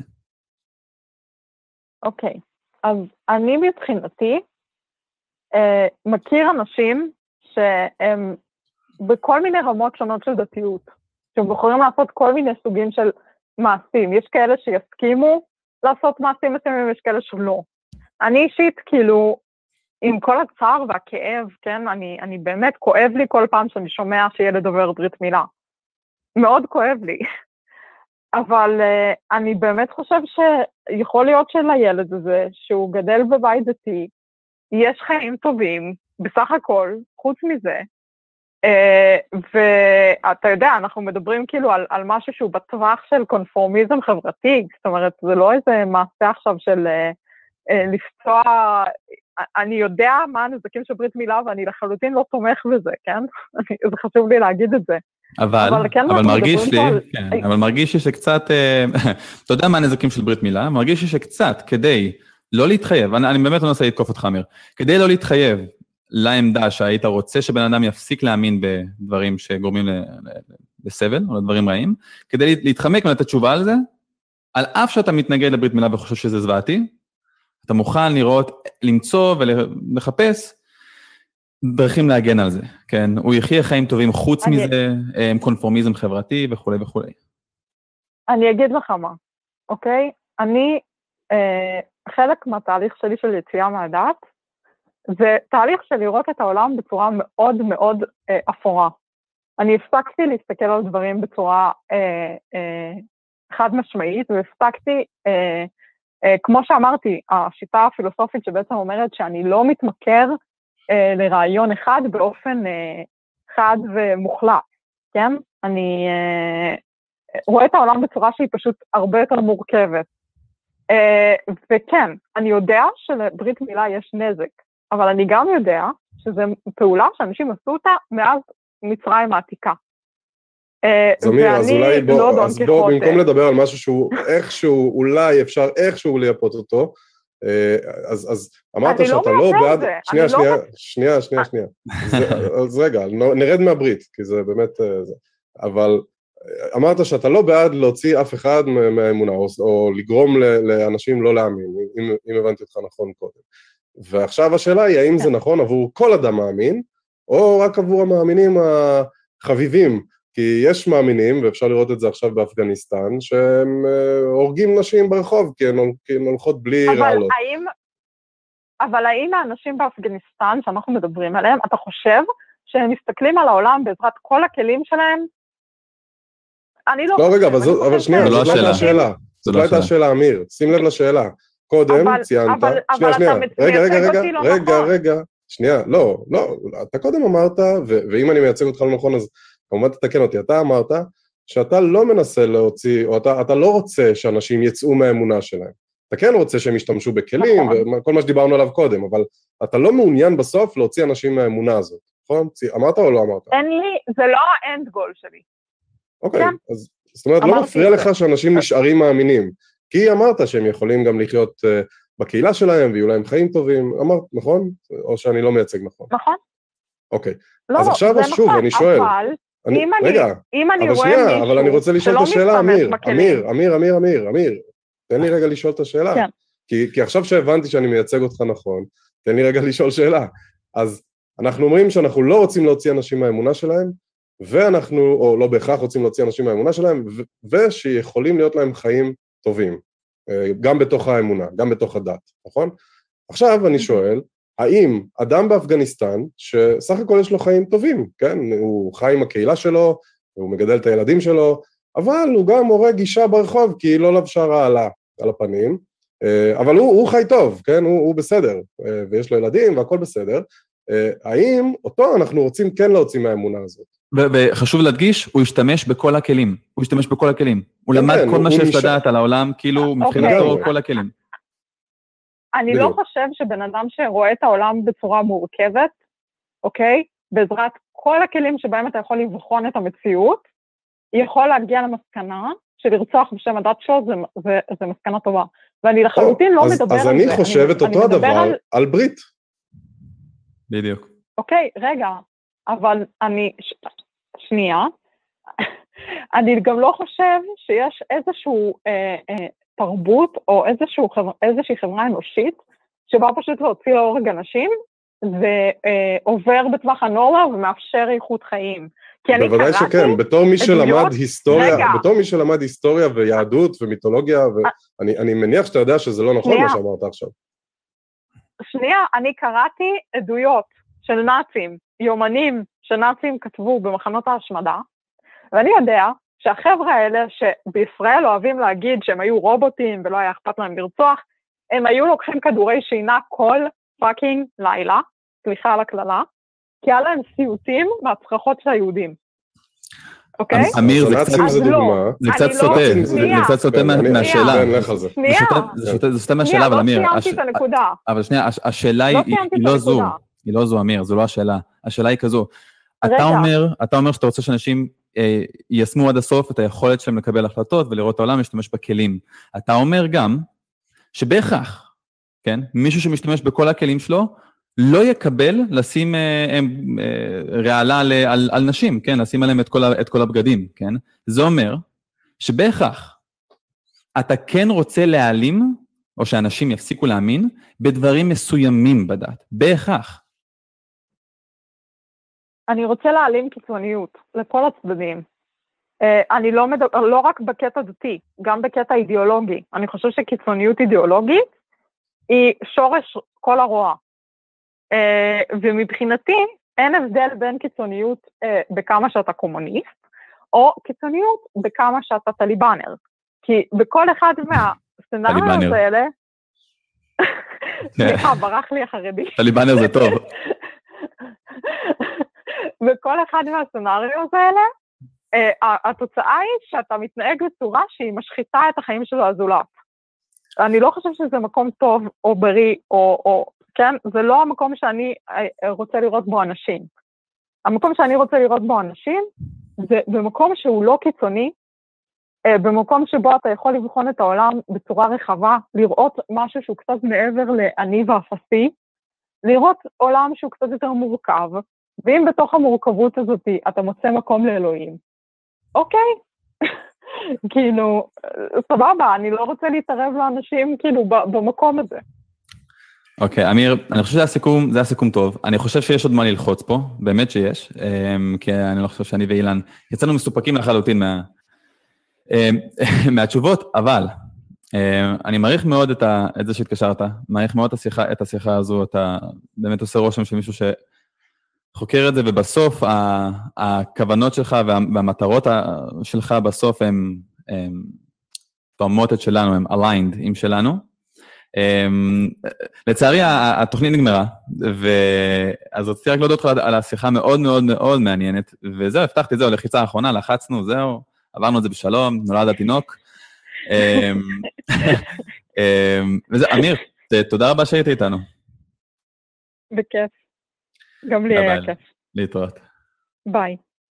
[SPEAKER 4] אוקיי, אז אני מבחינתי אה, מכיר אנשים שהם בכל מיני רמות שונות של דתיות, שהם בוחרים לעשות כל מיני סוגים של מעשים. יש כאלה שיסכימו לעשות מעשים מסוימים, יש כאלה שלא. אני אישית, כאילו, עם כל הצער והכאב, כן, אני, אני באמת כואב לי כל פעם שאני שומע שילד עובר ברית מילה. מאוד כואב לי. אבל uh, אני באמת חושב שיכול להיות שלילד הזה, שהוא גדל בבית דתי, יש חיים טובים, בסך הכל, חוץ מזה, Uh, ואתה יודע, אנחנו מדברים כאילו על, על משהו שהוא בטווח של קונפורמיזם חברתי, זאת אומרת, זה לא איזה מעשה עכשיו של uh, uh, לפצוע, אני יודע מה הנזקים של ברית מילה, ואני לחלוטין לא תומך בזה, כן? זה חשוב לי להגיד את זה.
[SPEAKER 1] אבל, אבל, כן, אבל מרגיש לי, על... כן, I... אבל מרגיש לי שקצת, אתה יודע מה הנזקים של ברית מילה? מרגיש לי שקצת, כדי לא להתחייב, אני, אני באמת לא ננסה להתקוף אותך, אמיר, כדי לא להתחייב, לעמדה שהיית רוצה שבן אדם יפסיק להאמין בדברים שגורמים לסבל או לדברים רעים, כדי להתחמק ולתת תשובה על זה, על אף שאתה מתנגד לברית מילה וחושב שזה זוועתי, אתה מוכן לראות, למצוא ולחפש דרכים להגן על זה, כן? הוא יחיה חיים טובים חוץ אני... מזה, קונפורמיזם חברתי וכו' וכו'.
[SPEAKER 4] אני אגיד לך מה, אוקיי? אני, אה, חלק מהתהליך שלי של יציאה מהדעת, זה תהליך של לראות את העולם בצורה מאוד מאוד אה, אפורה. אני הפסקתי להסתכל על דברים בצורה אה, אה, חד משמעית, והפסקתי, אה, אה, כמו שאמרתי, השיטה הפילוסופית שבעצם אומרת שאני לא מתמכר אה, לרעיון אחד באופן אה, חד ומוחלט, כן? אני אה, רואה את העולם בצורה שהיא פשוט הרבה יותר מורכבת. אה, וכן, אני יודע שלברית מילה יש נזק, אבל אני גם יודע שזו פעולה שאנשים עשו אותה מאז מצרים העתיקה.
[SPEAKER 2] זמיר, אז אולי בוא, אז בוא, במקום לדבר על משהו שהוא איכשהו, אולי אפשר איכשהו לייפות אותו, אז, אז אמרת שאתה לא בעד, שנייה, שנייה, שנייה, שנייה, שנייה, אז רגע, נרד מהברית, כי זה באמת, אבל אמרת שאתה לא בעד להוציא אף אחד מהאמונה, או לגרום לאנשים לא להאמין, אם הבנתי אותך נכון קודם. ועכשיו השאלה היא, האם זה נכון עבור כל אדם מאמין, או רק עבור המאמינים החביבים, כי יש מאמינים, ואפשר לראות את זה עכשיו באפגניסטן, שהם הורגים נשים ברחוב, כי הן הולכות בלי רעלות.
[SPEAKER 4] אבל האם האנשים באפגניסטן, שאנחנו מדברים עליהם, אתה חושב שהם מסתכלים על העולם בעזרת כל הכלים שלהם? אני לא...
[SPEAKER 2] לא, רגע, אבל שנייה, זאת לא הייתה השאלה. זאת לא הייתה השאלה, אמיר. שים לב לשאלה. קודם ציינת... שנייה, שנייה. רגע, רגע, רגע, רגע, רגע. שנייה, לא, לא. אתה קודם אמרת, ואם אני מייצג אותך לא נכון, אז כמובן תתקן אותי. אתה אמרת שאתה לא מנסה להוציא, או אתה לא רוצה שאנשים יצאו מהאמונה שלהם. אתה כן רוצה שהם ישתמשו בכלים, וכל מה שדיברנו עליו קודם, אבל אתה לא מעוניין בסוף להוציא אנשים מהאמונה הזאת. נכון? אמרת או לא אמרת?
[SPEAKER 4] אין לי, זה לא האנד גול שלי.
[SPEAKER 2] אוקיי, אז זאת אומרת, לא מפריע לך שאנשים נשארים מאמינים, כי אמרת שהם יכולים גם לחיות בקהילה שלהם, ויהיו להם חיים טובים, אמרת, נכון? או שאני לא מייצג נכון?
[SPEAKER 4] נכון.
[SPEAKER 2] אוקיי, אז עכשיו שוב, אני שואל, רגע, אבל שנייה, אבל אני רוצה לשאול את השאלה, אמיר, אמיר, אמיר, אמיר, אמיר, אמיר, תן לי רגע לשאול את השאלה, כי עכשיו שהבנתי שאני מייצג אותך נכון, תן לי רגע לשאול שאלה, אז אנחנו אומרים שאנחנו לא רוצים להוציא אנשים מהאמונה שלהם, ואנחנו, או לא בהכרח רוצים להוציא אנשים מהאמונה שלהם, ושיכולים להיות להם חיים טובים, גם בתוך האמונה, גם בתוך הדת, נכון? עכשיו אני שואל, האם אדם באפגניסטן, שסך הכל יש לו חיים טובים, כן? הוא חי עם הקהילה שלו, הוא מגדל את הילדים שלו, אבל הוא גם מורה גישה ברחוב, כי היא לא לבשה רעלה על הפנים, אבל הוא, הוא חי טוב, כן? הוא, הוא בסדר, ויש לו ילדים והכל בסדר, האם אותו אנחנו רוצים כן להוציא מהאמונה הזאת?
[SPEAKER 1] וחשוב להדגיש, הוא ישתמש בכל הכלים, הוא ישתמש בכל הכלים, הוא למד כל מה שיש לדעת על העולם, כאילו מבחינתו כל הכלים.
[SPEAKER 4] אני לא חושב שבן אדם שרואה את העולם בצורה מורכבת, אוקיי, בעזרת כל הכלים שבהם אתה יכול לבחון את המציאות, יכול להגיע למסקנה שלרצוח בשם הדת שלו זה מסקנה טובה, ואני לחלוטין לא מדבר על זה.
[SPEAKER 2] אז אני חושב את אותו הדבר על ברית.
[SPEAKER 1] בדיוק.
[SPEAKER 4] אוקיי, רגע, אבל אני, ש... שנייה, אני גם לא חושב שיש איזשהו אה, אה, תרבות או איזשהו, איזושהי חברה אנושית, שבה פשוט להוציא להורג אנשים, ועובר אה, בטווח הנורמה ומאפשר איכות חיים.
[SPEAKER 2] בוודאי שכן, בתור מי שלמד היסטוריה, רגע. בתור מי שלמד היסטוריה ויהדות ומיתולוגיה, ואני אני מניח שאתה יודע שזה לא נכון שנייה. מה שאמרת עכשיו.
[SPEAKER 4] שנייה, אני קראתי עדויות של נאצים, יומנים שנאצים כתבו במחנות ההשמדה, ואני יודע שהחבר'ה האלה שבישראל אוהבים להגיד שהם היו רובוטים ולא היה אכפת להם לרצוח, הם היו לוקחים כדורי שינה כל פאקינג לילה, סליחה על הכללה, כי היה להם סיוטים מהצרחות של היהודים. אוקיי?
[SPEAKER 1] אמיר, זה קצת סוטה, זה קצת סוטה מהשאלה. זה סוטה מהשאלה, אבל אמיר, אבל שנייה, השאלה היא לא זו, היא לא זו, אמיר, זו לא השאלה. השאלה היא כזו, אתה אומר, אתה אומר שאתה רוצה שאנשים יישמו עד הסוף את היכולת שלהם לקבל החלטות ולראות העולם להשתמש בכלים. אתה אומר גם שבהכרח, כן, מישהו שמשתמש בכל הכלים שלו, לא יקבל לשים אה, אה, רעלה על, על, על נשים, כן, לשים עליהם את כל, את כל הבגדים, כן? זה אומר שבהכרח אתה כן רוצה להעלים, או שאנשים יפסיקו להאמין, בדברים מסוימים בדת, בהכרח.
[SPEAKER 4] אני רוצה להעלים קיצוניות לכל הצדדים. אני לא, מדבר, לא רק בקטע דתי, גם בקטע אידיאולוגי. אני חושב שקיצוניות אידיאולוגית היא שורש כל הרוע. ומבחינתי אין הבדל בין קיצוניות בכמה שאתה קומוניסט, או קיצוניות בכמה שאתה טליבנר. כי בכל אחד מהסצנריות האלה, סליחה, ברח לי החרדי.
[SPEAKER 1] טליבנר זה טוב.
[SPEAKER 4] בכל אחד מהסצנריות האלה, התוצאה היא שאתה מתנהג בצורה שהיא משחיתה את החיים שלו הזולת. אני לא חושב שזה מקום טוב או בריא, או, או, כן? זה לא המקום שאני רוצה לראות בו אנשים. המקום שאני רוצה לראות בו אנשים, זה במקום שהוא לא קיצוני, במקום שבו אתה יכול לבחון את העולם בצורה רחבה, לראות משהו שהוא קצת מעבר לעני ואפסי, לראות עולם שהוא קצת יותר מורכב, ואם בתוך המורכבות הזאת אתה מוצא מקום לאלוהים, אוקיי, כאילו, סבבה, אני לא רוצה להתערב לאנשים כאילו במקום הזה.
[SPEAKER 1] אוקיי, אמיר, אני חושב שזה הסיכום, זה הסיכום טוב. אני חושב שיש עוד מה ללחוץ פה, באמת שיש, כי אני לא חושב שאני ואילן יצאנו מסופקים לחלוטין מה, מהתשובות, אבל אני מעריך מאוד את, ה, את זה שהתקשרת, מעריך מאוד את השיחה, את השיחה הזו, אתה באמת עושה רושם של מישהו שחוקר את זה, ובסוף הכוונות שלך והמטרות שלך בסוף הם תואמות את שלנו, הם aligned עם שלנו. לצערי התוכנית נגמרה, אז רציתי רק להודות לך על השיחה מאוד מאוד מאוד מעניינת, וזהו, הבטחתי, זהו, לחיצה האחרונה, לחצנו, זהו, עברנו את זה בשלום, נולד התינוק. וזה, אמיר, תודה רבה שהיית איתנו.
[SPEAKER 4] בכיף. גם לי היה כיף.
[SPEAKER 1] להתראות.
[SPEAKER 4] ביי.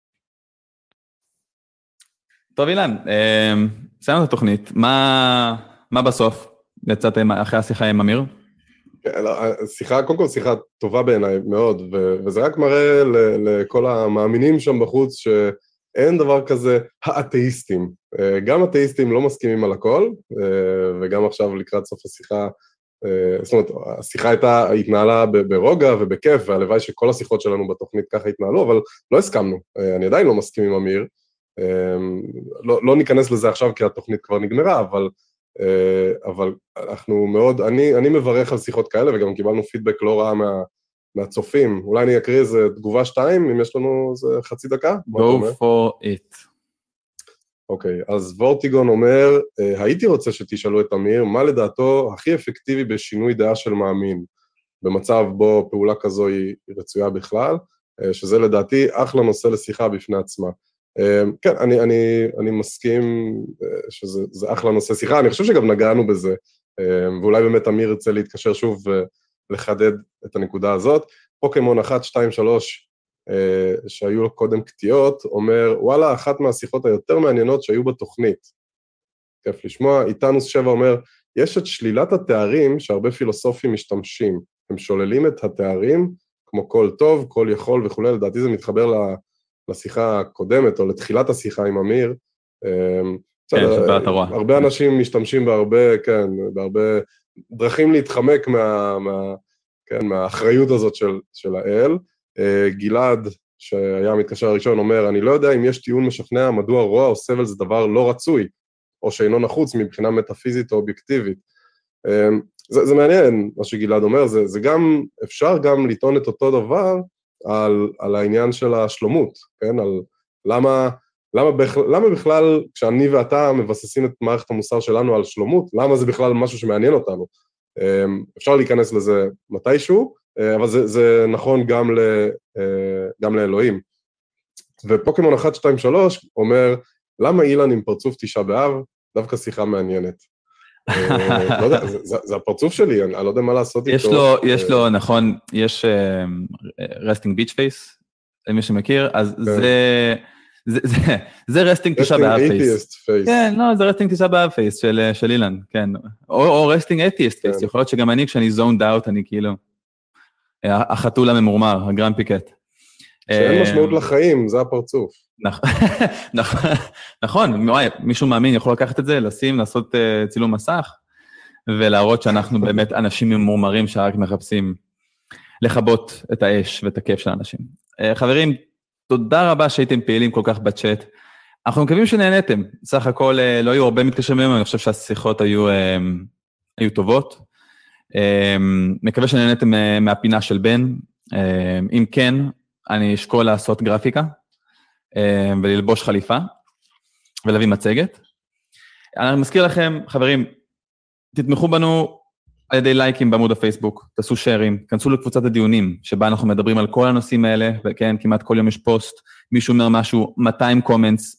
[SPEAKER 1] טוב, אילן, סיימנו את התוכנית, מה בסוף? יצאת אחרי השיחה עם אמיר?
[SPEAKER 2] שיחה, קודם כל שיחה טובה בעיניי מאוד, וזה רק מראה לכל המאמינים שם בחוץ שאין דבר כזה האתאיסטים. גם אתאיסטים לא מסכימים על הכל, וגם עכשיו לקראת סוף השיחה, זאת אומרת, השיחה הייתה, התנהלה ברוגע ובכיף, והלוואי שכל השיחות שלנו בתוכנית ככה התנהלו, אבל לא הסכמנו. אני עדיין לא מסכים עם אמיר. לא, לא ניכנס לזה עכשיו כי התוכנית כבר נגמרה, אבל אבל אנחנו מאוד, אני, אני מברך על שיחות כאלה, וגם קיבלנו פידבק לא רע מה, מהצופים. אולי אני אקריא איזה תגובה שתיים, אם יש לנו איזה חצי דקה?
[SPEAKER 1] Go for it.
[SPEAKER 2] אוקיי, אז וורטיגון אומר, הייתי רוצה שתשאלו את אמיר, מה לדעתו הכי אפקטיבי בשינוי דעה של מאמין, במצב בו פעולה כזו היא רצויה בכלל, שזה לדעתי אחלה נושא לשיחה בפני עצמה. כן, אני, אני, אני מסכים שזה זה אחלה נושא שיחה, אני חושב שגם נגענו בזה, ואולי באמת אמיר ירצה להתקשר שוב ולחדד את הנקודה הזאת. פוקימון אחת, שתיים, שלוש, שהיו לו קודם קטיעות, אומר, וואלה, אחת מהשיחות היותר מעניינות שהיו בתוכנית. כיף לשמוע. איתנוס שבע אומר, יש את שלילת התארים שהרבה פילוסופים משתמשים, הם שוללים את התארים, כמו כל טוב, כל יכול וכו', לדעתי זה מתחבר ל... לשיחה הקודמת, או לתחילת השיחה עם אמיר.
[SPEAKER 1] כן, שבאת הרוע.
[SPEAKER 2] הרבה אנשים משתמשים בהרבה, כן, בהרבה דרכים להתחמק מה, מה, כן, מהאחריות הזאת של, של האל. גלעד, שהיה המתקשר הראשון, אומר, אני לא יודע אם יש טיעון משכנע מדוע רוע או סבל זה דבר לא רצוי, או שאינו נחוץ מבחינה מטאפיזית או אובייקטיבית. זה, זה מעניין, מה שגלעד אומר, זה, זה גם, אפשר גם לטעון את אותו דבר, על, על העניין של השלומות, כן? על למה, למה, בכלל, למה בכלל, כשאני ואתה מבססים את מערכת המוסר שלנו על שלומות, למה זה בכלל משהו שמעניין אותנו? אפשר להיכנס לזה מתישהו, אבל זה, זה נכון גם, ל, גם לאלוהים. ופוקימון אחת, שתיים, שלוש אומר, למה אילן עם פרצוף תשעה באב? דווקא שיחה מעניינת. לא יודע, זה, זה הפרצוף שלי, אני לא יודע מה לעשות
[SPEAKER 1] יש איתו. לו, יש לו, נכון, יש רסטינג ביץ' פייס, מי שמכיר, אז זה, זה, זה, זה רסטינג תשעה באב פייס. כן, לא, זה רסטינג תשעה באב פייס של, של אילן, כן. או, או רסטינג אתיסט פייס, יכול להיות שגם אני, כשאני זונד אאוט, אני כאילו, החתול הממורמר, הגרם פיקט.
[SPEAKER 2] שאין משמעות לחיים, זה הפרצוף.
[SPEAKER 1] נכון, מישהו מאמין יכול לקחת את זה, לשים, לעשות צילום מסך, ולהראות שאנחנו באמת אנשים ממורמרים שרק מחפשים לכבות את האש ואת הכיף של האנשים. חברים, תודה רבה שהייתם פעילים כל כך בצ'אט. אנחנו מקווים שנהנתם. סך הכל לא היו הרבה מתקשרים היום, אני חושב שהשיחות היו, היו טובות. מקווה שנהנתם מהפינה של בן. אם כן, אני אשקול לעשות גרפיקה, וללבוש חליפה, ולהביא מצגת. אני מזכיר לכם, חברים, תתמכו בנו על ידי לייקים בעמוד הפייסבוק, תעשו שיירים, כנסו לקבוצת הדיונים, שבה אנחנו מדברים על כל הנושאים האלה, וכן, כמעט כל יום יש פוסט, מישהו אומר משהו, מאתיים קומנטס,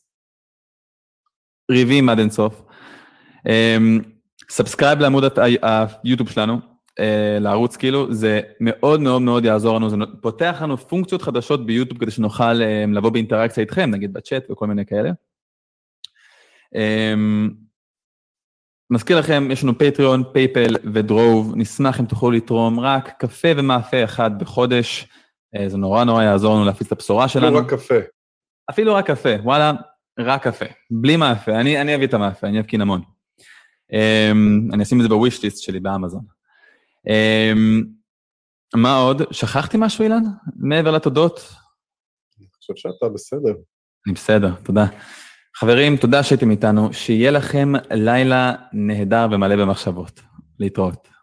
[SPEAKER 1] ריבים עד אינסוף. סאבסקרייב לעמוד היוטיוב שלנו, אה, לערוץ, כאילו, זה מאוד מאוד מאוד יעזור לנו, זה פותח לנו פונקציות חדשות ביוטיוב, כדי שנוכל אה, לבוא באינטראקציה איתכם, נגיד בצ'אט וכל מיני כאלה. אה, מזכיר לכם, יש לנו פטריון, פייפל ודרוב, נשמח אם תוכלו לתרום רק קפה ומאפה אחד בחודש, אה, זה נורא נורא יעזור לנו להפיץ את הבשורה שלנו.
[SPEAKER 2] אפילו רק קפה.
[SPEAKER 1] אפילו רק קפה, וואלה, רק קפה, בלי מאפה, אני, אני אביא את המאפה, אני אביא קינמון. Um, אני אשים את זה בוויש ליסט שלי באמזון. Um, מה עוד? שכחתי משהו, אילן? מעבר לתודות?
[SPEAKER 2] אני חושב שאתה בסדר.
[SPEAKER 1] אני בסדר, תודה. חברים, תודה שהייתם איתנו, שיהיה לכם לילה נהדר ומלא במחשבות. להתראות.